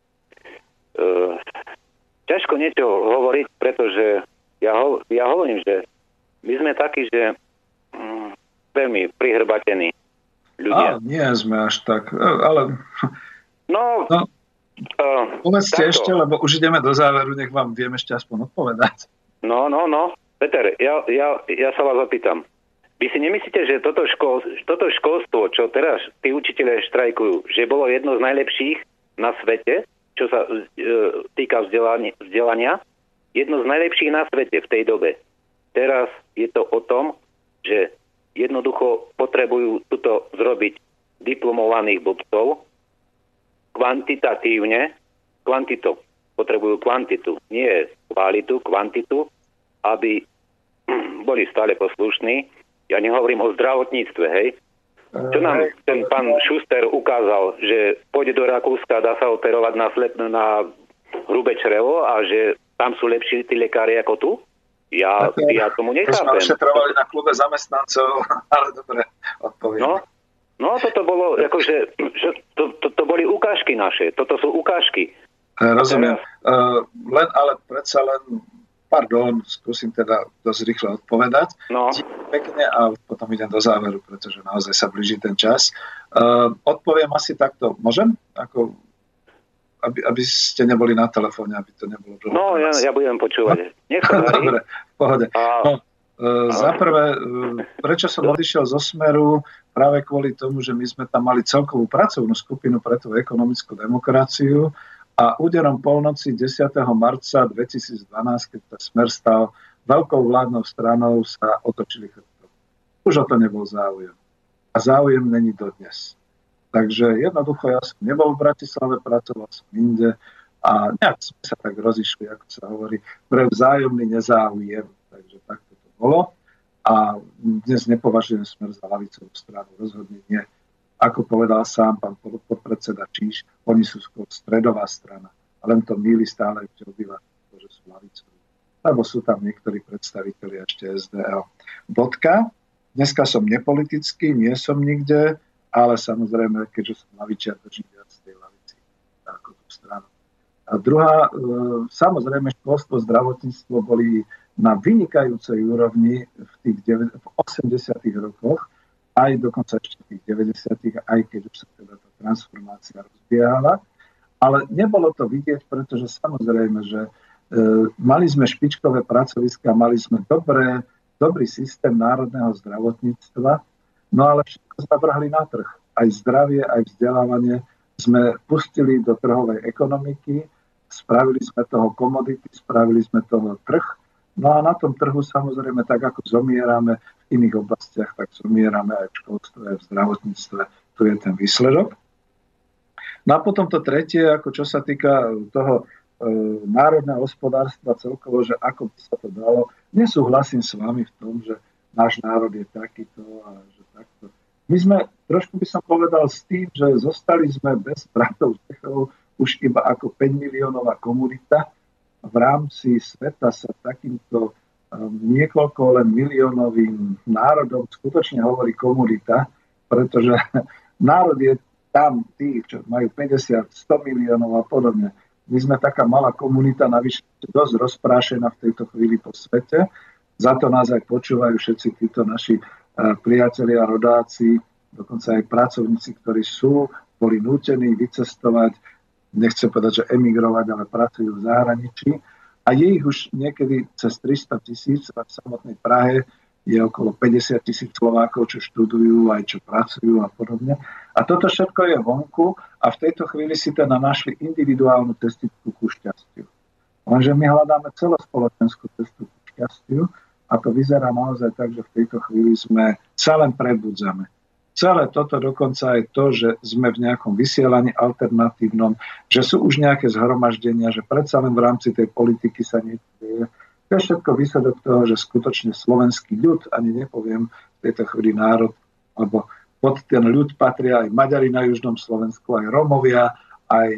ťažko niečo hovoriť, pretože ja hovorím, že my sme takí, že veľmi prihrbatení ľudia. Nie sme až tak, ale... No povedzte ešte, lebo už ideme do záveru, nech vám viem ešte aspoň odpovedať. No. Peter, ja sa vás opýtam. Vy si nemyslíte, že toto školstvo, čo teraz tí učitelia štrajkujú, že bolo jedno z najlepších na svete, čo sa týka vzdelania, jedno z najlepších na svete v tej dobe. Teraz je to o tom, že jednoducho potrebujú tuto zrobiť diplomovaných blbcov kvantitatívne, potrebujú kvantitu, nie kvalitu, kvantitu, aby boli stále poslušní. Ja nehovorím o zdravotníctve, hej. Čo nám ten pán Šuster ukázal, že pôjde do Rakúska, dá sa operovať na hrubé črevo a že tam sú lepší tí lekári ako tu? Ja tomu nechápem. Sme ošetrovali na klube zamestnancov, ale dobre, odpoviem. No, toto bolo, akože, to boli ukážky naše. Toto sú ukážky. Rozumiem. Ale predsa len skúsim teda dosť rýchle odpovedať. No. Pekne a potom idem do záveru, pretože naozaj sa blíži ten čas. Odpoviem asi takto. Môžem? Aby ste neboli na telefóne, aby to nebolo dlho. No, ja budem počúvať. Nech sa darí. Dobre, v pohode. Za prvé, prečo som odišiel zo Smeru? Práve kvôli tomu, že my sme tam mali celkovú pracovnú skupinu pre tú ekonomickú demokraciu a úderom polnoci 10. marca 2012, keď sa Smer stal veľkou vládnou stranou, sa otočili chrbtom. Už o to nebol záujem. A záujem není dodnes. Takže jednoducho ja som nebol v Bratislave, pracoval som inde a nejak sme sa tak rozišli, ako sa hovorí, pre vzájomný nezáujem. Takže takto to bolo. A dnes nepovažujem Smer za ľavicovú stranu. Rozhodne nie. Ako povedal sám pán podpredseda Číš, oni sú skôr stredová strana. A len to mýli stále ešte obyvateľstvo, že sú ľavicoví. Lebo sú tam niektorí predstavitelia ešte SDL. Bodka. Dneska som nepolitický, nie som nikde, ale samozrejme, keďže som ľavičiar, držím viac tej ľavici ako tú stranu. A druhá, samozrejme, školstvo, zdravotníctvo boli na vynikajúcej úrovni v tých 80. rokoch, aj dokonca ešte v tých 90. aj keď už sa teda tá transformácia rozbiehala. Ale nebolo to vidieť, pretože samozrejme, že mali sme špičkové pracoviská, mali sme dobrý systém národného zdravotníctva, no ale všetko sme vrhli na trh. Aj zdravie, aj vzdelávanie sme pustili do trhovej ekonomiky, spravili sme toho komodity, spravili sme toho trh. No a na tom trhu samozrejme, tak ako zomierame v iných oblastiach, tak zomierame aj v školstve, aj v zdravotníctve. Tu je ten výsledok. No a potom to tretie, ako čo sa týka toho národného hospodárstva celkovo, že ako by sa to dalo. Nesúhlasím s vami v tom, že náš národ je takýto a že takto. My sme, trošku by som povedal, s tým, že zostali sme bez bratov Čechov už iba ako 5 miliónová komunita. V rámci sveta sa takýmto niekoľko len miliónovým národom skutočne hovorí komunita, pretože národ je tam tí, čo majú 50, 100 miliónov a podobne. My sme taká malá komunita, navyše dosť rozprášená v tejto chvíli po svete. Za to nás aj počúvajú všetci títo naši priatelia, rodáci, dokonca aj pracovníci, ktorí boli nútení vycestovať, nechcem povedať, že emigrovať, ale pracujú v zahraničí. A je ich už niekedy cez 300 000, a v samotnej Prahe je okolo 50 000 Slovákov, čo študujú, aj čo pracujú a podobne. A toto všetko je vonku a v tejto chvíli si teda našli individuálnu cestičku ku šťastiu. Lenže my hľadáme celospoločenskú cestu ku šťastiu A to vyzerá naozaj tak, že v tejto chvíli sa len prebudzame. Celé toto dokonca aj to, že sme v nejakom vysielaní alternatívnom, že sú už nejaké zhromaždenia, že predsa len v rámci tej politiky sa niečo deje. To je všetko výsledok toho, že skutočne slovenský ľud, ani nepoviem v tejto chvíli národ, lebo pod ten ľud patria aj Maďari na južnom Slovensku, aj Rómovia, aj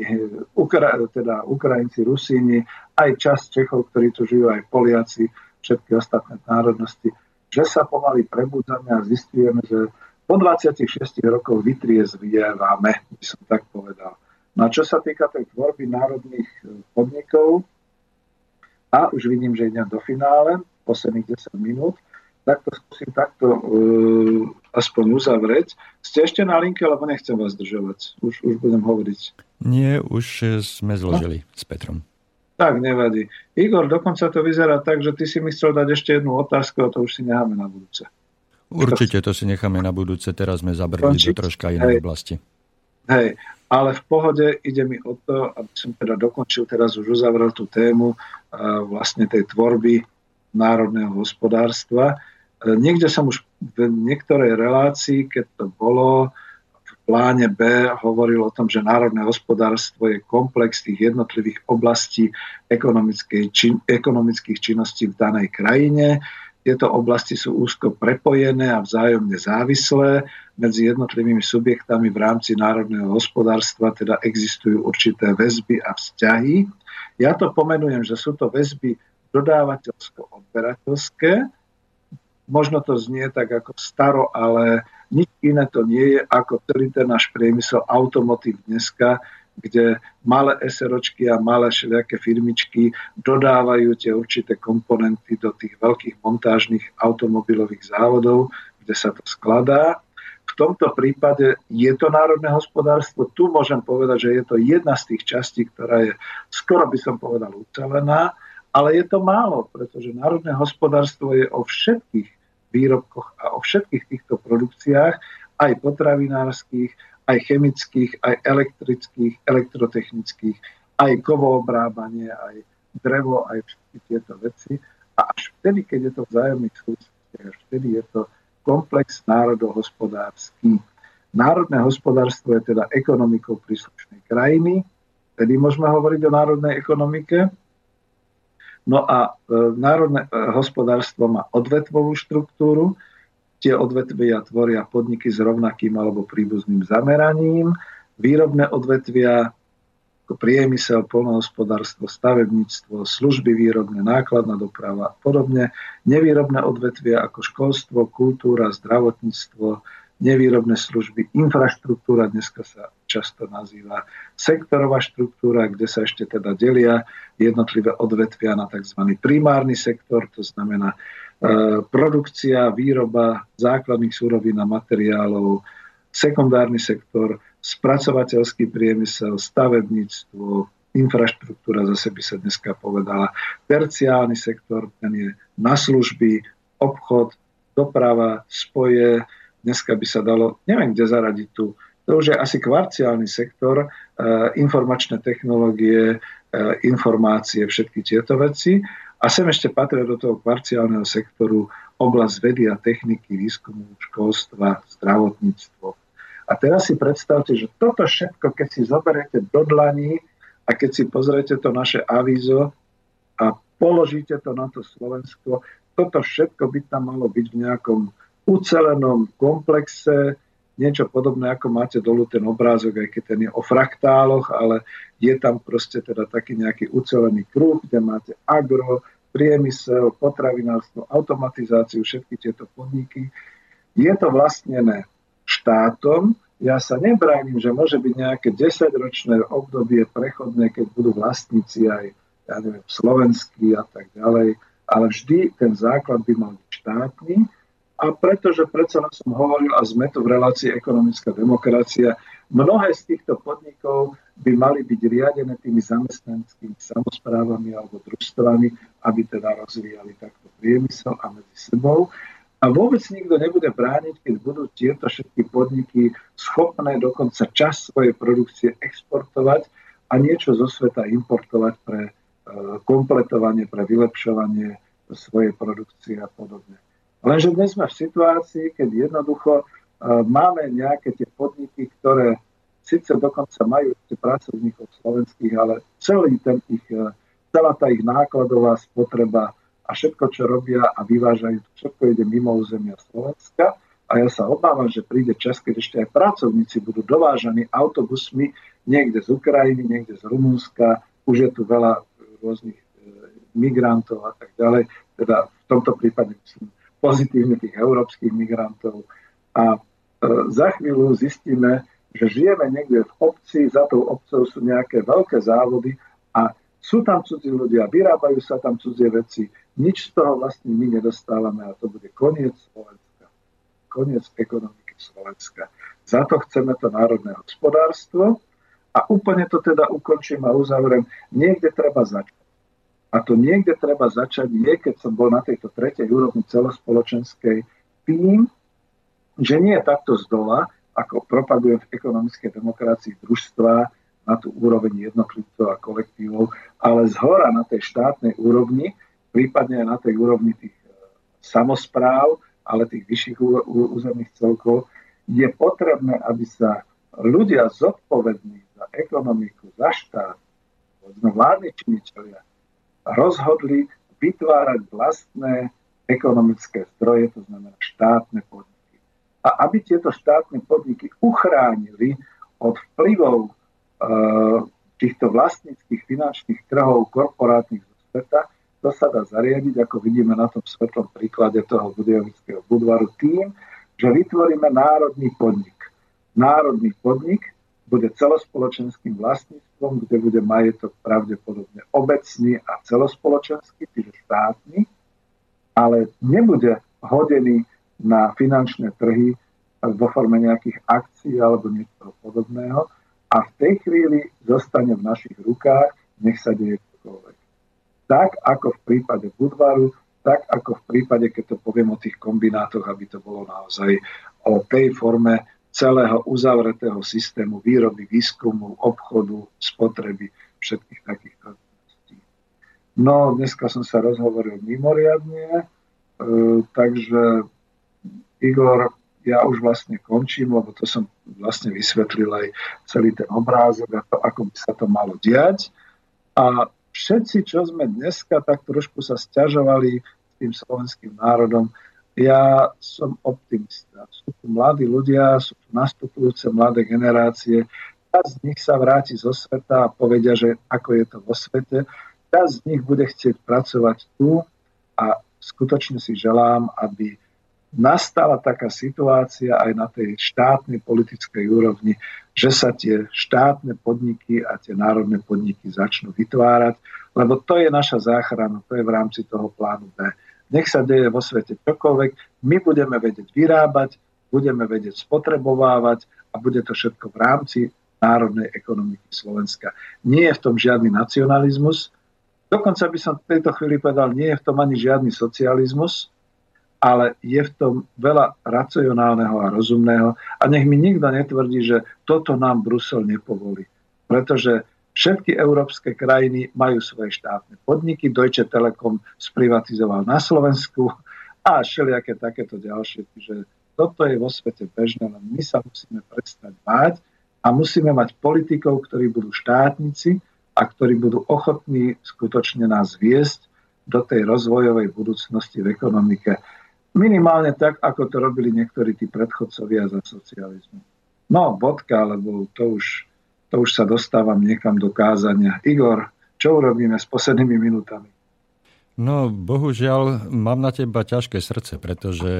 Ukrajinci, Rusíni, aj časť Čechov, ktorí tu žijú, aj Poliaci, všetky ostatné národnosti, že sa pomaly prebudzame a zistujeme, že po 26 rokoch vytriezvievame, by som tak povedal. No a čo sa týka tej tvorby národných podnikov, a už vidím, že idem do finále, posledných 10 minút, tak to skúsim takto aspoň uzavrieť. Ste ešte na linke, lebo nechcem vás zdržovať. Už budem hovoriť. Nie, už sme zložili s Petrom. Tak, nevadí. Igor, dokonca to vyzerá tak, že ty si mi chcel dať ešte jednu otázku a to už si necháme na budúce. Určite to si necháme na budúce. Teraz sme zabrdli do troška inej oblasti. Hej, ale v pohode ide mi o to, aby som teda dokončil, teraz už uzavrel tú tému vlastne tej tvorby národného hospodárstva. Niekde som už v niektorej relácii, keď to bolo v pláne B, hovoril o tom, že národné hospodárstvo je komplex tých jednotlivých oblastí ekonomických činností v danej krajine. Tieto oblasti sú úzko prepojené a vzájomne závislé. Medzi jednotlivými subjektami v rámci národného hospodárstva teda existujú určité väzby a vzťahy. Ja to pomenujem, že sú to väzby dodávateľsko-odberateľské. Možno to znie tak ako staro, ale nič iné to nie je ako celý ten náš priemysel automotív dneska, kde malé SROčky a malé všelijaké firmičky dodávajú tie určité komponenty do tých veľkých montážnych automobilových závodov, kde sa to skladá. V tomto prípade je to národné hospodárstvo. Tu môžem povedať, že je to jedna z tých častí, ktorá je, skoro by som povedal, ucelená, ale je to málo, pretože národné hospodárstvo je o všetkých výrobkoch a o všetkých týchto produkciách, aj potravinárskych, aj chemických, aj elektrických, elektrotechnických, aj kovoobrábanie, aj drevo, aj všetky tieto veci. A až vtedy, keď je to vzájomných súvislostiach, až vtedy je to komplex národohospodársky. Národné hospodárstvo je teda ekonomikou príslušnej krajiny, tedy môžeme hovoriť o národnej ekonomike. No a národné hospodárstvo má odvetvovú štruktúru. Tie odvetvia tvoria podniky s rovnakým alebo príbuzným zameraním. Výrobné odvetvia ako priemysel, poľnohospodárstvo, stavebníctvo, služby výrobné, nákladná doprava a podobne. Nevýrobné odvetvia ako školstvo, kultúra, zdravotníctvo, nevýrobné služby, infraštruktúra, dneska sa často nazýva sektorová štruktúra, kde sa ešte teda delia jednotlivé odvetvia na tzv. Primárny sektor, to znamená produkcia, výroba základných surovín a materiálov, sekundárny sektor, spracovateľský priemysel, stavebníctvo, infraštruktúra, zase by sa dneska povedala, terciálny sektor, ten je na služby, obchod, doprava, spoje, dneska by sa dalo, neviem, kde zaradiť tu, to už je asi kvarciálny sektor, informačné technológie, informácie, všetky tieto veci. A sem ešte patria do toho kvarciálneho sektoru oblasť vedy a techniky, výskumu, školstva, zdravotníctvo. A teraz si predstavte, že toto všetko, keď si zoberiete do dlaní a keď si pozriete to naše avízo a položíte to na to Slovensko, toto všetko by tam malo byť v nejakom ucelenom komplexe, niečo podobné, ako máte dolu ten obrázok, aj keď ten je o fraktáloch, ale je tam proste teda taký nejaký ucelený kruh, kde máte agro, priemysel, potravinárstvo, automatizáciu, všetky tieto podniky. Je to vlastnené štátom. Ja sa nebránim, že môže byť nejaké 10-ročné obdobie prechodné, keď budú vlastníci aj, ja neviem, slovenskí a tak ďalej, ale vždy ten základ by mal byť štátny. A pretože predsa som hovoril, a sme tu v relácii ekonomická demokracia, mnohé z týchto podnikov by mali byť riadené tými zamestnanskými samosprávami alebo družstvami, aby teda rozvíjali takto priemysel a medzi sebou. A vôbec nikto nebude brániť, keď budú tieto všetky podniky schopné dokonca časť svojej produkcie exportovať a niečo zo sveta importovať pre kompletovanie, pre vylepšovanie svojej produkcie a podobne. Lenže dnes sme v situácii, keď jednoducho máme nejaké tie podniky, ktoré síce dokonca majú pracovníkov slovenských, ale celá tá ich nákladová spotreba a všetko, čo robia a vyvážajú, všetko ide mimo územia Slovenska. A ja sa obávam, že príde čas, keď ešte aj pracovníci budú dovážaní autobusmi niekde z Ukrajiny, niekde z Rumunska. Už je tu veľa rôznych migrantov a tak ďalej. Teda v tomto prípade myslím pozitívne tých európskych migrantov. A za chvíľu zistíme, že žijeme niekde v obci, za tou obcou sú nejaké veľké závody a sú tam cudzí ľudia, vyrábajú sa tam cudzie veci, nič z toho vlastne my nedostávame a to bude koniec Slovenska. Koniec ekonomiky Slovenska. Za to chceme to národné hospodárstvo a úplne to teda ukončím a uzavriem. Niekde treba začať. A to niekde treba začať je, keď som bol na tejto tretej úrovni celospoločenskej, tým, že nie je takto z dola, ako propagujem v ekonomickej demokracii družstva na tú úroveň jednotlivcov a kolektívov, ale zhora na tej štátnej úrovni, prípadne aj na tej úrovni tých samospráv, ale tých vyšších územných celkov, je potrebné, aby sa ľudia zodpovední za ekonomiku, za štát, vládni činitelia, rozhodli vytvárať vlastné ekonomické zdroje, to znamená štátne podniky. A aby tieto štátne podniky uchránili od vplyvov týchto vlastníckych finančných trhov korporátnych zo sveta, to sa dá zariadiť, ako vidíme na tom svetlom príklade toho Budějovického Budvaru, tým, že vytvoríme národný podnik. Národný podnik bude celospoločenským vlastníctvom, kde bude majetok pravdepodobne obecný a celospoločenský, čiže štátny, ale nebude hodený na finančné trhy vo forme nejakých akcií alebo niečoho podobného a v tej chvíli zostane v našich rukách, nech sa deje čokoľvek. Tak ako v prípade Budvaru, tak ako v prípade, keď to poviem o tých kombinátoch, aby to bolo naozaj o tej forme celého uzavretého systému výroby, výskumu, obchodu, spotreby, všetkých takých vecí. No, dneska som sa rozhovoril mimoriadne, takže Igor, ja už vlastne končím, lebo to som vlastne vysvetlil aj celý ten obrázok a to, ako by sa to malo diať. A všetci, čo sme dneska tak trošku sa sťažovali s tým slovenským národom, ja som optimista. Sú tu mladí ľudia, sú tu nastupujúce mladé generácie. Časť z nich sa vráti zo sveta a povedia, že ako je to vo svete. Časť z nich bude chcieť pracovať tu a skutočne si želám, aby nastala taká situácia aj na tej štátnej politickej úrovni, že sa tie štátne podniky a tie národné podniky začnú vytvárať, lebo to je naša záchrana, to je v rámci toho plánu B. Nech sa deje vo svete čokoľvek, my budeme vedieť vyrábať, budeme vedieť spotrebovávať a bude to všetko v rámci národnej ekonomiky Slovenska. Nie je v tom žiadny nacionalizmus, dokonca by som v tejto chvíli povedal, nie je v tom ani žiadny socializmus, ale je v tom veľa racionálneho a rozumného a nech mi nikto netvrdí, že toto nám Brusel nepovolí. Pretože všetky európske krajiny majú svoje štátne podniky, Deutsche Telekom sprivatizoval na Slovensku a všelijaké takéto ďalšie. Čiže toto je vo svete bežné, len my sa musíme prestať báť a musíme mať politikov, ktorí budú štátnici a ktorí budú ochotní skutočne nás viesť do tej rozvojovej budúcnosti v ekonomike. Minimálne tak, ako to robili niektorí tí predchodcovia za socializmu. No, bodka, lebo to už sa dostávam niekam do kázania. Igor, čo urobíme s poslednými minútami? No, bohužiaľ, mám na teba ťažké srdce, pretože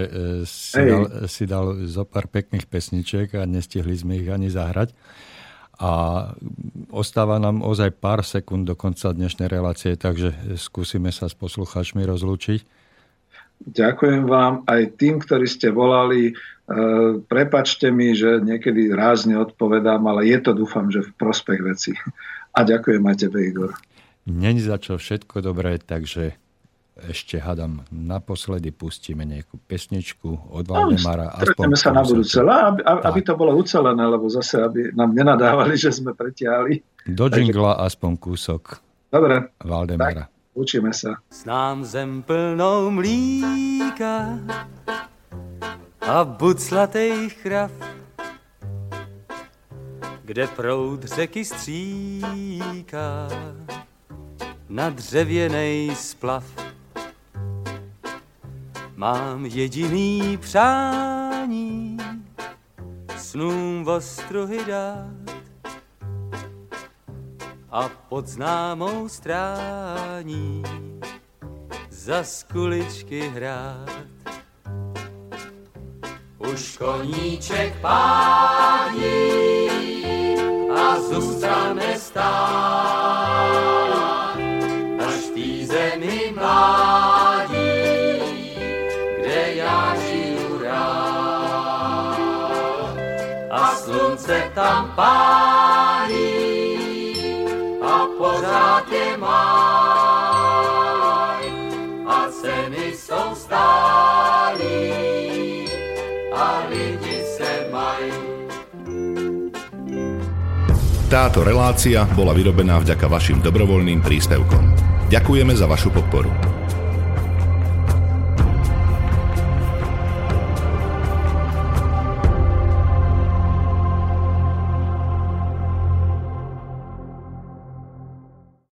si dal zo pár pekných pesničiek a nestihli sme ich ani zahrať. A ostáva nám ozaj pár sekúnd do konca dnešnej relácie, takže skúsime sa s poslucháčmi rozlúčiť. Ďakujem vám aj tým, ktorí ste volali. Prepáčte mi, že niekedy rázne odpovedám, ale je to, dúfam, že v prospech veci. A ďakujem aj tebe, Igor. Není za čo, všetko dobré, takže ešte hádam naposledy pustíme nejakú pesničku od Valdemara. Stretneme sa na budúce, aby to bolo ucelené, lebo zase, aby nám nenadávali, že sme pretiahli. Do džingla aspoň kúsok Dobre. Valdemara. Tak. Učíme sa. Znám zem plnou mlíka a buclatých krav, kde proud řeky stříká na dřevěnej splav. Mám jediný přání snům ostruhy dát a pod známou strání zas kuličky hrát. Už koníček pádí a zůstane stát až v té zemi mládí, kde já žiju rád. A slunce tam pálí a pořád je máj a ceny jsou stálí a lidi se mají. Táto relácia bola vyrobená vďaka vašim dobrovoľným príspevkom. Ďakujeme za vašu podporu.